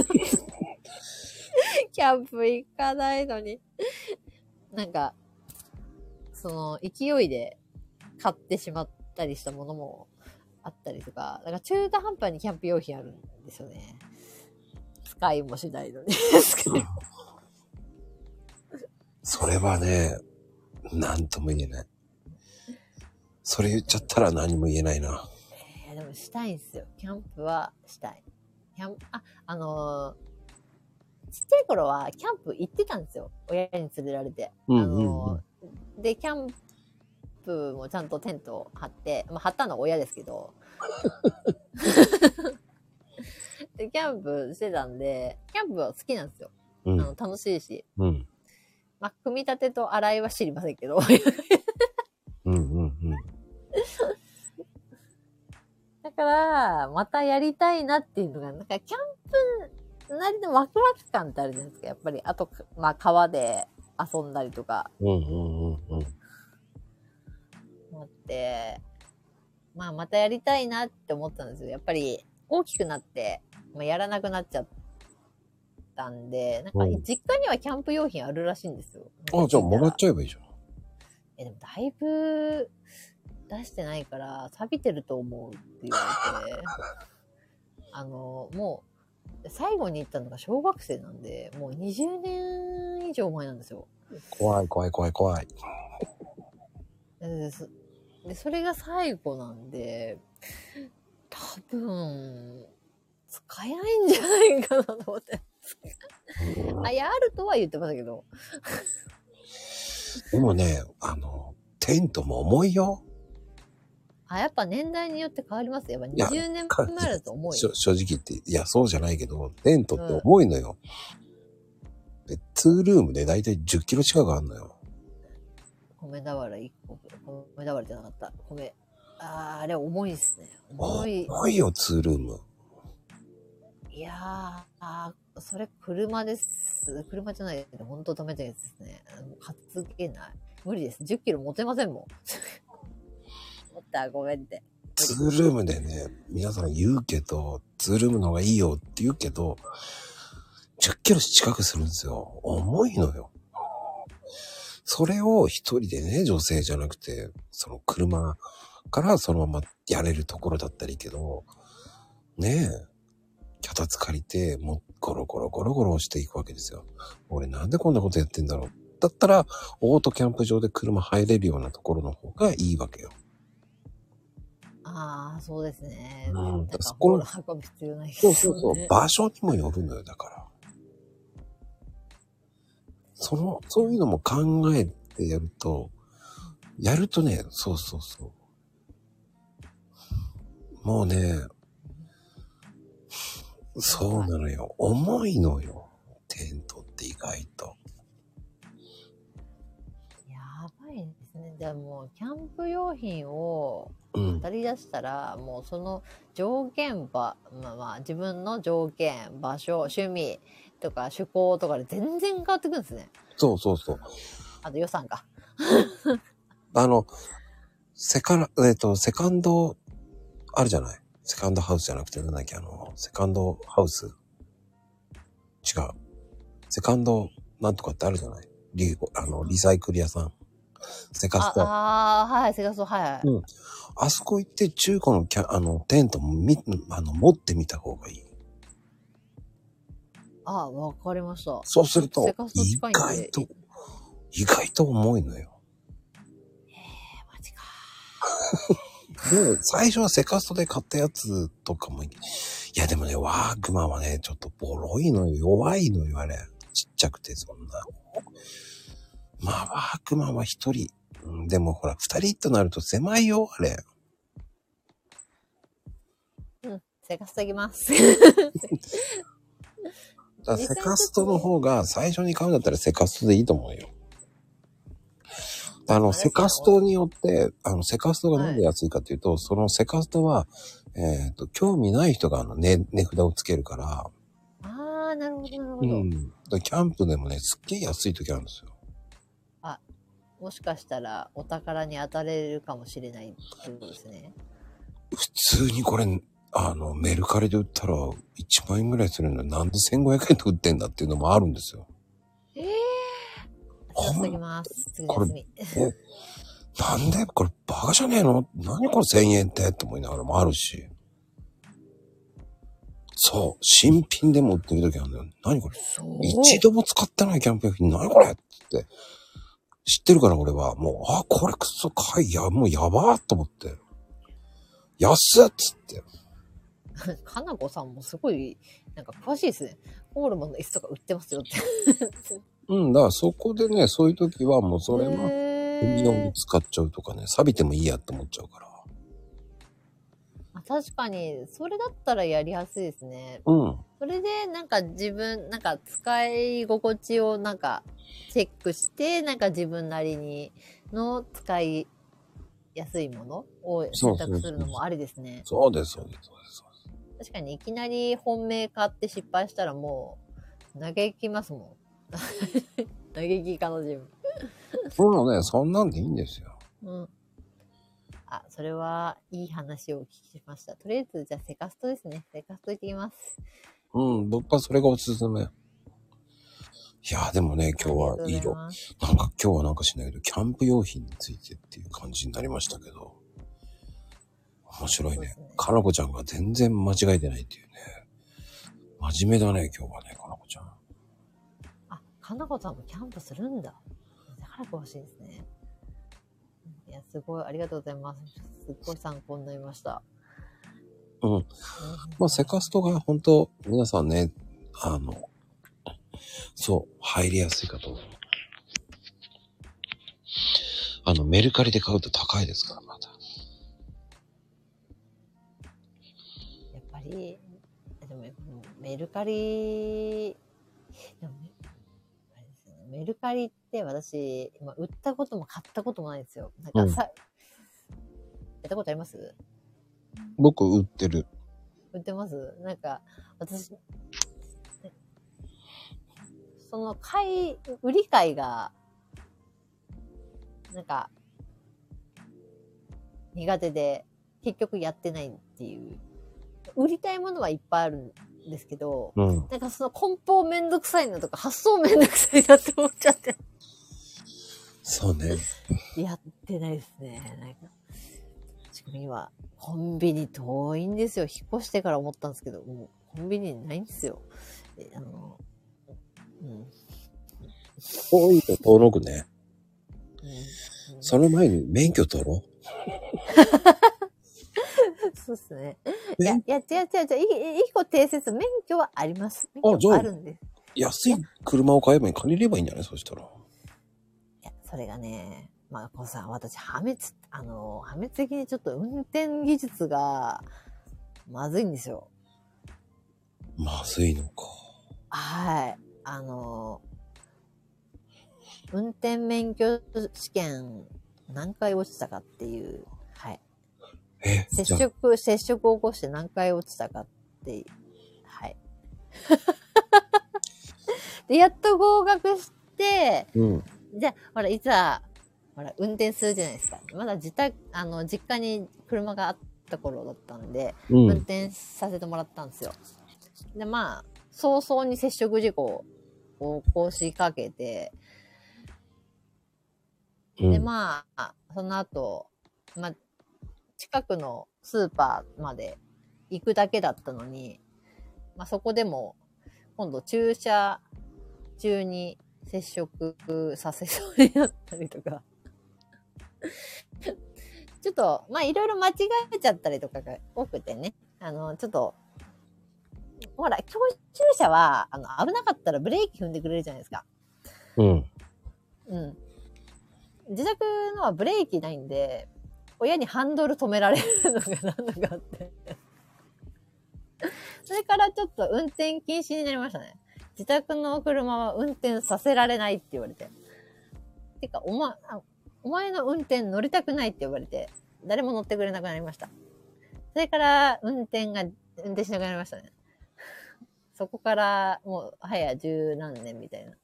ャンプ行かないのに。なんか、その勢いで買ってしまったりしたものもあったりとか、だから中途半端にキャンプ用品あるんですよね。使いもしないのに。 それはね、なんとも言えない。それ言っちゃったら何も言えないな。 でもしたいんですよ。キャンプはしたい。ちっちゃい頃はキャンプ行ってたんですよ。親に連れられて。で、キャンプもちゃんとテントを張って、張ったのは親ですけど。で、キャンプしてたんで、キャンプは好きなんですよ。楽しいし。組み立てと洗いは知りませんけど。だから、またやりたいなっていうのが、なんかキャンプなりのワクワク感ってあるじゃないですか。やっぱり、あと、川で遊んだりとか。思って、またやりたいなって思ったんですよ。やっぱり、大きくなって、やらなくなっちゃったんで、なんか、実家にはキャンプ用品あるらしいんですよ。 じゃあもらっちゃえばいいじゃん。 でもだいぶ、出してないから、錆びてると思うって言われて、もう、最後に行ったのが小学生なんで、もう20年以上前なんですよ。 怖い。 で、それが最後なんで、多分、使えないんじゃないかなと思って。あるとは言ってましたけど。 でもね、テントも重いよ。 やっぱ年代によって変わりますよ。やっぱ20年前だと重い。 正直言って、いや、そうじゃないけど、テントって重いのよ。で、2ルームでだいたい10キロ近くあるのよ。 米俵1個。米俵じゃなかった。あれ重いっすね。重いよ、2ルーム。 いやそれ車です。車じゃないけど、本当ダメなやつですね。担げない。無理です。10キロ持てませんもん。持ったらごめんって。 2ルームでね、皆さん言うけど、 ツールームの方がいいよって言うけど、10キロ近くするんですよ。重いのよ。それを一人でね、女性じゃなくて、その車からそのままやれるところだったらいいけど、ねえ、脚立借りて、もうゴロゴロゴロゴロしていくわけですよ。俺なんでこんなことやってんだろう。だったら、オートキャンプ場で車入れるようなところの方がいいわけよ。 ああ、そうですね。 うん。 なんか、 そこの、 運ぶ必要ないですそうそうそう、 よね。 場所にもよるのよ、だから。そういうのも考えてやるとね、そうそうそう。もうね、そうなのよ。重いのよ。テントって意外と。 やばいですね。じゃあもう、キャンプ用品を語り出したら、もうその条件まあ自分の条件、場所、趣味とか趣向とかで全然変わってくるんですね。 そうそうそう。 あと予算か。 セカンド、あるじゃない。セカンドハウスじゃなくて、なんだっけ、セカンドハウス。違う。セカンドなんとかってあるじゃない。リサイクル屋さん。セカスト。 はい、セカスト、はい。 うん。あそこ行って中古のテントも持ってみた方がいい。 わかりました。 そうすると、 セカスト近いんで。 意外と重いのよ。 マジか。 で、最初はセカストで買ったやつとかも、いやでもね、ワークマンはね、ちょっとボロいのよ、弱いのよ、あれ。ちっちゃくて、そんな。まあ、ワークマンは一人。でもほら、二人となると狭いよ、あれ。 セカスト行きます。 だセカストの方が最初に買うんだったらセカストでいいと思うよ。セカストによって、セカストがなんで安いかっていうと、はい、そのセカストは、興味ない人が値札をつけるから。 ああ、なるほど、なるほど。 キャンプでもね、すっげえ安い時あるんですよ。 もしかしたらお宝に当たれるかもしれないってことですね。 普通にこれ、メルカリで売ったら1万円ぐらいするのになんで1500円で売ってんだっていうのもあるんですよ。 次ぎます。次休み。 なんでこれバカじゃねえの？何これ1000円ってって思いながらもあるし。そう、新品でも売ってる時あるんだよ。何これ？一度も使ってないキャンプ用品、何これって知ってるから俺はもう、これくそかいや、もうやばーと思って。安っつって。 かなこさんもすごい、なんか詳しいですね。ホールマンの椅子とか売ってますよって。 だからそこでね、そういう時はもうそれは、海用に使っちゃうとかね、錆びてもいいやって思っちゃうから。 確かに、それだったらやりやすいですね。それで、なんか自分、なんか使い心地をなんかチェックして、なんか自分なりにの使いやすいものを選択するのもありですね。 そうです。 確かにいきなり本命買って失敗したらもう、嘆きますもん。嘆き家の自分。 そうね、そんなんでいいんですよ。 それはいい話をお聞きしました。とりあえず、じゃあセカストですね。セカスト行ってきます。 僕はそれがおすすめ。いやでもね、今日はいい色。今日はなんかしないけど、キャンプ用品についてっていう感じになりましたけど。面白いね。かなこちゃんが全然間違えてないっていうね。真面目だね、今日はね、かなこちゃん。 かなこちゃんもキャンプするんだ。だから詳しいですね。いや、すごい、ありがとうございます。すっごい参考になりました。 まあ、セカストが本当、皆さんね、そう、入りやすいかと思う。メルカリで買うと高いですから、また。 やっぱり、でも、メルカリ、でもメルカリって私、売ったことも買ったこともないんですよ。なんかやったことあります？ 僕、売ってる。 売ってます？なんか、私、その売り買いが、なんか、苦手で、結局やってないっていう。 売りたいものはいっぱいあるんですけど、 うん。 なんかその梱包めんどくさいのとか発送めんどくさいなって思っちゃって。 そうね。 やってないですね。なんか。しかも今、コンビニ遠いんですよ。引っ越してから思ったんですけど、もうコンビニないんですよ。うん。 遠いと遠のくね。 うん、 その前に免許取ろう。 そうですね。いや、違う。一個訂正する。免許はあります。免許あるんです。 安い車を買えばいい、借りればいいんじゃない？そしたら。 いや、それがね、まあ、こうさ、私、破滅的にちょっと運転技術が、まずいんですよ。 まずいのか。 はい。運転免許試験、何回落ちたかっていう、はい。接触を起こして何回落ちたかって、はい。で、やっと合格して、 うん、 じゃあ、ほら、いつは、ほら、運転するじゃないですか。まだ実家に車があった頃だったんで、運転させてもらったんですよ。で、まあ、早々に接触事故を起こしかけて、で、まあ、その後、まあ、近くのスーパーまで行くだけだったのに、まあそこでも、今度駐車中に接触させそうになったりとか。ちょっと、まあいろいろ間違えちゃったりとかが多くてね。ちょっと、ほら、教習車は、危なかったらブレーキ踏んでくれるじゃないですか。 うん。 うん。自宅のはブレーキないんで、親にハンドル止められるのが何度かあって。それからちょっと運転禁止になりましたね。自宅の車は運転させられないって言われて。てか、お前の運転乗りたくないって言われて、誰も乗ってくれなくなりました。それから運転しなくなりましたね。そこからもう早十何年みたいな。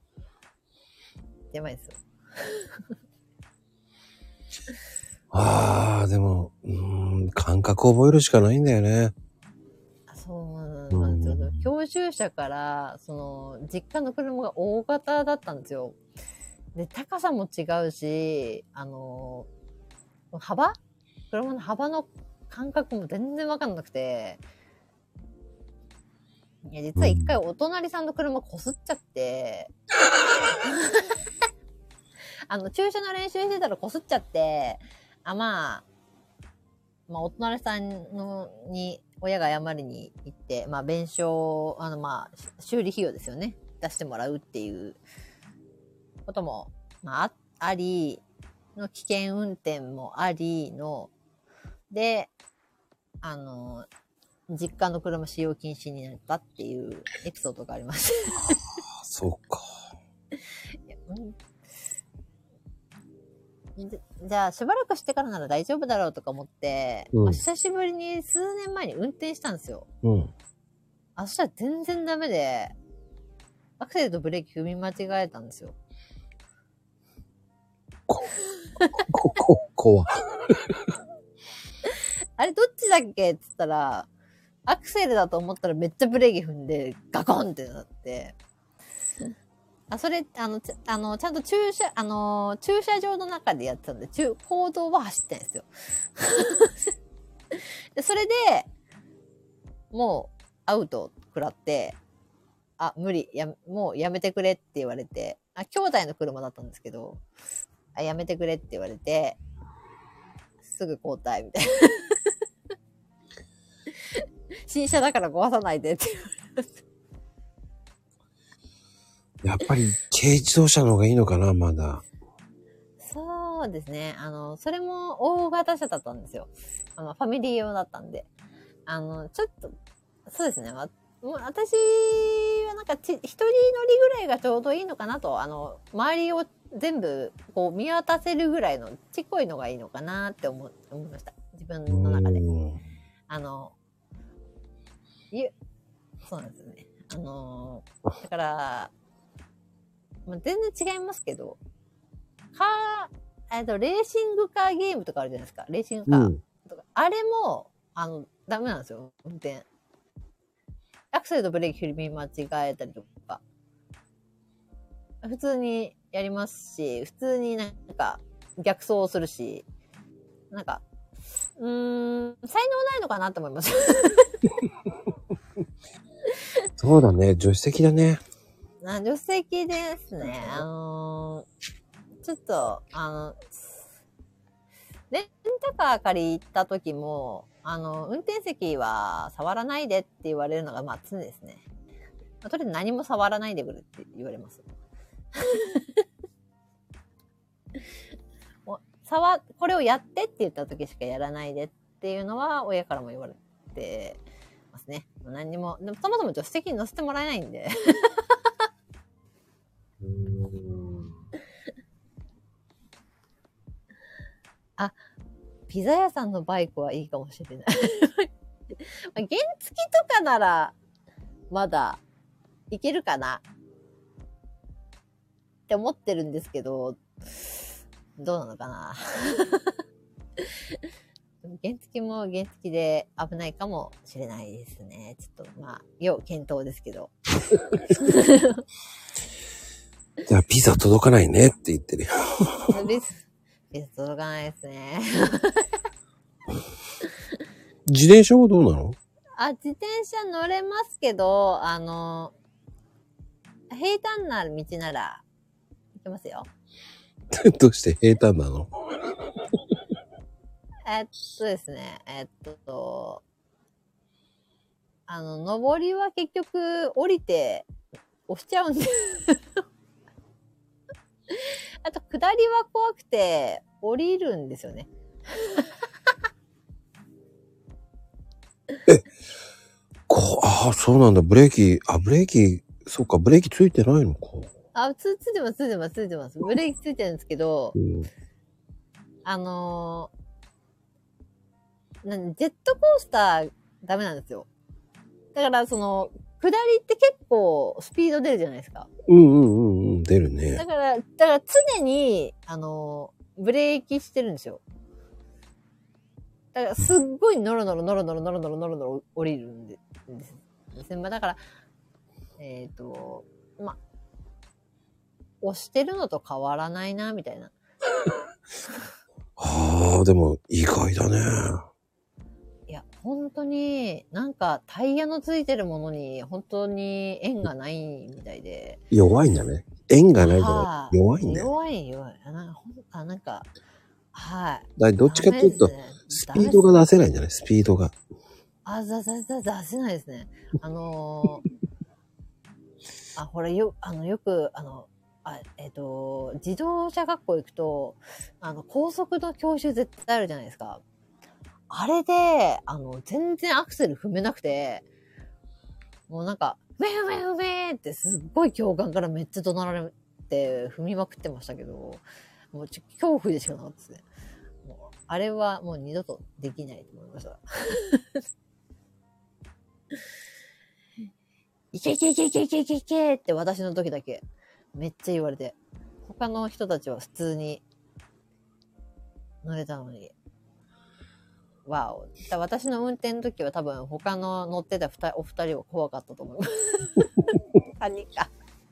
やばいですよ。 でも、感覚覚えるしかないんだよね。 そうなんですよ。教習車から、実家の車が大型だったんですよ。で、高さも違うし、車の幅の感覚も全然わかんなくて、いや、実は一回お隣さんの車こすっちゃって、駐車の練習してたらこすっちゃって、まあ、お隣さんに親が謝りに行って、まあ、弁償、修理費用ですよね。出してもらうっていうことも、まあ、ありの危険運転もありの、で、実家の車使用禁止になったっていうエピソードがあります。 そうか。 じゃあ、しばらくしてからなら大丈夫だろうとか思って、久しぶりに数年前に運転したんですよ。そしたら全然ダメで、アクセルとブレーキ踏み間違えたんですよ。 怖あれどっちだっけって言ったら、アクセルだと思ったらめっちゃブレーキ踏んで、ガコンってなって、それ、ちゃんと駐車場の中でやってたんで、公道は走ってないんですよ。で、それで、もう、アウト食らって、無理、もうやめてくれって言われて、兄弟の車だったんですけど、やめてくれって言われて、すぐ交代みたいな。新車だから壊さないでって言われて。 やっぱり軽自動車の方がいいのかな、まだ。 そうですね。それも大型車だったんですよ。ファミリー用だったんで。ちょっと、そうですね。もう私はなんか一人乗りぐらいがちょうどいいのかなと、周りを全部こう見渡せるぐらいのちっこいのがいいのかなって思いました。自分の中で。そうなんですよね。だから、全然違いますけど、レーシングカーゲームとかあるじゃないですか。レーシングカーとか。あれも、 ダメなんですよ、運転。アクセルとブレーキ踏み間違えたりとか。普通にやりますし、普通になんか逆走をするし、なんか、才能ないのかなと思います。 そうだね。助手席だね。 助手席ですね。ちょっと、レンタカー借りた時も、運転席は触らないでって言われるのが、まあ常ですね。とりあえず何も触らないでくれって言われます。これをやってって言った時しかやらないでっていうのは親からも言われてますね。何にも、でもそもそも助手席に乗せてもらえないんで。あ、ピザ屋さんのバイクはいいかもしれない。原付とかならまだいけるかなって思ってるんですけど、どうなのかな。原付も原付で危ないかもしれないですね。ちょっとまあ、要検討ですけど。 じゃあピザ届かないねって言ってるよ。 ピザ届かないですね。 自転車はどうなの？ 自転車乗れますけど、平坦な道なら行けますよ。 どうして平坦なの？ ですね。上りは結局降りて押しちゃうんで。あと、下りは怖くて降りるんですよね。 そうなんだ。ブレーキ、そうか、ブレーキついてないのか。 ついてます。ブレーキついてるんですけど、ジェットコースターダメなんですよ。だから下りって結構スピード出るじゃないですか。 出るね。 だから常に、ブレーキしてるんですよ。だからすっごいノロノロ降りるんですね。まあだから、まあ、押してるのと変わらないな、みたいな。 でも意外だね。 いや、本当になんかタイヤのついてるものに本当に縁がないみたいで。 弱いんだね。縁がないじゃない。弱いんだよ。 弱い。なんか、はい。 どっちかっていうと、スピードが出せないんじゃないスピードが。 出せないですね。ほら、よく、自動車学校行くと、高速の教習絶対あるじゃないですか。あれで、全然アクセル踏めなくて、もうなんか、ふめってすっごい教官からめっちゃ怒鳴られて踏みまくってましたけど、もう恐怖でしかなかったですね。もうあれはもう二度とできないと思いました。いけって私の時だけめっちゃ言われて、他の人たちは普通に乗れたのに、わお。私の運転の時は多分他の乗ってたお二人は怖かったと思います。何か。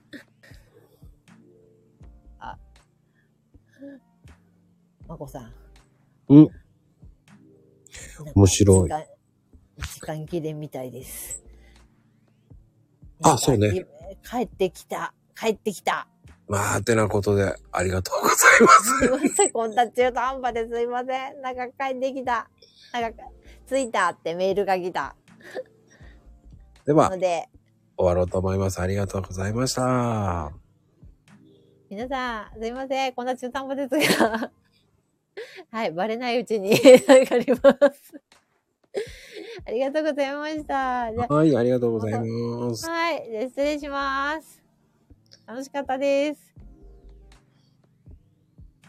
まこさん。 面白い。 時間切れみたいです。 そうね。 帰ってきた。 まあ、てなことで、ありがとうございます。 すいません、こんな中途半端ですいません。なんか帰ってきた。なんか、着いたってメールが来た。 では、終わろうと思います。ありがとうございました。 皆さん、すいません。こんな中途半端ですが。はい、バレないうちに上がります。ありがとうございました。 はい、ありがとうございます。 はい、失礼します。楽しかったです。